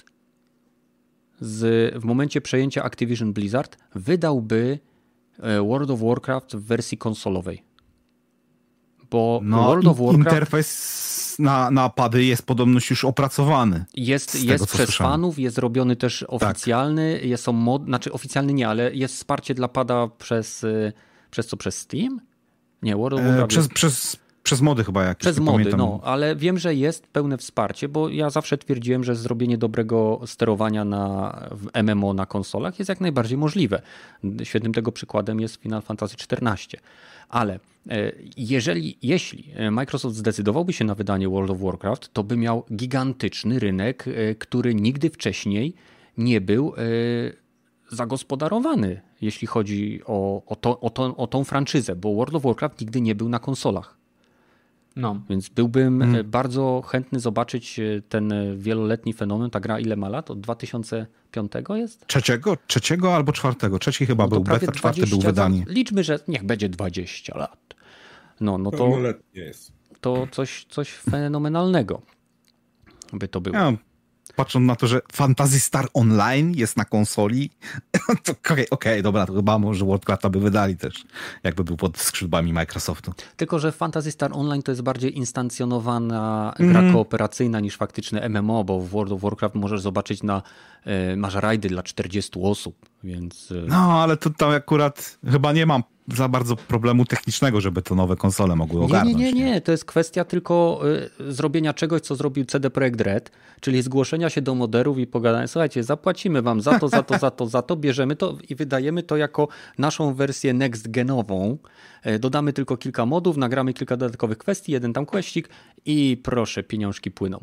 w momencie przejęcia Activision Blizzard wydałby World of Warcraft w wersji konsolowej. Bo World of Warcraft... Interfejs na pady jest podobność już opracowany. Jest przez fanów, jest robiony też oficjalny, znaczy oficjalny nie, ale jest wsparcie dla pada przez Steam? Nie, World of Warcraft przez mody chyba jakieś. Przez mody, pamiętam. No, ale wiem, że jest pełne wsparcie, bo ja zawsze twierdziłem, że zrobienie dobrego sterowania w MMO na konsolach jest jak najbardziej możliwe. Świetnym tego przykładem jest Final Fantasy XIV. Ale jeśli Microsoft zdecydowałby się na wydanie World of Warcraft, to by miał gigantyczny rynek, który nigdy wcześniej nie był zagospodarowany, jeśli chodzi o tą franczyzę, bo World of Warcraft nigdy nie był na konsolach. No. Więc byłbym bardzo chętny zobaczyć ten wieloletni fenomen. Ta gra ile ma lat? Od 2005 jest? Trzeciego albo czwartego. Trzeci chyba był beta, czwarty był wydanie. Liczmy, że niech będzie 20 lat. No to coś fenomenalnego by to było. Ja, patrząc na to, że Phantasy Star Online jest na konsoli, to okej, dobra, to chyba może Worldcrafta by wydali też, jakby był pod skrzydłami Microsoftu. Tylko że Phantasy Star Online to jest bardziej instancjonowana gra kooperacyjna niż faktyczne MMO, bo w World of Warcraft możesz zobaczyć masz rajdy dla 40 osób, więc... No, ale to tam akurat chyba nie mam za bardzo problemu technicznego, żeby to nowe konsole mogły ogarnąć. Nie. To jest kwestia tylko zrobienia czegoś, co zrobił CD Projekt Red, czyli zgłoszenia się do moderów i pogadania, słuchajcie, zapłacimy wam za to, bierzemy to i wydajemy to jako naszą wersję next-genową. Dodamy tylko kilka modów, nagramy kilka dodatkowych kwestii, jeden tam questik i proszę, pieniążki płyną.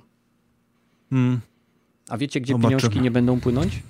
A wiecie, gdzie pieniążki nie będą płynąć?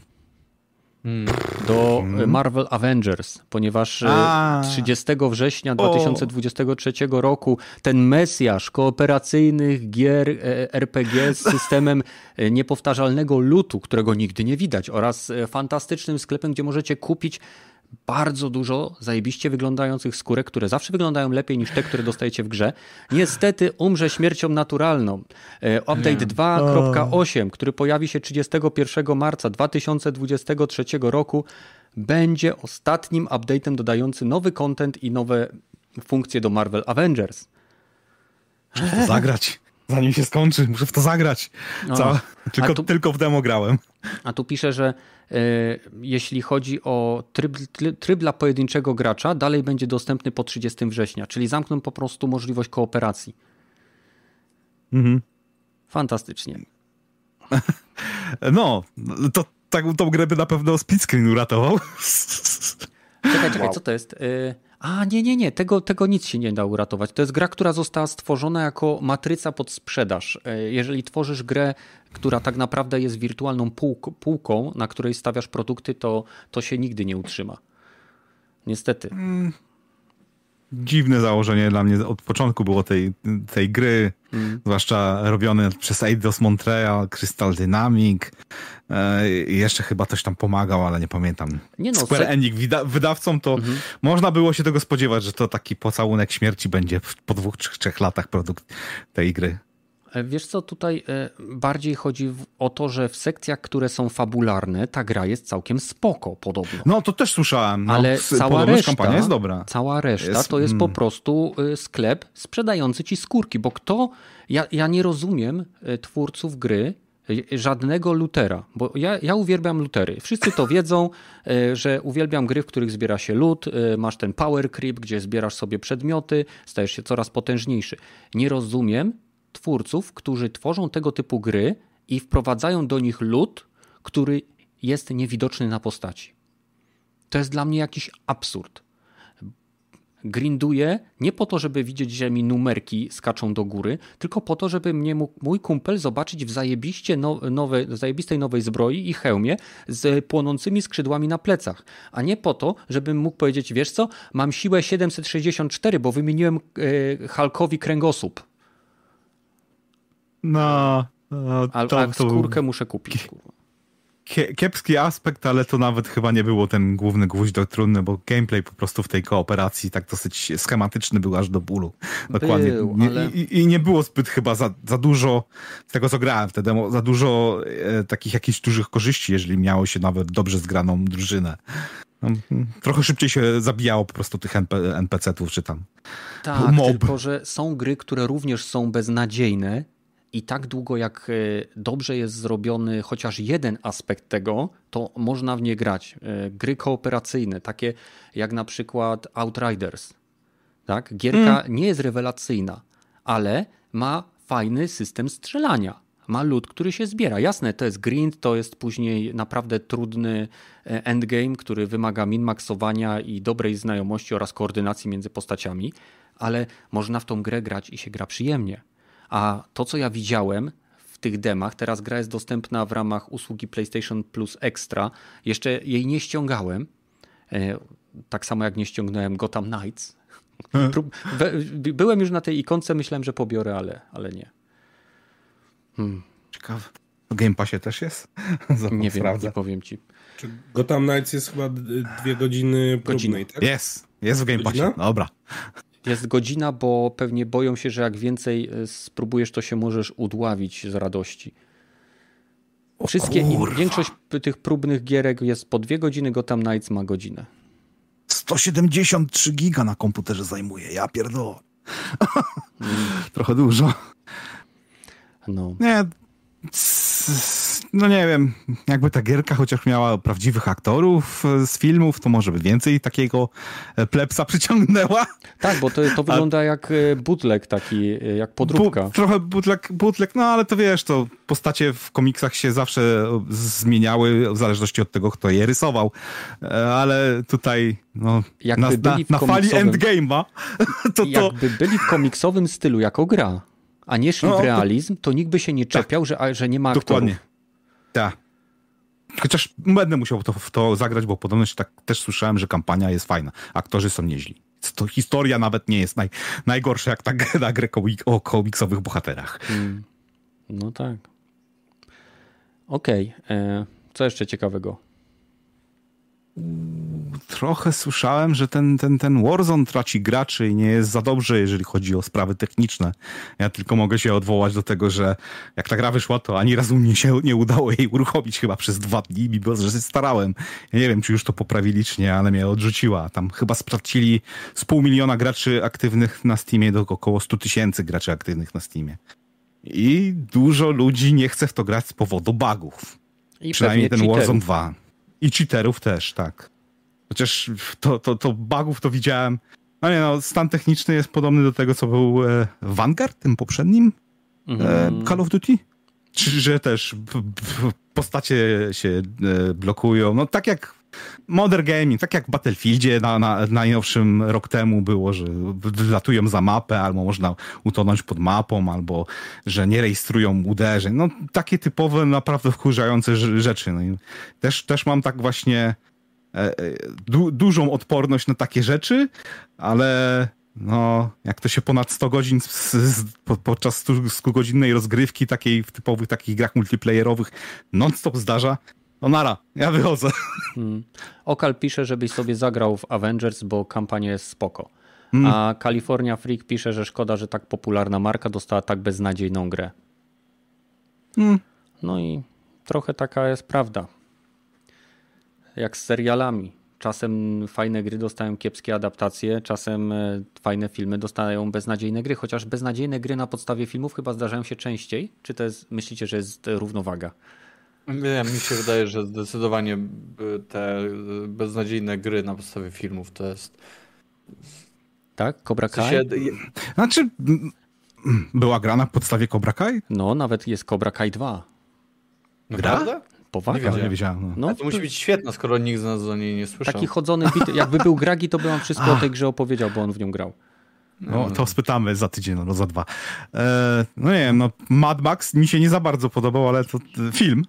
Do Marvel Avengers, ponieważ 30 września 2023 roku ten mesjasz kooperacyjnych gier RPG z systemem niepowtarzalnego lootu, którego nigdy nie widać, oraz fantastycznym sklepem, gdzie możecie kupić bardzo dużo zajebiście wyglądających skórek, które zawsze wyglądają lepiej niż te, które dostajecie w grze. Niestety umrze śmiercią naturalną. Update 2.8, który pojawi się 31 marca 2023 roku, będzie ostatnim update'em dodający nowy content i nowe funkcje do Marvel Avengers. Muszę w to zagrać. Zanim się skończy, muszę w to zagrać. Tylko w demo grałem. A tu pisze, że jeśli chodzi o tryb dla pojedynczego gracza, dalej będzie dostępny po 30 września, czyli zamkną po prostu możliwość kooperacji. Fantastycznie. No, to tą grę by na pewno split screen uratował. Czekaj, co to jest? Nie, tego nic się nie da uratować. To jest gra, która została stworzona jako matryca pod sprzedaż. Jeżeli tworzysz grę, która tak naprawdę jest wirtualną półką, na której stawiasz produkty, to się nigdy nie utrzyma. Niestety. Dziwne założenie dla mnie od początku było tej gry, zwłaszcza robione przez Eidos Montreal, Crystal Dynamics. Jeszcze chyba ktoś tam pomagał, ale nie pamiętam. Square Enix wydawcą, to można było się tego spodziewać, że to taki pocałunek śmierci będzie po 2-3 latach produkt tej gry. Wiesz co, tutaj bardziej chodzi o to, że w sekcjach, które są fabularne, ta gra jest całkiem spoko podobno. No to też słyszałem. Ale kampania jest dobra. Cała reszta to jest po prostu sklep sprzedający ci skórki, bo ja nie rozumiem twórców gry, żadnego lootera, bo ja uwielbiam lootery. Wszyscy to wiedzą, że uwielbiam gry, w których zbiera się loot, masz ten power creep, gdzie zbierasz sobie przedmioty, stajesz się coraz potężniejszy. Nie rozumiem twórców, którzy tworzą tego typu gry i wprowadzają do nich loot, który jest niewidoczny na postaci. To jest dla mnie jakiś absurd. Grinduję nie po to, żeby widzieć, że mi numerki skaczą do góry, tylko po to, żeby mnie mógł mój kumpel zobaczyć w zajebistej nowej zbroi i hełmie z płonącymi skrzydłami na plecach. A nie po to, żebym mógł powiedzieć, wiesz co, mam siłę 764, bo wymieniłem Hulkowi kręgosłup. A skórkę muszę kupić. Kurwa. Kiepski aspekt, ale to nawet chyba nie było ten główny gwóźdź do trumny, bo gameplay po prostu w tej kooperacji tak dosyć schematyczny był aż do bólu. Dokładnie. I nie było zbyt chyba za dużo, z tego co grałem wtedy, za dużo takich jakichś dużych korzyści, jeżeli miało się nawet dobrze zgraną drużynę. No, trochę szybciej się zabijało po prostu tych NPC-ów czy tam Tak, tylko że są gry, które również są beznadziejne i tak długo jak dobrze jest zrobiony chociaż jeden aspekt tego, to można w nie grać. Gry kooperacyjne, takie jak na przykład Outriders. Tak? Gierka nie jest rewelacyjna, ale ma fajny system strzelania. Ma loot, który się zbiera. Jasne, to jest grind, to jest później naprawdę trudny endgame, który wymaga min-maxowania i dobrej znajomości oraz koordynacji między postaciami, ale można w tą grę grać i się gra przyjemnie. A to, co ja widziałem w tych demach, teraz gra jest dostępna w ramach usługi PlayStation Plus Extra. Jeszcze jej nie ściągałem, tak samo jak nie ściągnąłem Gotham Knights, Byłem już na tej ikonce, myślałem, że pobiorę, ale nie. Ciekawe. W Game Passie też jest? Nie wiem, nie powiem ci. Czy Gotham Knights jest chyba 2 godziny próbnej, tak? Jest w Game Passie. Dobra. Jest godzina, bo pewnie boją się, że jak więcej spróbujesz, to się możesz udławić z radości. Większość tych próbnych gierek jest po 2 godziny, Gotham Knights ma godzinę. 173 giga na komputerze zajmuje, ja pierdolę. Trochę dużo. No. Nie wiem, jakby ta gierka chociaż miała prawdziwych aktorów z filmów, to może by więcej takiego plebsa przyciągnęła. Tak, bo to wygląda jak bootleg taki, jak podróbka. Trochę bootleg, no ale to wiesz, to postacie w komiksach się zawsze zmieniały w zależności od tego, kto je rysował. Ale tutaj no, na fali Endgame'a jakby byli w komiksowym stylu jako gra, a nie szli w realizm, to nikt by się nie czepiał, że nie ma aktorów. Dokładnie. Tak. Chociaż będę musiał w to zagrać, bo podobno tak też słyszałem, że kampania jest fajna. Aktorzy są nieźli. To historia nawet nie jest najgorsza, jak ta grę o komiksowych bohaterach. No tak. Okej. Co jeszcze ciekawego? Trochę słyszałem, że ten Warzone traci graczy i nie jest za dobrze, jeżeli chodzi o sprawy techniczne. Ja tylko mogę się odwołać do tego, że jak ta gra wyszła, to ani razu mnie się nie udało jej uruchomić chyba przez 2 dni, mimo że się starałem. Ja nie wiem, czy już to poprawili, czy nie, ale mnie odrzuciła. Tam chyba stracili z 500 000 graczy aktywnych na Steamie do około 100 000 graczy aktywnych na Steamie. I dużo ludzi nie chce w to grać z powodu bugów. I przynajmniej ten cheaterów. Warzone 2. I cheaterów też, tak. Chociaż to bugów to widziałem. No nie no, stan techniczny jest podobny do tego, co był Vanguard, tym poprzednim Call of Duty. Czy że też postacie się blokują. No tak jak Modern Gaming, tak jak w Battlefieldzie na najnowszym rok temu było, że latują za mapę, albo można utonąć pod mapą, albo że nie rejestrują uderzeń. No takie typowe, naprawdę wkurzające rzeczy. No i też mam tak właśnie dużą odporność na takie rzeczy, ale no jak to się ponad 100 godzin podczas 100-godzinnej rozgrywki takiej w typowych takich grach multiplayerowych non-stop zdarza, no nara, ja wychodzę. Okal pisze, żebyś sobie zagrał w Avengers, bo kampania jest spoko. A California Freak pisze, że szkoda, że tak popularna marka dostała tak beznadziejną grę. No i trochę taka jest prawda. Jak z serialami. Czasem fajne gry dostają kiepskie adaptacje, czasem fajne filmy dostają beznadziejne gry, chociaż beznadziejne gry na podstawie filmów chyba zdarzają się częściej. Czy to jest, myślicie, że jest równowaga? Nie, mi się wydaje, że zdecydowanie te beznadziejne gry na podstawie filmów to jest... Tak? Cobra Kai? Znaczy, była gra na podstawie Cobra Kai? No, nawet jest Cobra Kai 2. Naprawdę? Powaga. Nie wiedziałem. No, to musi być świetna, skoro nikt z nas o niej nie słyszał. Taki chodzony bit. Jakby był Gragi, to by on wszystko o tej grze opowiedział, bo on w nią grał. No, to spytamy za tydzień, no za 2. No nie wiem, no Mad Max mi się nie za bardzo podobał, ale to film.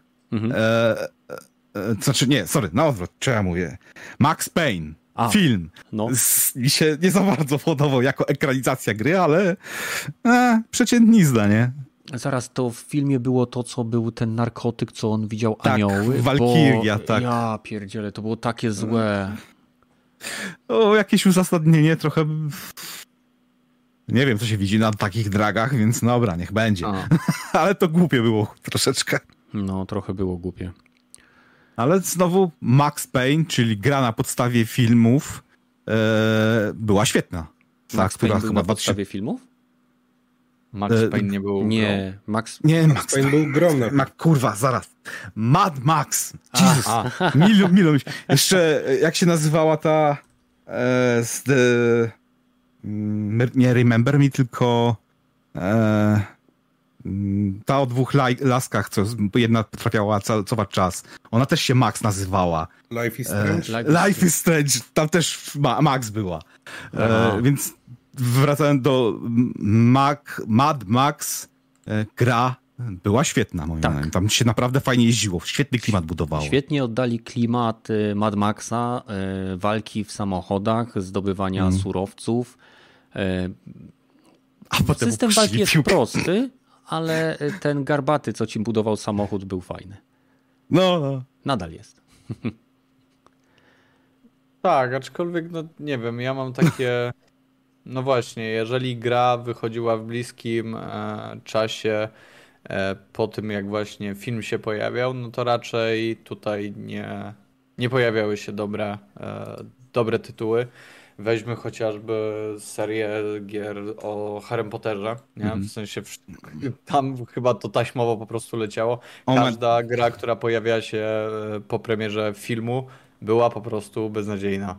Znaczy nie, sorry, na odwrót, czy ja mówię. Max Payne, film. No. Mi się nie za bardzo podobał jako ekranizacja gry, ale przeciętnizna, nie? Zaraz, to w filmie było to, co był ten narkotyk, co on widział anioły. Walkiria, tak. Ja pierdzielę, to było takie złe. O, jakieś uzasadnienie trochę... Nie wiem, co się widzi na takich dragach, więc dobra, niech będzie. Ale to głupie było troszeczkę. No, trochę było głupie. Ale znowu Max Payne, czyli gra na podstawie filmów, była świetna. Max Payne był na podstawie filmów? Max Payne nie był Nie, grą. Max Payne był grą. Kurwa, zaraz. Mad Max. Jesus. Milu. Jeszcze, jak się nazywała ta nie Remember Me, tylko ta o 2 laskach, co jedna trafiała cały czas. Ona też się Max nazywała. Life is Strange? Life is Strange. Tam też Max była. Więc wracając do Mad Max, gra była świetna, moim zdaniem. Tam się naprawdę fajnie jeździło. Świetny klimat budowało. Świetnie oddali klimat Mad Maxa, walki w samochodach, zdobywania surowców. A potem System walki jest prosty, ale ten garbaty, co ci budował samochód, był fajny. No. Nadal jest. Tak, aczkolwiek, no nie wiem, ja mam takie... No właśnie, jeżeli gra wychodziła w bliskim czasie po tym, jak właśnie film się pojawiał, no to raczej tutaj nie pojawiały się dobre tytuły. Weźmy chociażby serię gier o Harrym Potterze, nie? W sensie tam chyba to taśmowo po prostu leciało. Każda gra, która pojawia się po premierze filmu, była po prostu beznadziejna.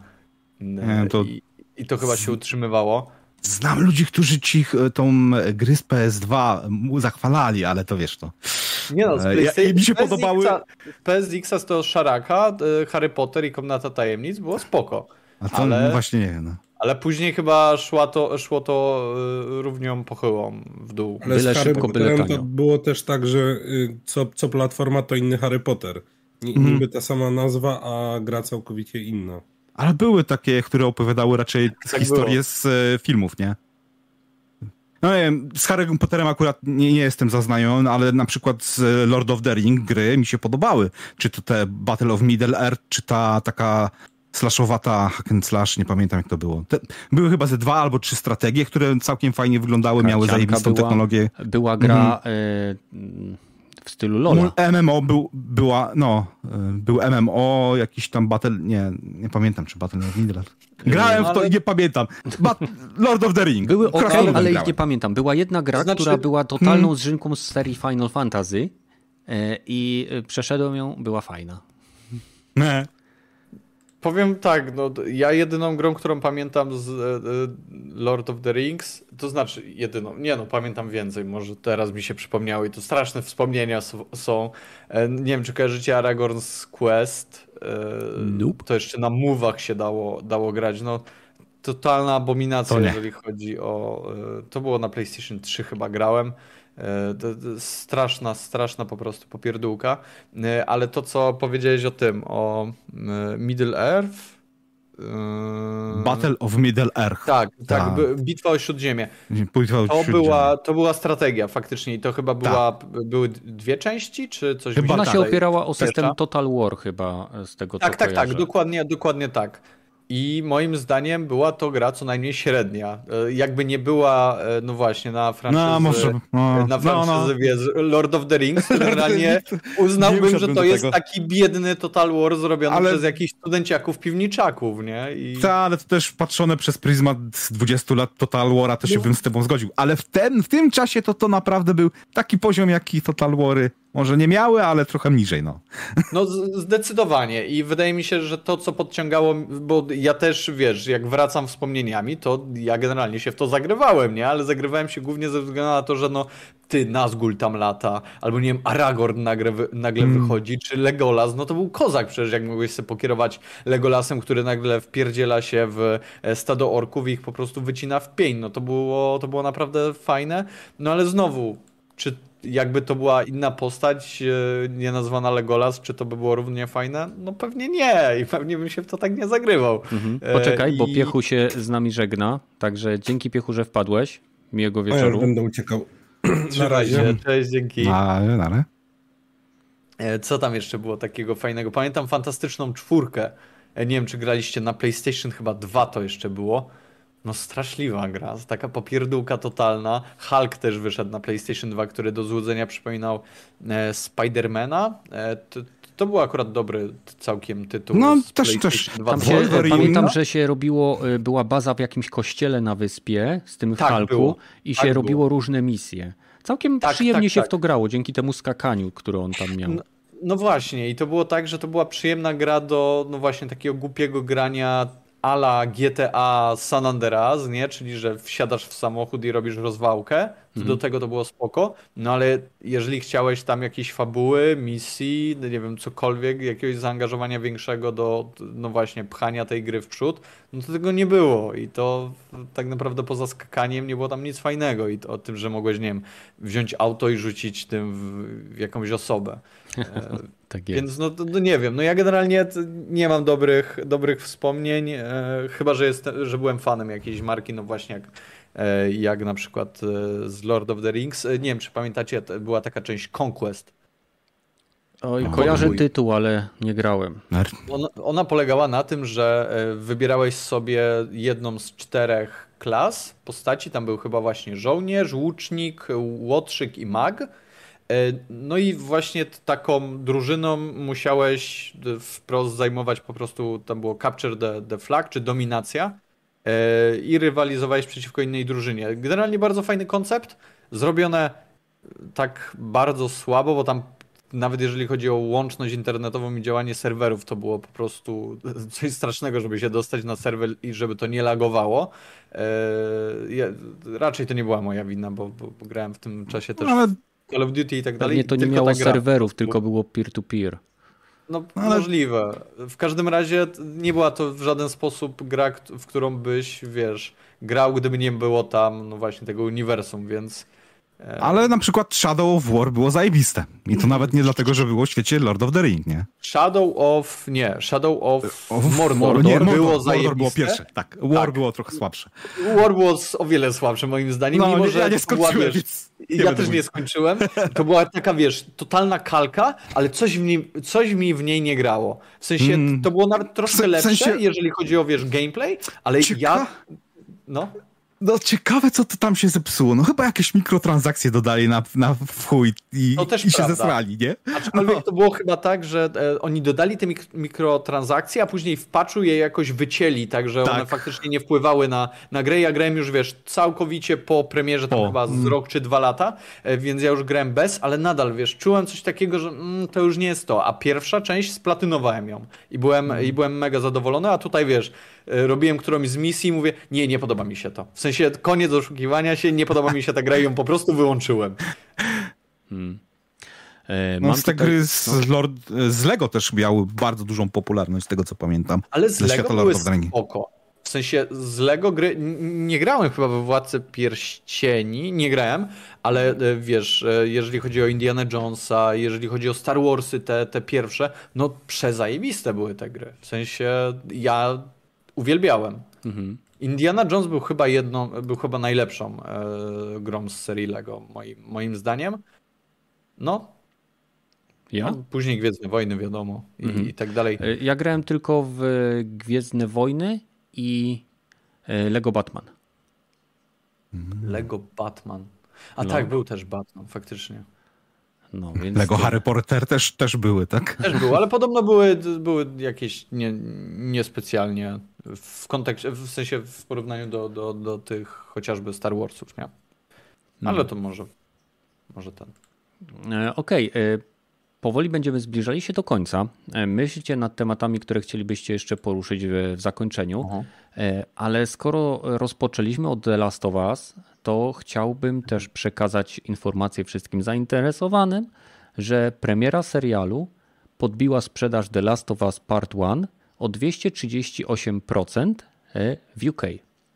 I to chyba się utrzymywało. Znam ludzi, którzy tą gry z PS2 zachwalali, ale to wiesz to. Nie no, z PlayStation, mi się podobały... PSX to Szaraka, Harry Potter i Komnata Tajemnic było spoko. A to właśnie nie wiem. No. Ale później chyba szło to równią pochyłą w dół. Ale z Harry Potterem to było też tak, że co platforma to inny Harry Potter. Niby ta sama nazwa, a gra całkowicie inna. Ale były takie, które opowiadały raczej historie było. z filmów, nie? No nie wiem, z Harrym Potterem akurat nie jestem zaznajomiony, ale na przykład z Lord of the Ring gry mi się podobały. Czy to te Battle of Middle-earth, czy ta taka slashowata hack and slash, nie pamiętam jak to było. Były chyba ze 2 albo 3 strategie, które całkiem fajnie wyglądały, miały zajebistą technologię. Była gra w stylu LoL'a. MMO był MMO, jakiś tam Battle, nie pamiętam, czy Battle of Middle-earth. Grałem w to i nie pamiętam. Lord of the Ring. Były ale ich nie pamiętam. Była jedna gra, która była totalną zżynką z serii Final Fantasy i przeszedłem ją, była fajna. Nie. Powiem tak, no ja jedyną grą, którą pamiętam z Lord of the Rings, to znaczy jedyną, pamiętam więcej, może teraz mi się przypomniało i to straszne wspomnienia są. Nie wiem, czy kojarzycie Aragorn's Quest? Nope. To jeszcze na Move'ach się dało grać, no totalna abominacja, jeżeli chodzi o... To było na PlayStation 3 chyba grałem. Straszna po prostu popierdółka, ale to co powiedziałeś o Middle-earth, Battle of Middle-earth. Tak, Bitwa o Śródziemię. To była strategia faktycznie i to chyba były 2 części, czy coś? Ona się opierała o system Total War chyba, z tego co kojarzę. Tak, dokładnie tak. I moim zdaniem była to gra co najmniej średnia. Jakby nie była, no właśnie, na franczyzy, Lord of the Rings, to generalnie uznałbym, że to jest taki biedny Total War zrobiony przez jakichś studenciaków piwniczaków, nie? Ale to też patrzone przez pryzmat 20 lat Total War'a, to się bym z tobą zgodził. Ale w tym czasie to naprawdę był taki poziom, jaki Total War'y może nie miały, ale trochę niżej, no. No zdecydowanie i wydaje mi się, że to, co podciągało, bo ja też, wiesz, jak wracam wspomnieniami, to ja generalnie się w to zagrywałem, nie? Ale zagrywałem się głównie ze względu na to, że no Nazgul tam lata, albo nie wiem, Aragorn nagle wychodzi, czy Legolas, no to był kozak przecież, jak mogłeś sobie pokierować Legolasem, który nagle wpierdziela się w stado orków i ich po prostu wycina w pień, no to było naprawdę fajne, no ale znowu, czy jakby to była inna postać, nie nazwana Legolas, czy to by było równie fajne? No pewnie nie i pewnie bym się w to tak nie zagrywał. Poczekaj, bo Piechu się z nami żegna, także dzięki Piechu, że wpadłeś. Miłego wieczoru. Ja będę uciekał. Na razie, cześć, dzięki. Ale. Co tam jeszcze było takiego fajnego? Pamiętam Fantastyczną Czwórkę. Nie wiem, czy graliście na PlayStation, chyba 2 to jeszcze było. No straszliwa gra, taka popierdółka totalna. Hulk też wyszedł na PlayStation 2, który do złudzenia przypominał Spidermana. To był akurat dobry całkiem tytuł. No też 2. Tam pamiętam, że się była baza w jakimś kościele na wyspie z tym Hulku i się robiło różne misje. Całkiem przyjemnie się w to grało, dzięki temu skakaniu, które on tam miał. No właśnie i to było tak, że to była przyjemna gra do no właśnie takiego głupiego grania a la GTA San Andreas, nie? Czyli, że wsiadasz w samochód i robisz rozwałkę, to do tego to było spoko, no ale jeżeli chciałeś tam jakieś fabuły, misji, nie wiem, cokolwiek, jakiegoś zaangażowania większego do, no właśnie, pchania tej gry w przód, no to tego nie było i to tak naprawdę poza skakaniem nie było tam nic fajnego i to o tym, że mogłeś, nie wiem, wziąć auto i rzucić tym w jakąś osobę. Tak jest. Więc no nie wiem, no ja generalnie nie mam dobrych wspomnień, chyba że byłem fanem jakiejś marki, no właśnie jak na przykład z Lord of the Rings. Nie wiem, czy pamiętacie, była taka część Conquest. Oj, kojarzę tytuł, ale nie grałem. Ona polegała na tym, że wybierałeś sobie jedną z 4 klas postaci. Tam był chyba właśnie żołnierz, łucznik, łotrzyk i mag. No i właśnie taką drużyną musiałeś wprost zajmować po prostu, tam było capture the flag, czy dominacja i rywalizowałeś przeciwko innej drużynie. Generalnie bardzo fajny koncept, zrobione tak bardzo słabo, bo tam nawet jeżeli chodzi o łączność internetową i działanie serwerów, to było po prostu coś strasznego, żeby się dostać na serwer i żeby to nie lagowało. Raczej to nie była moja wina, bo grałem w tym czasie też Call of Duty i tak dalej. Pewnie to nie miało serwerów, tylko było peer-to-peer. No, możliwe. W każdym razie nie była to w żaden sposób gra, w którą byś, grał, gdyby nie było tam, no właśnie, tego uniwersum, więc... Ale na przykład Shadow of War było zajebiste. I to nawet nie dlatego, że było w świecie Lord of the Ring, nie? Shadow of Mordor było zajebiste. Mordor było pierwsze, tak. War było trochę słabsze. War było o wiele słabsze moim zdaniem, mimo że ja nie skończyłem, ja też nie skończyłem. To była taka, totalna kalka, ale coś mi w niej nie grało. W sensie, to było nawet troszkę lepsze, jeżeli chodzi o, gameplay, ale No ciekawe, co to tam się zepsuło. No chyba jakieś mikrotransakcje dodali na chuj i się zesrali, nie? Aczkolwiek to było chyba tak, że oni dodali te mikrotransakcje, a później w patchu je jakoś wycięli, tak, że one faktycznie nie wpływały na grę. Ja grałem już, całkowicie po premierze, tam chyba z rok czy 2 lata, więc ja już grałem bez, ale nadal, czułem coś takiego, że to już nie jest to. A pierwsza część splatynowałem ją i byłem mega zadowolony, a tutaj, robiłem którąś z misji i mówię, nie podoba mi się to. W sensie, koniec oszukiwania się, nie podoba mi się ta gra i ją po prostu wyłączyłem. Mam te gry z Lego też miały bardzo dużą popularność, z tego co pamiętam. Ale z Lego były spoko. W sensie, z Lego gry, nie grałem chyba we Władcy Pierścieni, nie grałem, ale jeżeli chodzi o Indiana Jonesa, jeżeli chodzi o Star Warsy, te pierwsze, no przezajebiste były te gry. W sensie, ja uwielbiałem. Indiana Jones był chyba najlepszą grą z serii Lego, moim zdaniem. No. Ja? No, później Gwiezdne Wojny, wiadomo, i tak dalej. Ja grałem tylko w Gwiezdne Wojny i Lego Batman. Lego Batman. Tak, był też Batman, faktycznie. No, więc Lego Harry Potter też były, tak? Też były, ale podobno były jakieś niespecjalnie w kontekście, w sensie w porównaniu do tych chociażby Star Warsów, nie? Ale to może ten. Okej. Powoli będziemy zbliżali się do końca. Myślcie nad tematami, które chcielibyście jeszcze poruszyć w zakończeniu, ale skoro rozpoczęliśmy od The Last of Us, to chciałbym też przekazać informację wszystkim zainteresowanym, że premiera serialu podbiła sprzedaż The Last of Us Part 1 o 238% w UK.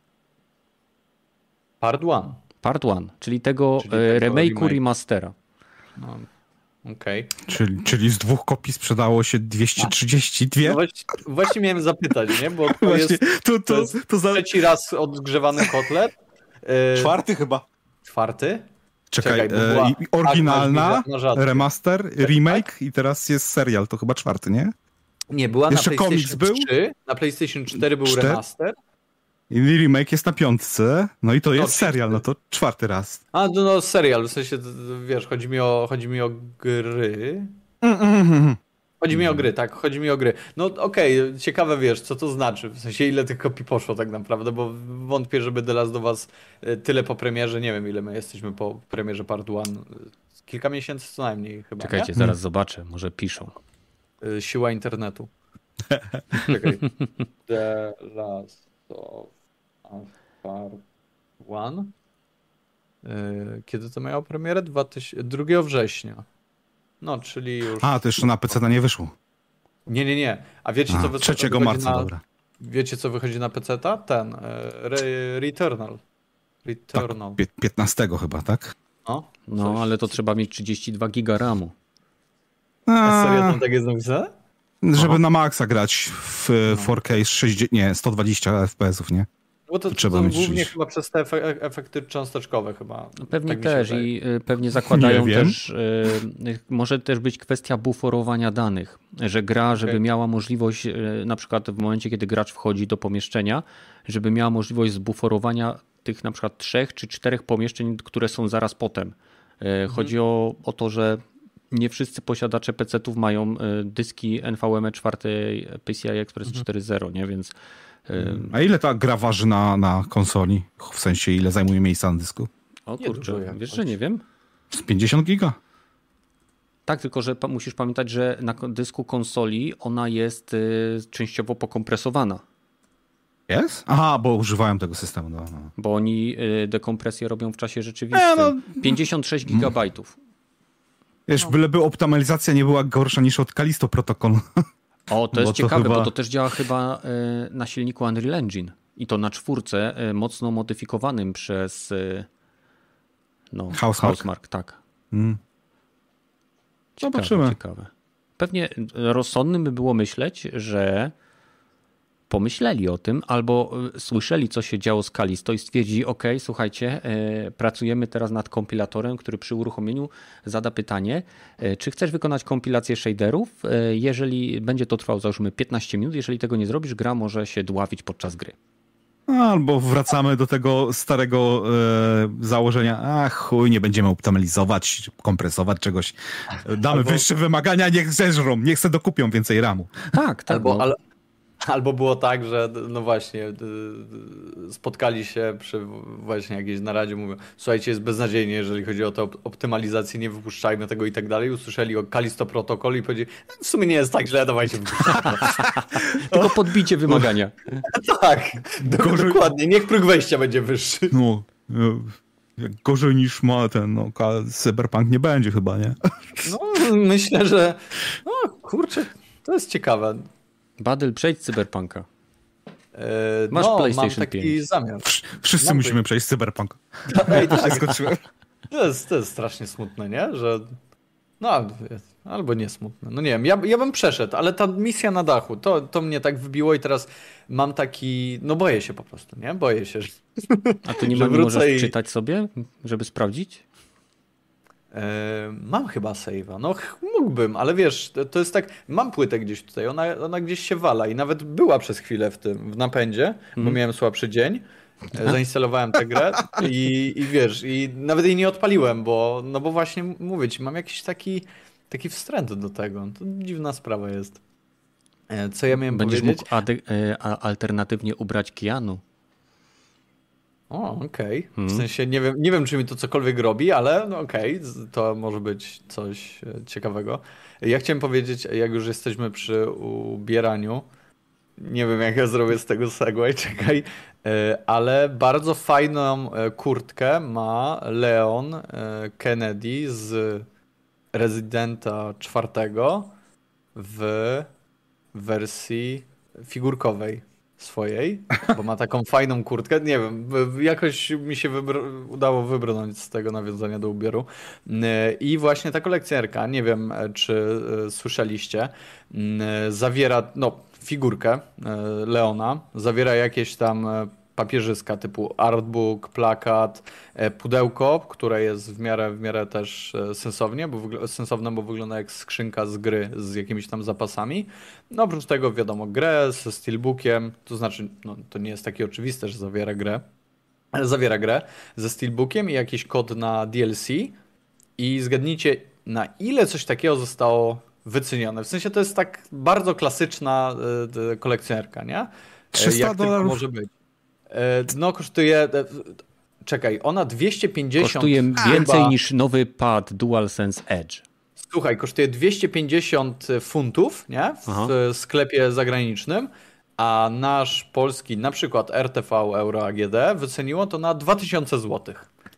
Part 1, czyli tego remake'u remastera. No. Okay. Czyli z 2 kopii sprzedało się 232? No właśnie miałem zapytać, nie? Bo to jest trzeci raz odgrzewany kotlet. 4 chyba. 4? Czekaj, oryginalna, remaster, remake i teraz jest serial, to chyba 4, nie? Nie, była jeszcze na PlayStation 3, na PlayStation 4 był remaster. I remake jest na 5, no i to jest serial, no to 4 raz. No serial, w sensie, chodzi mi o gry. Chodzi mi o gry, tak, chodzi mi o gry. No okej, ciekawe co to znaczy, w sensie ile tych kopii poszło tak naprawdę, bo wątpię, żeby The Last of Us tyle po premierze, nie wiem ile my jesteśmy po premierze Part 1, kilka miesięcy co najmniej chyba. Czekajcie, zaraz zobaczę, może piszą. Siła internetu. Czekaj. The Last of Us Part 1. Kiedy to miało premierę? 2 września. No, czyli już... to jeszcze na PC nie wyszło. Nie. A wiecie co 3 marca, dobra. Wiecie co wychodzi na PC-ta? Ten, Returnal. Tak, 15 chyba, tak? No, ale to trzeba mieć 32 giga RAMu. Serio tam tak jest napisane? Żeby na maksa grać w 4K 120 FPS-ów, nie? Bo to Trzeba są mieć głównie rzeczywiście. chyba przez te efekty cząsteczkowe chyba. No pewnie tak mi się też wydaje. i pewnie zakładają Nie wiem. też, może też być kwestia buforowania danych, że gra, żeby miała możliwość, na przykład w momencie, kiedy gracz wchodzi do pomieszczenia, żeby miała możliwość zbuforowania tych na przykład 3 czy 4 pomieszczeń, które są zaraz potem. Chodzi o to, że nie wszyscy posiadacze PC-ów mają dyski NVMe 4 PCI Express 4.0, nie? Więc A ile ta gra waży na konsoli? W sensie, ile zajmuje miejsca na dysku? o Nie dużo kurczę, jakoś. wiesz, że nie wiem. Z 50 giga? Tak, tylko że musisz pamiętać, że na dysku konsoli ona jest częściowo pokompresowana, Jest? Aha, bo używałem tego systemu. No. bo oni dekompresję robią w czasie rzeczywistym. 56 gigabajtów. Wiesz, byleby optymalizacja nie była gorsza niż od Callisto Protocol. O, to jest Bo to ciekawe, chyba- bo to też działa chyba na silniku Unreal Engine. I to na 4, mocno modyfikowanym przez Housemarque, tak. Zobaczymy. Ciekawe. Pewnie rozsądnym by było myśleć, że pomyśleli o tym albo słyszeli, co się działo z Callisto i stwierdzili, słuchajcie, pracujemy teraz nad kompilatorem, który przy uruchomieniu zada pytanie, czy chcesz wykonać kompilację shaderów? Jeżeli będzie to trwało, załóżmy 15 minut, jeżeli tego nie zrobisz, gra może się dławić podczas gry. Albo wracamy do tego starego założenia, chuj, nie będziemy optymalizować, kompresować czegoś. Damy wyższe wymagania, niech zeżrą, niech se dokupią więcej ramu. Tak, tak. Albo było tak, że no właśnie spotkali się przy właśnie jakiejś naradzie, mówią, słuchajcie, jest beznadziejnie, jeżeli chodzi o tę optymalizację, nie wypuszczajmy tego i tak dalej. Usłyszeli o Callisto Protocol i powiedzieli, w sumie nie jest tak źle, dawajcie wypuszczamy. Tylko podbicie wymagania. Tak, dokładnie, niech próg wejścia będzie wyższy. No, gorzej niż ma ten, Cyberpunk nie będzie chyba, nie? No, myślę, że kurczę, to jest ciekawe. Badyl, przejdź Cyberpunka. Masz Mam PlayStation taki 5. zamiar. Wszyscy musimy przejść Cyberpunk. Ej, tak. Skoczyłem. To jest strasznie smutne, nie? Że albo nie smutne. No nie wiem, ja bym przeszedł, ale ta misja na dachu, to mnie tak wybiło i teraz mam taki, boję się po prostu, nie? Boję się, że A ty nie że możesz czytać sobie, żeby sprawdzić? Mam chyba save'a, mógłbym, ale wiesz, to jest tak, mam płytę gdzieś tutaj, ona gdzieś się wala i nawet była przez chwilę w napędzie, bo miałem słabszy dzień, zainstalowałem tę grę i wiesz, i nawet jej nie odpaliłem, bo właśnie mówię ci, mam jakiś taki wstręt do tego, to dziwna sprawa jest. Co ja miałem Będziesz powiedzieć? mógł alternatywnie ubrać Keanu. O, okej. W sensie nie wiem, czy mi to cokolwiek robi, ale to może być coś ciekawego. Ja chciałem powiedzieć, jak już jesteśmy przy ubieraniu, nie wiem, jak ja zrobię z tego segway, czekaj, ale bardzo fajną kurtkę ma Leon Kennedy z Residenta 4 w wersji figurkowej swojej, bo ma taką fajną kurtkę. Nie wiem, jakoś mi się udało wybrnąć z tego nawiązania do ubioru. I właśnie ta kolekcjonerka, nie wiem, czy słyszeliście, zawiera figurkę Leona, zawiera jakieś tam papierzyska typu artbook, plakat, pudełko, które jest w miarę też sensowne, bo wygląda jak skrzynka z gry z jakimiś tam zapasami. No oprócz tego wiadomo, grę ze steelbookiem, to znaczy to nie jest takie oczywiste, że zawiera grę, ale zawiera grę ze steelbookiem i jakiś kod na DLC i zgadnijcie, na ile coś takiego zostało wycenione. W sensie to jest tak bardzo klasyczna kolekcjonerka, nie? $300 może być. Kosztuje... Czekaj, ona 250... Kosztuje więcej niż nowy pad DualSense Edge. Słuchaj, kosztuje 250 funtów, nie? W sklepie zagranicznym, a nasz polski, na przykład RTV Euro AGD, wyceniło to na 2000 zł.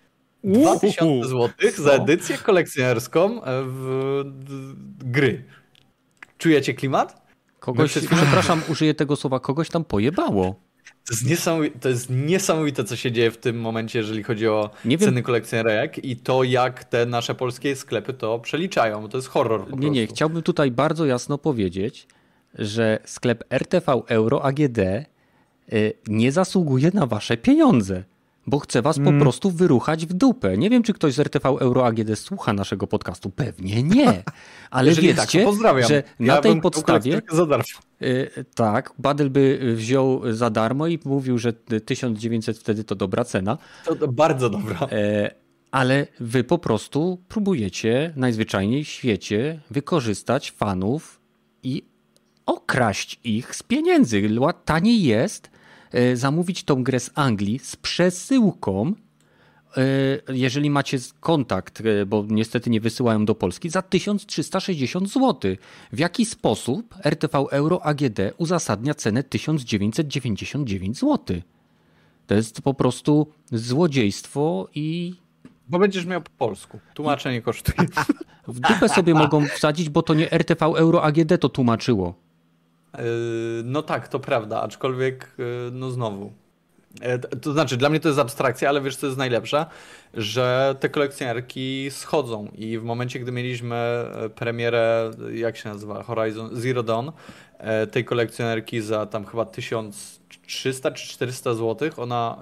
2000 zł za edycję kolekcjonerską w gry. Czujecie klimat? Przepraszam, użyję tego słowa, kogoś tam pojebało. To jest niesamowite, co się dzieje w tym momencie, jeżeli chodzi o Nie wiem- ceny kolekcjonerek i to, jak te nasze polskie sklepy to przeliczają. To jest horror po Nie, prostu. chciałbym tutaj bardzo jasno powiedzieć, że sklep RTV Euro AGD nie zasługuje na wasze pieniądze, bo chce was po prostu wyruchać w dupę. Nie wiem, czy ktoś z RTV Euro AGD słucha naszego podcastu. Pewnie nie. Ale Jeżeli tak, wiedzcie, to pozdrawiam. że na Ja tej bym podstawie... kolekcjonerkę za darmo. Tak, Badel by wziął za darmo i mówił, że 1900 wtedy to dobra cena. To bardzo dobra. Ale wy po prostu próbujecie najzwyczajniej w świecie wykorzystać fanów i okraść ich z pieniędzy. Taniej jest zamówić tą grę z Anglii z przesyłką, jeżeli macie kontakt, bo niestety nie wysyłają do Polski, za 1360 zł. W jaki sposób RTV Euro AGD uzasadnia cenę 1999 zł? To jest po prostu złodziejstwo i Bo będziesz miał po polsku. Tłumaczenie kosztuje. w dupę sobie mogą wsadzić, bo to nie RTV Euro AGD to tłumaczyło. No tak, to prawda, aczkolwiek no znowu. To znaczy, dla mnie to jest abstrakcja, ale wiesz, co jest najlepsze? Że te kolekcjonerki schodzą i w momencie, gdy mieliśmy premierę, jak się nazywa, Horizon Zero Dawn, tej kolekcjonerki za tam chyba 1300 czy 400 zł, ona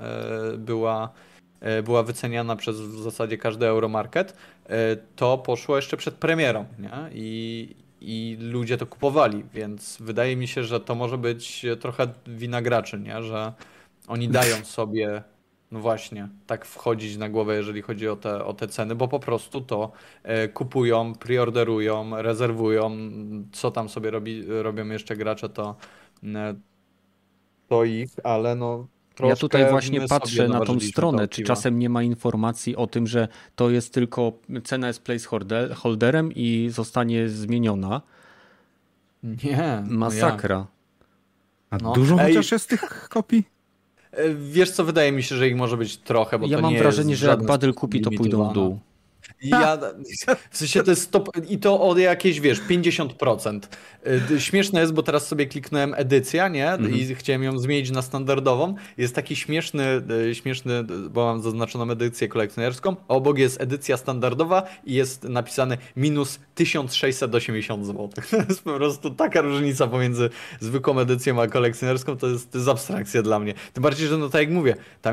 była wyceniana przez w zasadzie każdy Euromarket, to poszło jeszcze przed premierą, nie? I ludzie to kupowali, więc wydaje mi się, że to może być trochę wina graczy, nie? Że oni dają sobie, no właśnie, tak wchodzić na głowę, jeżeli chodzi o te ceny, bo po prostu to kupują, preorderują, rezerwują, co tam sobie robią jeszcze gracze, to ich, ale no Ja tutaj troszkę właśnie my patrzę sobie na tą naważyliśmy stronę, to czy piwa. czasem nie ma informacji o tym, że to jest tylko, cena jest placeholderem i zostanie zmieniona. Nie, no Masakra. A No. dużo Ej. chociaż jest tych kopii? Wiesz co, wydaje mi się, że ich może być trochę, bo Ja to mam nie wrażenie, jest że jak żaden Badel sposób kupi, to pójdą w limitowana. dół. W sensie to jest stop, i to o jakieś, wiesz, 50%. Śmieszne jest, bo teraz sobie kliknąłem edycja, nie? I chciałem ją zmienić na standardową. Jest taki śmieszny, bo mam zaznaczoną edycję kolekcjonerską, a obok jest edycja standardowa i jest napisane minus 1680 zł. To jest po prostu taka różnica pomiędzy zwykłą edycją a kolekcjonerską, to jest abstrakcja dla mnie. Tym bardziej, że no tak jak mówię,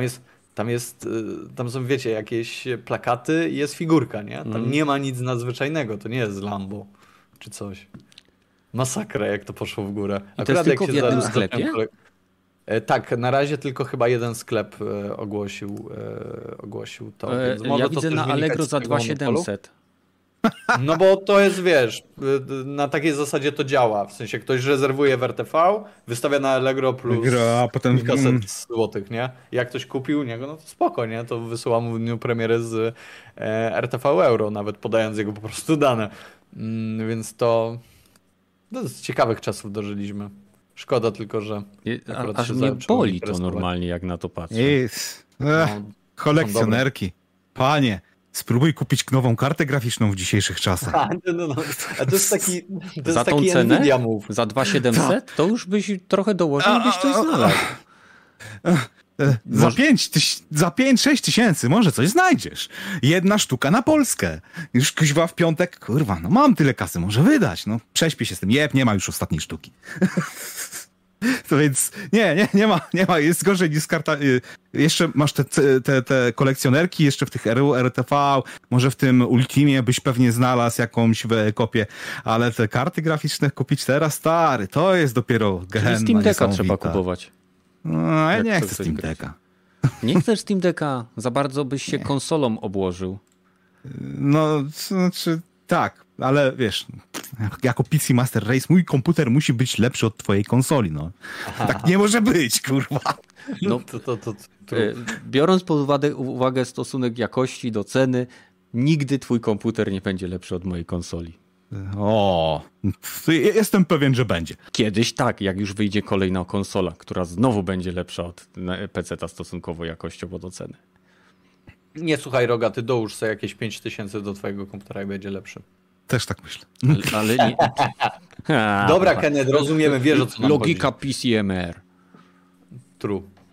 tam są, wiecie, jakieś plakaty i jest figurka, nie? Tam nie ma nic nadzwyczajnego, to nie jest Lambo czy coś. Masakra, jak to poszło w górę. I to jest tylko jak w się jednym zacząłem sklepie? Tak, na razie tylko chyba jeden sklep ogłosił to. Więc może Ja to widzę też na wynikać Allegro z za tego monopolu. 2700. No bo to jest, wiesz, na takiej zasadzie to działa. W sensie ktoś rezerwuje w RTV, wystawia na Allegro plus A potem kilkaset złotych, nie? Jak ktoś kupił niego, no to spoko, nie? To wysyłam mu w dniu premiery z RTV Euro, nawet podając jego po prostu dane. Więc to z ciekawych czasów dożyliśmy. Szkoda tylko, że akurat Aż się mnie zaczęło boli to interesować. normalnie, jak na to patrzę. No, kolekcjonerki. Panie, spróbuj kupić nową kartę graficzną w dzisiejszych czasach. no. A to jest taki, to Za jest tą taki cenę? Nvidia move. Za 2700? To już byś trochę dołożył i byś coś znalazł. Za 5-6 tysięcy może coś znajdziesz. Jedna sztuka na Polskę. Już kuźwa w piątek, kurwa, no mam tyle kasy, może wydać. No prześpię się z tym, nie ma już ostatniej sztuki. To więc nie ma, jest gorzej niż karta. Jeszcze masz te kolekcjonerki, jeszcze w tych RTV, może w tym Ultimie byś pewnie znalazł jakąś kopię, ale te karty graficzne kupić teraz, stary, to jest dopiero Czyli gehenna Steam Decka niesamowita. trzeba kupować. No, ja Jak nie to chcę coś Steam grać? Decka. Nie chcesz Steam Decka? Za bardzo byś się konsolą obłożył. No, to znaczy, tak, ale wiesz, jako PC Master Race mój komputer musi być lepszy od twojej konsoli, no. Tak nie może być, kurwa. No, biorąc pod uwagę stosunek jakości do ceny, nigdy twój komputer nie będzie lepszy od mojej konsoli. O, jestem pewien, że będzie. Kiedyś tak, jak już wyjdzie kolejna konsola, która znowu będzie lepsza od PC-ta stosunkowo jakościowo do ceny. Nie słuchaj, Roga, ty dołóż sobie jakieś 5000 do twojego komputera i będzie lepszy. Też tak myślę. Ale nie... Dobra, Kenneth, rozumiemy, wiesz o co nam Logika chodzi. PCMR. True.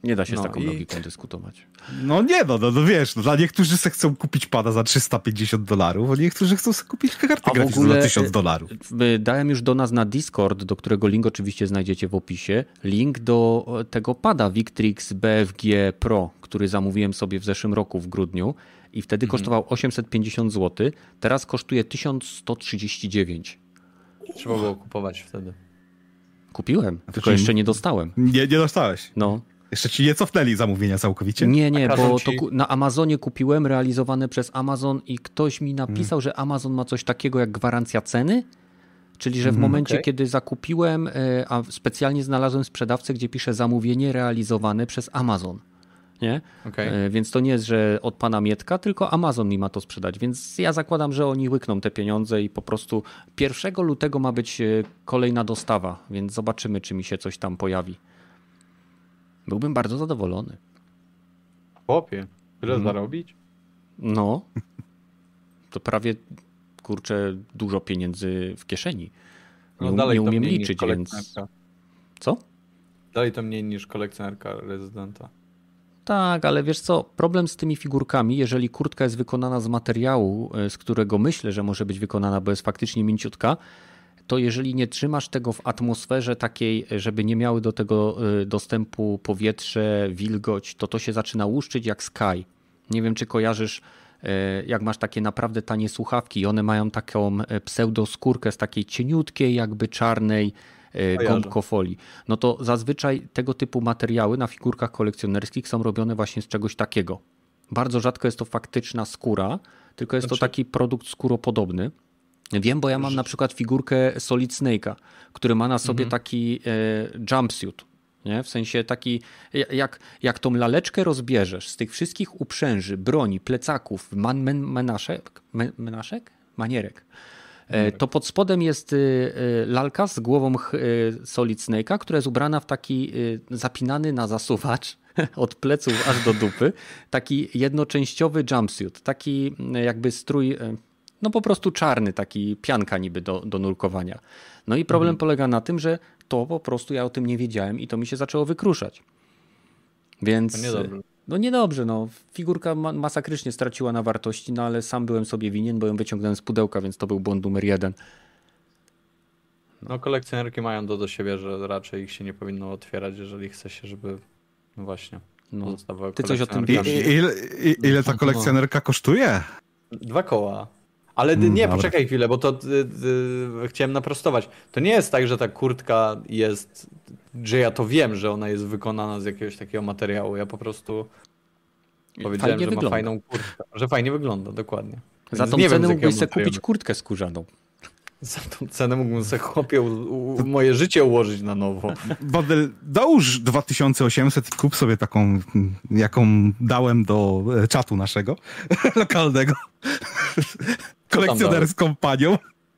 Nie da się z taką logiką dyskutować. No nie, no wiesz, dla niektórzy se chcą kupić pada za $350, a niektórzy chcą sobie kupić kartę graficzną za $1000. Dałem już do nas na Discord, do którego link oczywiście znajdziecie w opisie, link do tego pada Victrix BFG Pro, który zamówiłem sobie w zeszłym roku w grudniu i wtedy kosztował 850 zł, teraz kosztuje 1139. Trzeba było kupować wtedy. Kupiłem, tylko jeszcze nie dostałem. Nie dostałeś? No. Jeszcze ci nie cofnęli zamówienia całkowicie? Nie, bo to na Amazonie kupiłem, realizowane przez Amazon i ktoś mi napisał, że Amazon ma coś takiego jak gwarancja ceny, czyli że w momencie, kiedy zakupiłem, a specjalnie znalazłem sprzedawcę, gdzie pisze zamówienie realizowane przez Amazon. Nie? Więc to nie jest, że od pana Mietka, tylko Amazon mi ma to sprzedać, więc ja zakładam, że oni łykną te pieniądze i po prostu 1 lutego ma być kolejna dostawa, więc zobaczymy, czy mi się coś tam pojawi. Byłbym bardzo zadowolony. Chłopie, tyle zarobić? No, to prawie, kurczę, dużo pieniędzy w kieszeni. Nie umiem liczyć, więc... Co? Dalej to mniej niż kolekcjonerka rezydenta. Tak, ale wiesz co, problem z tymi figurkami, jeżeli kurtka jest wykonana z materiału, z którego myślę, że może być wykonana, bo jest faktycznie mięciutka, to jeżeli nie trzymasz tego w atmosferze takiej, żeby nie miały do tego dostępu powietrze, wilgoć, to się zaczyna łuszczyć jak Sky. Nie wiem, czy kojarzysz, jak masz takie naprawdę tanie słuchawki i one mają taką pseudoskórkę z takiej cieniutkiej, jakby czarnej gąbkofolii. No to zazwyczaj tego typu materiały na figurkach kolekcjonerskich są robione właśnie z czegoś takiego. Bardzo rzadko jest to faktyczna skóra, tylko jest to taki produkt skóropodobny. Wiem, bo ja mam na przykład figurkę Solid Snake'a, który ma na sobie taki jumpsuit. Nie? W sensie taki, jak tą laleczkę rozbierzesz z tych wszystkich uprzęży, broni, plecaków, manierek, to pod spodem jest lalka z głową Solid Snake'a, która jest ubrana w taki zapinany na zasuwacz od pleców aż do dupy, taki jednoczęściowy jumpsuit, taki jakby strój... No po prostu czarny, taki pianka niby do nurkowania. No i problem polega na tym, że to po prostu ja o tym nie wiedziałem i to mi się zaczęło wykruszać. Więc... To niedobrze. No niedobrze, no. Figurka masakrycznie straciła na wartości, no ale sam byłem sobie winien, bo ją wyciągnąłem z pudełka, więc to był błąd numer 1. No kolekcjonerki mają do siebie, że raczej ich się nie powinno otwierać, jeżeli chce się, żeby no właśnie pozostawały. Ty coś o tym wiesz? Ile ta kolekcjonerka kosztuje? 2 koła. Ale nie, poczekaj chwilę, bo to chciałem naprostować. To nie jest tak, że ta kurtka jest, że ja to wiem, że ona jest wykonana z jakiegoś takiego materiału. Ja po prostu powiedziałem, że ma fajną kurtkę. Że fajnie wygląda, dokładnie. Za tą cenę mógłbyś sobie kupić kurtkę skórzaną. Za tą cenę mógłbym sobie, chłopie, moje życie ułożyć na nowo. Bodel, dołóż 2800 i kup sobie taką, jaką dałem do czatu naszego lokalnego. Kolekcjonerską panią.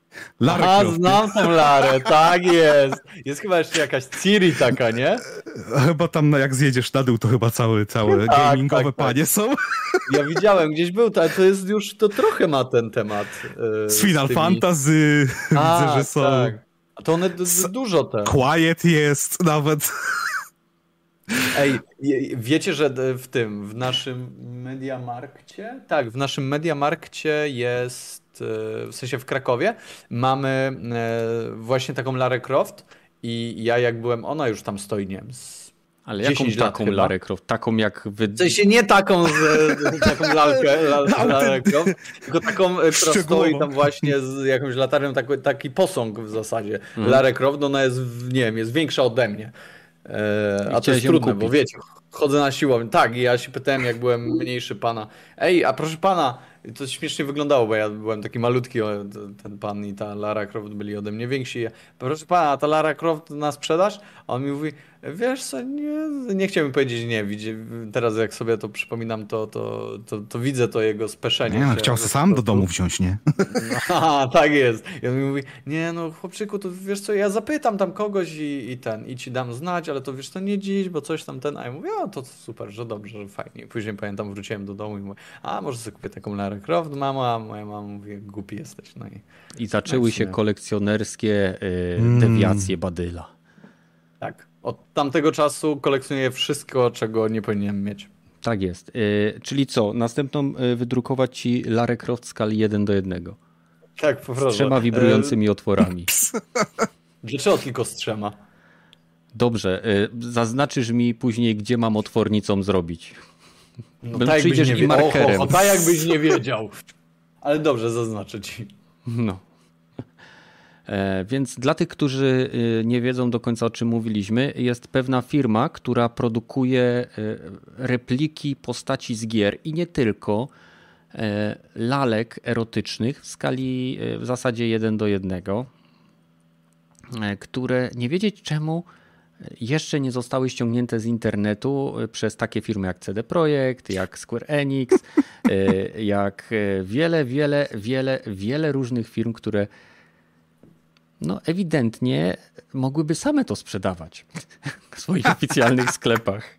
Znam tą Larę, tak jest. Jest chyba jeszcze jakaś Ciri taka, nie? Chyba tam jak zjedziesz na dół, to chyba całe gamingowe panie są. Ja widziałem, gdzieś był, to jest już, to trochę ma ten temat. Z Final Fantasy widzę, że są. Tak. A to one dużo te. Quiet jest nawet. Ej, wiecie, że w naszym Mediamarkcie? Tak, w naszym Mediamarkcie jest, w sensie w Krakowie, mamy właśnie taką Larę Croft i ja jak byłem, ona już tam stoi, nie wiem, ale jaką taką Larę Croft? Taką jak w sensie nie taką taką Larę Croft, tylko taką, która stoi tam właśnie z jakąś latarnią, taki posąg w zasadzie. Larę Croft, ona jest, nie wiem, jest większa ode mnie. A to jest trudne, bo wiecie, chodzę na siłownię. Tak, i ja się pytałem, jak byłem mniejszy pana. Ej, a proszę pana, to śmiesznie wyglądało, bo ja byłem taki malutki, ten pan i ta Lara Croft byli ode mnie więksi. Ja, proszę pana, a ta Lara Croft na sprzedaż? A on mi mówi, wiesz co, nie chciałem powiedzieć nie. Teraz jak sobie to przypominam, to widzę to jego speszenie. Nie, chciał sobie sam do domu wziąć, nie? Aha, tak jest. I on mi mówi, nie no chłopczyku, to wiesz co, ja zapytam tam kogoś i ci dam znać, ale to wiesz co, nie dziś, bo coś tam ten. A ja mówię, o to super, że dobrze, że fajnie. Później pamiętam, wróciłem do domu i mówię, a może sobie kupię taką Larę Croft, mama, a moja mama mówi, głupi jesteś. No i zaczęły się kolekcjonerskie dewiacje Badyla. Tak. Od tamtego czasu kolekcjonuję wszystko, czego nie powinienem mieć. Tak jest. Czyli co? Następną wydrukować ci Lara Croft w skali 1:1. Tak, poproszę. Z 3 wibrującymi otworami. Dlaczego tylko z 3? Dobrze. Zaznaczysz mi później, gdzie mam otwornicą zrobić. No tak przyjdziesz i markerem. Tak jakbyś nie wiedział. Ale dobrze, zaznaczę ci. No. Więc dla tych, którzy nie wiedzą do końca, o czym mówiliśmy, jest pewna firma, która produkuje repliki postaci z gier i nie tylko, lalek erotycznych w skali w zasadzie 1:1, które nie wiedzieć czemu jeszcze nie zostały ściągnięte z internetu przez takie firmy jak CD Projekt, jak Square Enix, jak wiele różnych firm, które no ewidentnie mogłyby same to sprzedawać w swoich oficjalnych sklepach.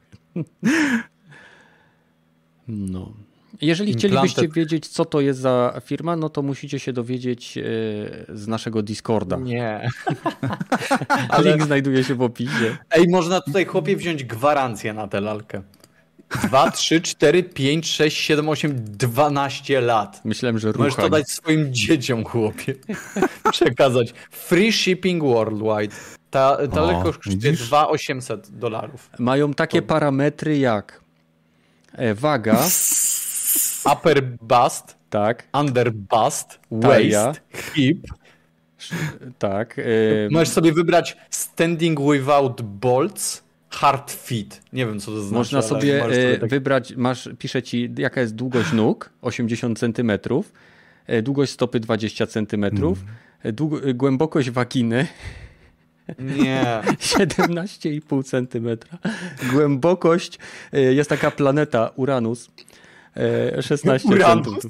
No. Jeżeli chcielibyście wiedzieć, co to jest za firma, no to musicie się dowiedzieć z naszego Discorda. Nie. Link znajduje się w opisie. Ej, można tutaj, chłopie, wziąć gwarancję na tę lalkę. 2, 3, 4, 5, 6, 7, 8, 12 lat. Myślałem, że Możesz to dać swoim dzieciom, chłopie. Przekazać. Free shipping worldwide. Ta lalka kosztuje $2,800. Mają takie parametry jak waga, upper bust, tak, under bust, waist, hip. Tak. Możesz sobie wybrać standing without bolts, hard fit. Nie wiem, co to znaczy. Można sobie wybrać, pisze ci, jaka jest długość nóg, 80 cm, długość stopy 20 cm, głębokość waginy. Nie. 17,5 cm. Głębokość, jest taka planeta Uranus, 16 cm.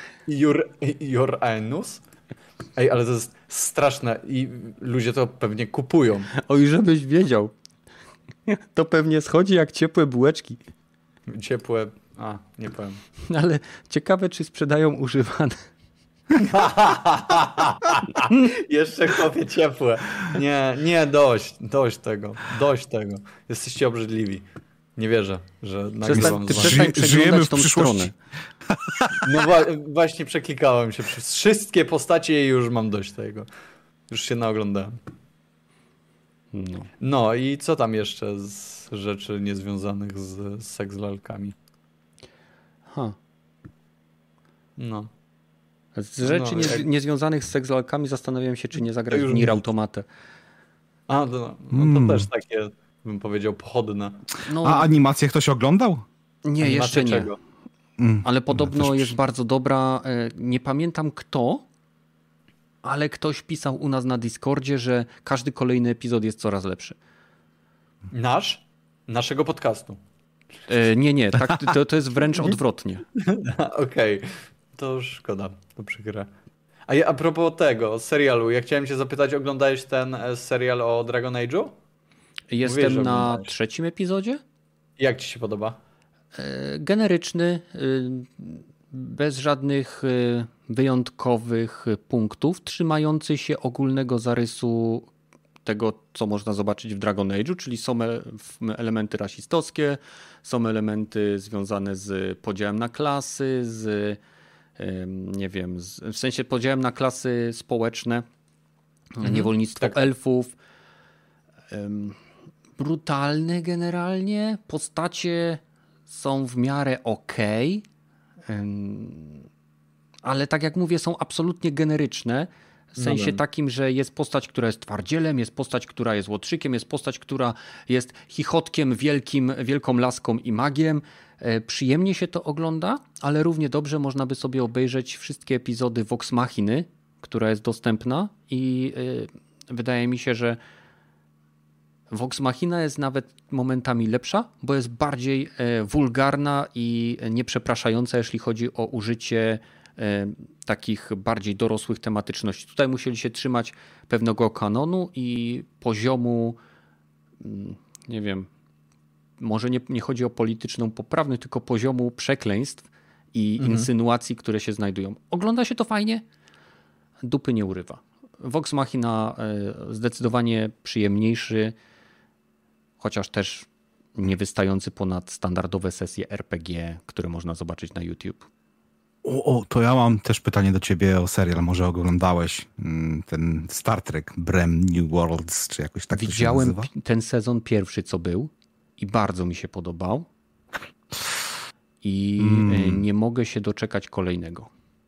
Uranus? Ej, ale to jest straszne i ludzie to pewnie kupują. Oj, żebyś wiedział. To pewnie schodzi jak ciepłe bułeczki. Ciepłe... nie powiem. Ale ciekawe, czy sprzedają używane. Jeszcze chłopie ciepłe. Nie, dość tego. Jesteście obrzydliwi. Nie wierzę, że nagrywam z wami. Żyjemy w przyszłości. Stronę. No właśnie przeklikałem się przez wszystkie postacie i już mam dość tego. Już się naoglądałem. No i co tam jeszcze z rzeczy niezwiązanych z seks-lalkami? No. Z rzeczy niezwiązanych z seks-lalkami zastanawiam się, czy nie zagrać w Nier Automatę. To też takie, bym powiedział, pochodne. No. A animację ktoś oglądał? Nie, jeszcze nie. Czego? Ale podobno jest bardzo dobra. Nie pamiętam kto, ale ktoś pisał u nas na Discordzie, że każdy kolejny epizod jest coraz lepszy. Naszego podcastu. Nie, tak, to jest wręcz odwrotnie. Okej. To już szkoda, to przykre. A propos tego serialu, ja chciałem cię zapytać, oglądałeś ten serial o Dragon Age'u? Jestem na 3. epizodzie. Jak ci się podoba? Generyczny, bez żadnych wyjątkowych punktów, trzymający się ogólnego zarysu tego, co można zobaczyć w Dragon Age'u, czyli są elementy rasistowskie, są elementy związane z podziałem na klasy, nie wiem, w sensie podziałem na klasy społeczne, niewolnictwo elfów. Brutalny generalnie, postacie są w miarę okej, ale tak jak mówię, są absolutnie generyczne, w sensie takim, że jest postać, która jest twardzielem, jest postać, która jest łotrzykiem, jest postać, która jest chichotkiem, wielką laską i magiem. Przyjemnie się to ogląda, ale równie dobrze można by sobie obejrzeć wszystkie epizody Vox Machiny, która jest dostępna i wydaje mi się, że Vox Machina jest nawet momentami lepsza, bo jest bardziej wulgarna i nieprzepraszająca, jeśli chodzi o użycie takich bardziej dorosłych tematyczności. Tutaj musieli się trzymać pewnego kanonu i poziomu, nie wiem, może nie chodzi o polityczną poprawność, tylko poziomu przekleństw i insynuacji, które się znajdują. Ogląda się to fajnie, dupy nie urywa. Vox Machina zdecydowanie przyjemniejszy chociaż też nie wystający ponad standardowe sesje RPG, które można zobaczyć na YouTube. To ja mam też pytanie do ciebie o serial. Może oglądałeś ten Star Trek Brave New Worlds, czy jakoś tak Widziałem to się nazywa? ten sezon pierwszy, co był i bardzo mi się podobał. I nie mogę się doczekać kolejnego.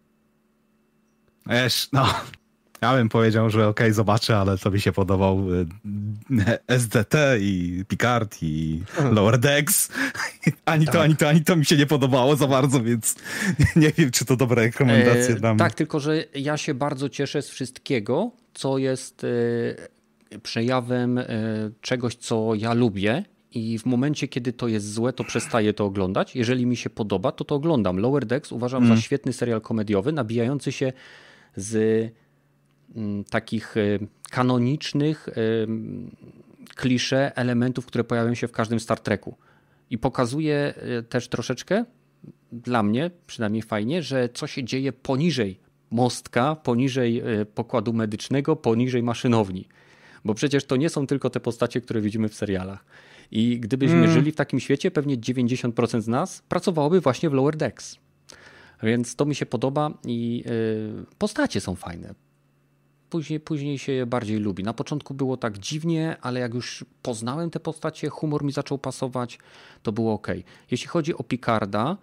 Ja bym powiedział, że okej, zobaczę, ale to mi się podobał SDT i Picard i Lower Decks. Ani to mi się nie podobało za bardzo, więc nie wiem, czy to dobre rekomendacje dla mnie. Tak, tylko że ja się bardzo cieszę z wszystkiego, co jest przejawem czegoś, co ja lubię. I w momencie, kiedy to jest złe, to przestaję to oglądać. Jeżeli mi się podoba, to oglądam. Lower Decks uważam za świetny serial komediowy, nabijający się z takich kanonicznych klisze, elementów, które pojawiają się w każdym Star Treku. I pokazuje też troszeczkę, dla mnie przynajmniej fajnie, że co się dzieje poniżej mostka, poniżej pokładu medycznego, poniżej maszynowni. Bo przecież to nie są tylko te postacie, które widzimy w serialach. I gdybyśmy żyli w takim świecie, pewnie 90% z nas pracowałoby właśnie w Lower Decks. Więc to mi się podoba i postacie są fajne. Później się je bardziej lubi. Na początku było tak dziwnie, ale jak już poznałem te postacie, humor mi zaczął pasować, to było ok. Jeśli chodzi o Picarda,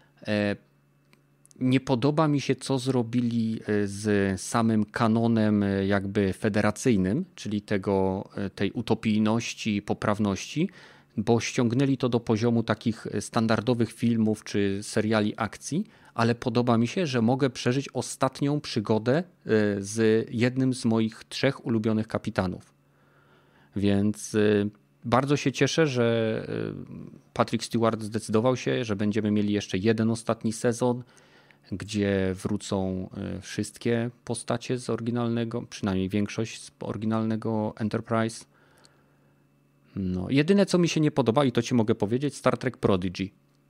nie podoba mi się, co zrobili z samym kanonem jakby federacyjnym, czyli tej utopijności, poprawności, bo ściągnęli to do poziomu takich standardowych filmów czy seriali akcji, ale podoba mi się, że mogę przeżyć ostatnią przygodę z jednym z moich 3 ulubionych kapitanów. Więc bardzo się cieszę, że Patrick Stewart zdecydował się, że będziemy mieli jeszcze jeden ostatni sezon, gdzie wrócą wszystkie postacie z oryginalnego, przynajmniej większość z oryginalnego Enterprise. No, jedyne, co mi się nie podoba, i to ci mogę powiedzieć, Star Trek Prodigy.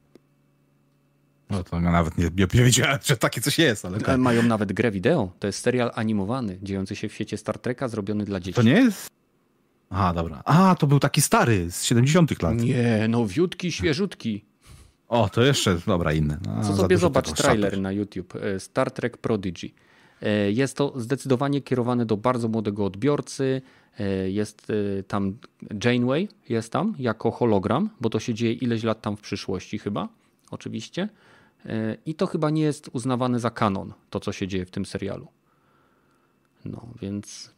No to nawet nie wiedziałem, że takie coś jest. Ale tak. Mają nawet grę wideo. To jest serial animowany, dziejący się w świecie Star Treka, zrobiony dla dzieci. To nie jest? Aha, dobra. To był taki stary, z 70 lat. Nie, nowiutki, świeżutki. O, to jeszcze, dobra, inny. Co sobie zobacz trailer na YouTube. Star Trek Prodigy. Jest to zdecydowanie kierowane do bardzo młodego odbiorcy. Jest tam Janeway, jest tam jako hologram, bo to się dzieje ileś lat tam w przyszłości chyba, oczywiście. I to chyba nie jest uznawane za kanon, to co się dzieje w tym serialu. No, więc...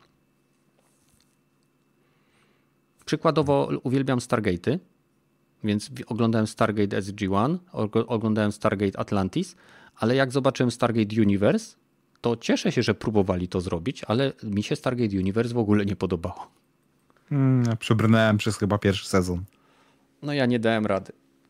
Przykładowo uwielbiam Stargate'y, więc oglądałem Stargate SG-1, oglądałem Stargate Atlantis, ale jak zobaczyłem Stargate Universe, to cieszę się, że próbowali to zrobić, ale mi się Stargate Universe w ogóle nie podobało. Ja przebrnąłem przez chyba pierwszy sezon. No ja nie dałem rady.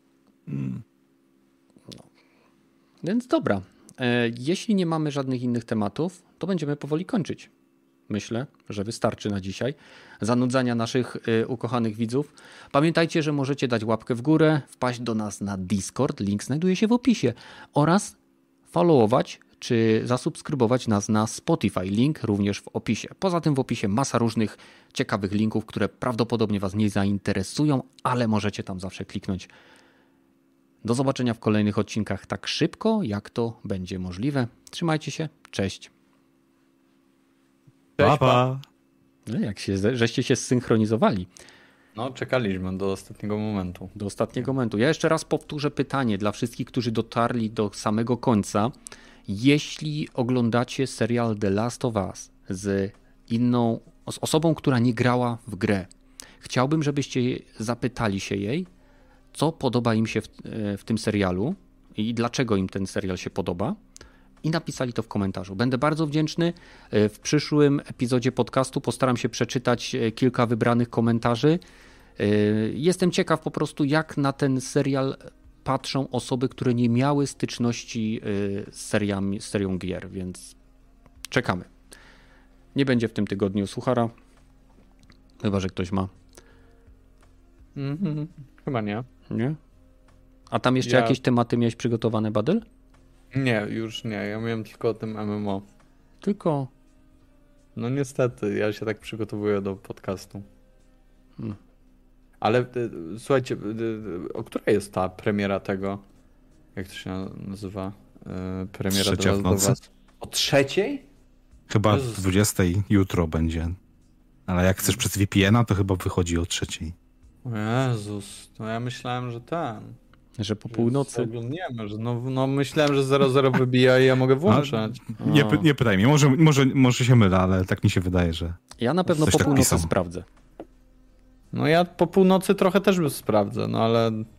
No. Więc dobra. Jeśli nie mamy żadnych innych tematów, to będziemy powoli kończyć. Myślę, że wystarczy na dzisiaj. Zanudzania naszych ukochanych widzów. Pamiętajcie, że możecie dać łapkę w górę, wpaść do nas na Discord, link znajduje się w opisie, oraz followować czy zasubskrybować nas na Spotify, link również w opisie. Poza tym w opisie masa różnych ciekawych linków, które prawdopodobnie Was nie zainteresują, ale możecie tam zawsze kliknąć. Do zobaczenia w kolejnych odcinkach tak szybko, jak to będzie możliwe. Trzymajcie się, cześć. Cześć, pa. No, żeście się zsynchronizowali. No, czekaliśmy do ostatniego momentu. Do ostatniego momentu. Ja jeszcze raz powtórzę pytanie dla wszystkich, którzy dotarli do samego końca. Jeśli oglądacie serial The Last of Us z osobą, która nie grała w grę, chciałbym, żebyście zapytali się jej, co podoba im się w tym serialu i dlaczego im ten serial się podoba. I napisali to w komentarzu. Będę bardzo wdzięczny. W przyszłym epizodzie podcastu postaram się przeczytać kilka wybranych komentarzy. Jestem ciekaw po prostu, jak na ten serial patrzą osoby, które nie miały styczności z serią gier, więc czekamy. Nie będzie w tym tygodniu suchara, chyba że ktoś ma. Chyba nie. Nie? A tam jeszcze jakieś tematy miałeś przygotowane, Badyl? Nie, już nie. Ja miałem tylko o tym MMO. Tylko? No niestety, ja się tak przygotowuję do podcastu. Ale słuchajcie, o której jest ta premiera tego? Jak to się nazywa? Premiera Trzecia do w nocy. was. O 3:00? Chyba Jezus. 20 jutro będzie. Ale jak chcesz przez VPN-a, to chyba wychodzi o 3. O Jezus, no ja myślałem, że Że po północy. Oglądniemy, że no myślałem, że 00 wybija i ja mogę włączać. Nie pytaj mnie, może się mylę, ale tak mi się wydaje, że... Ja na pewno Coś po tak północy pisał. sprawdzę. No ja po północy trochę też sprawdzę, no ale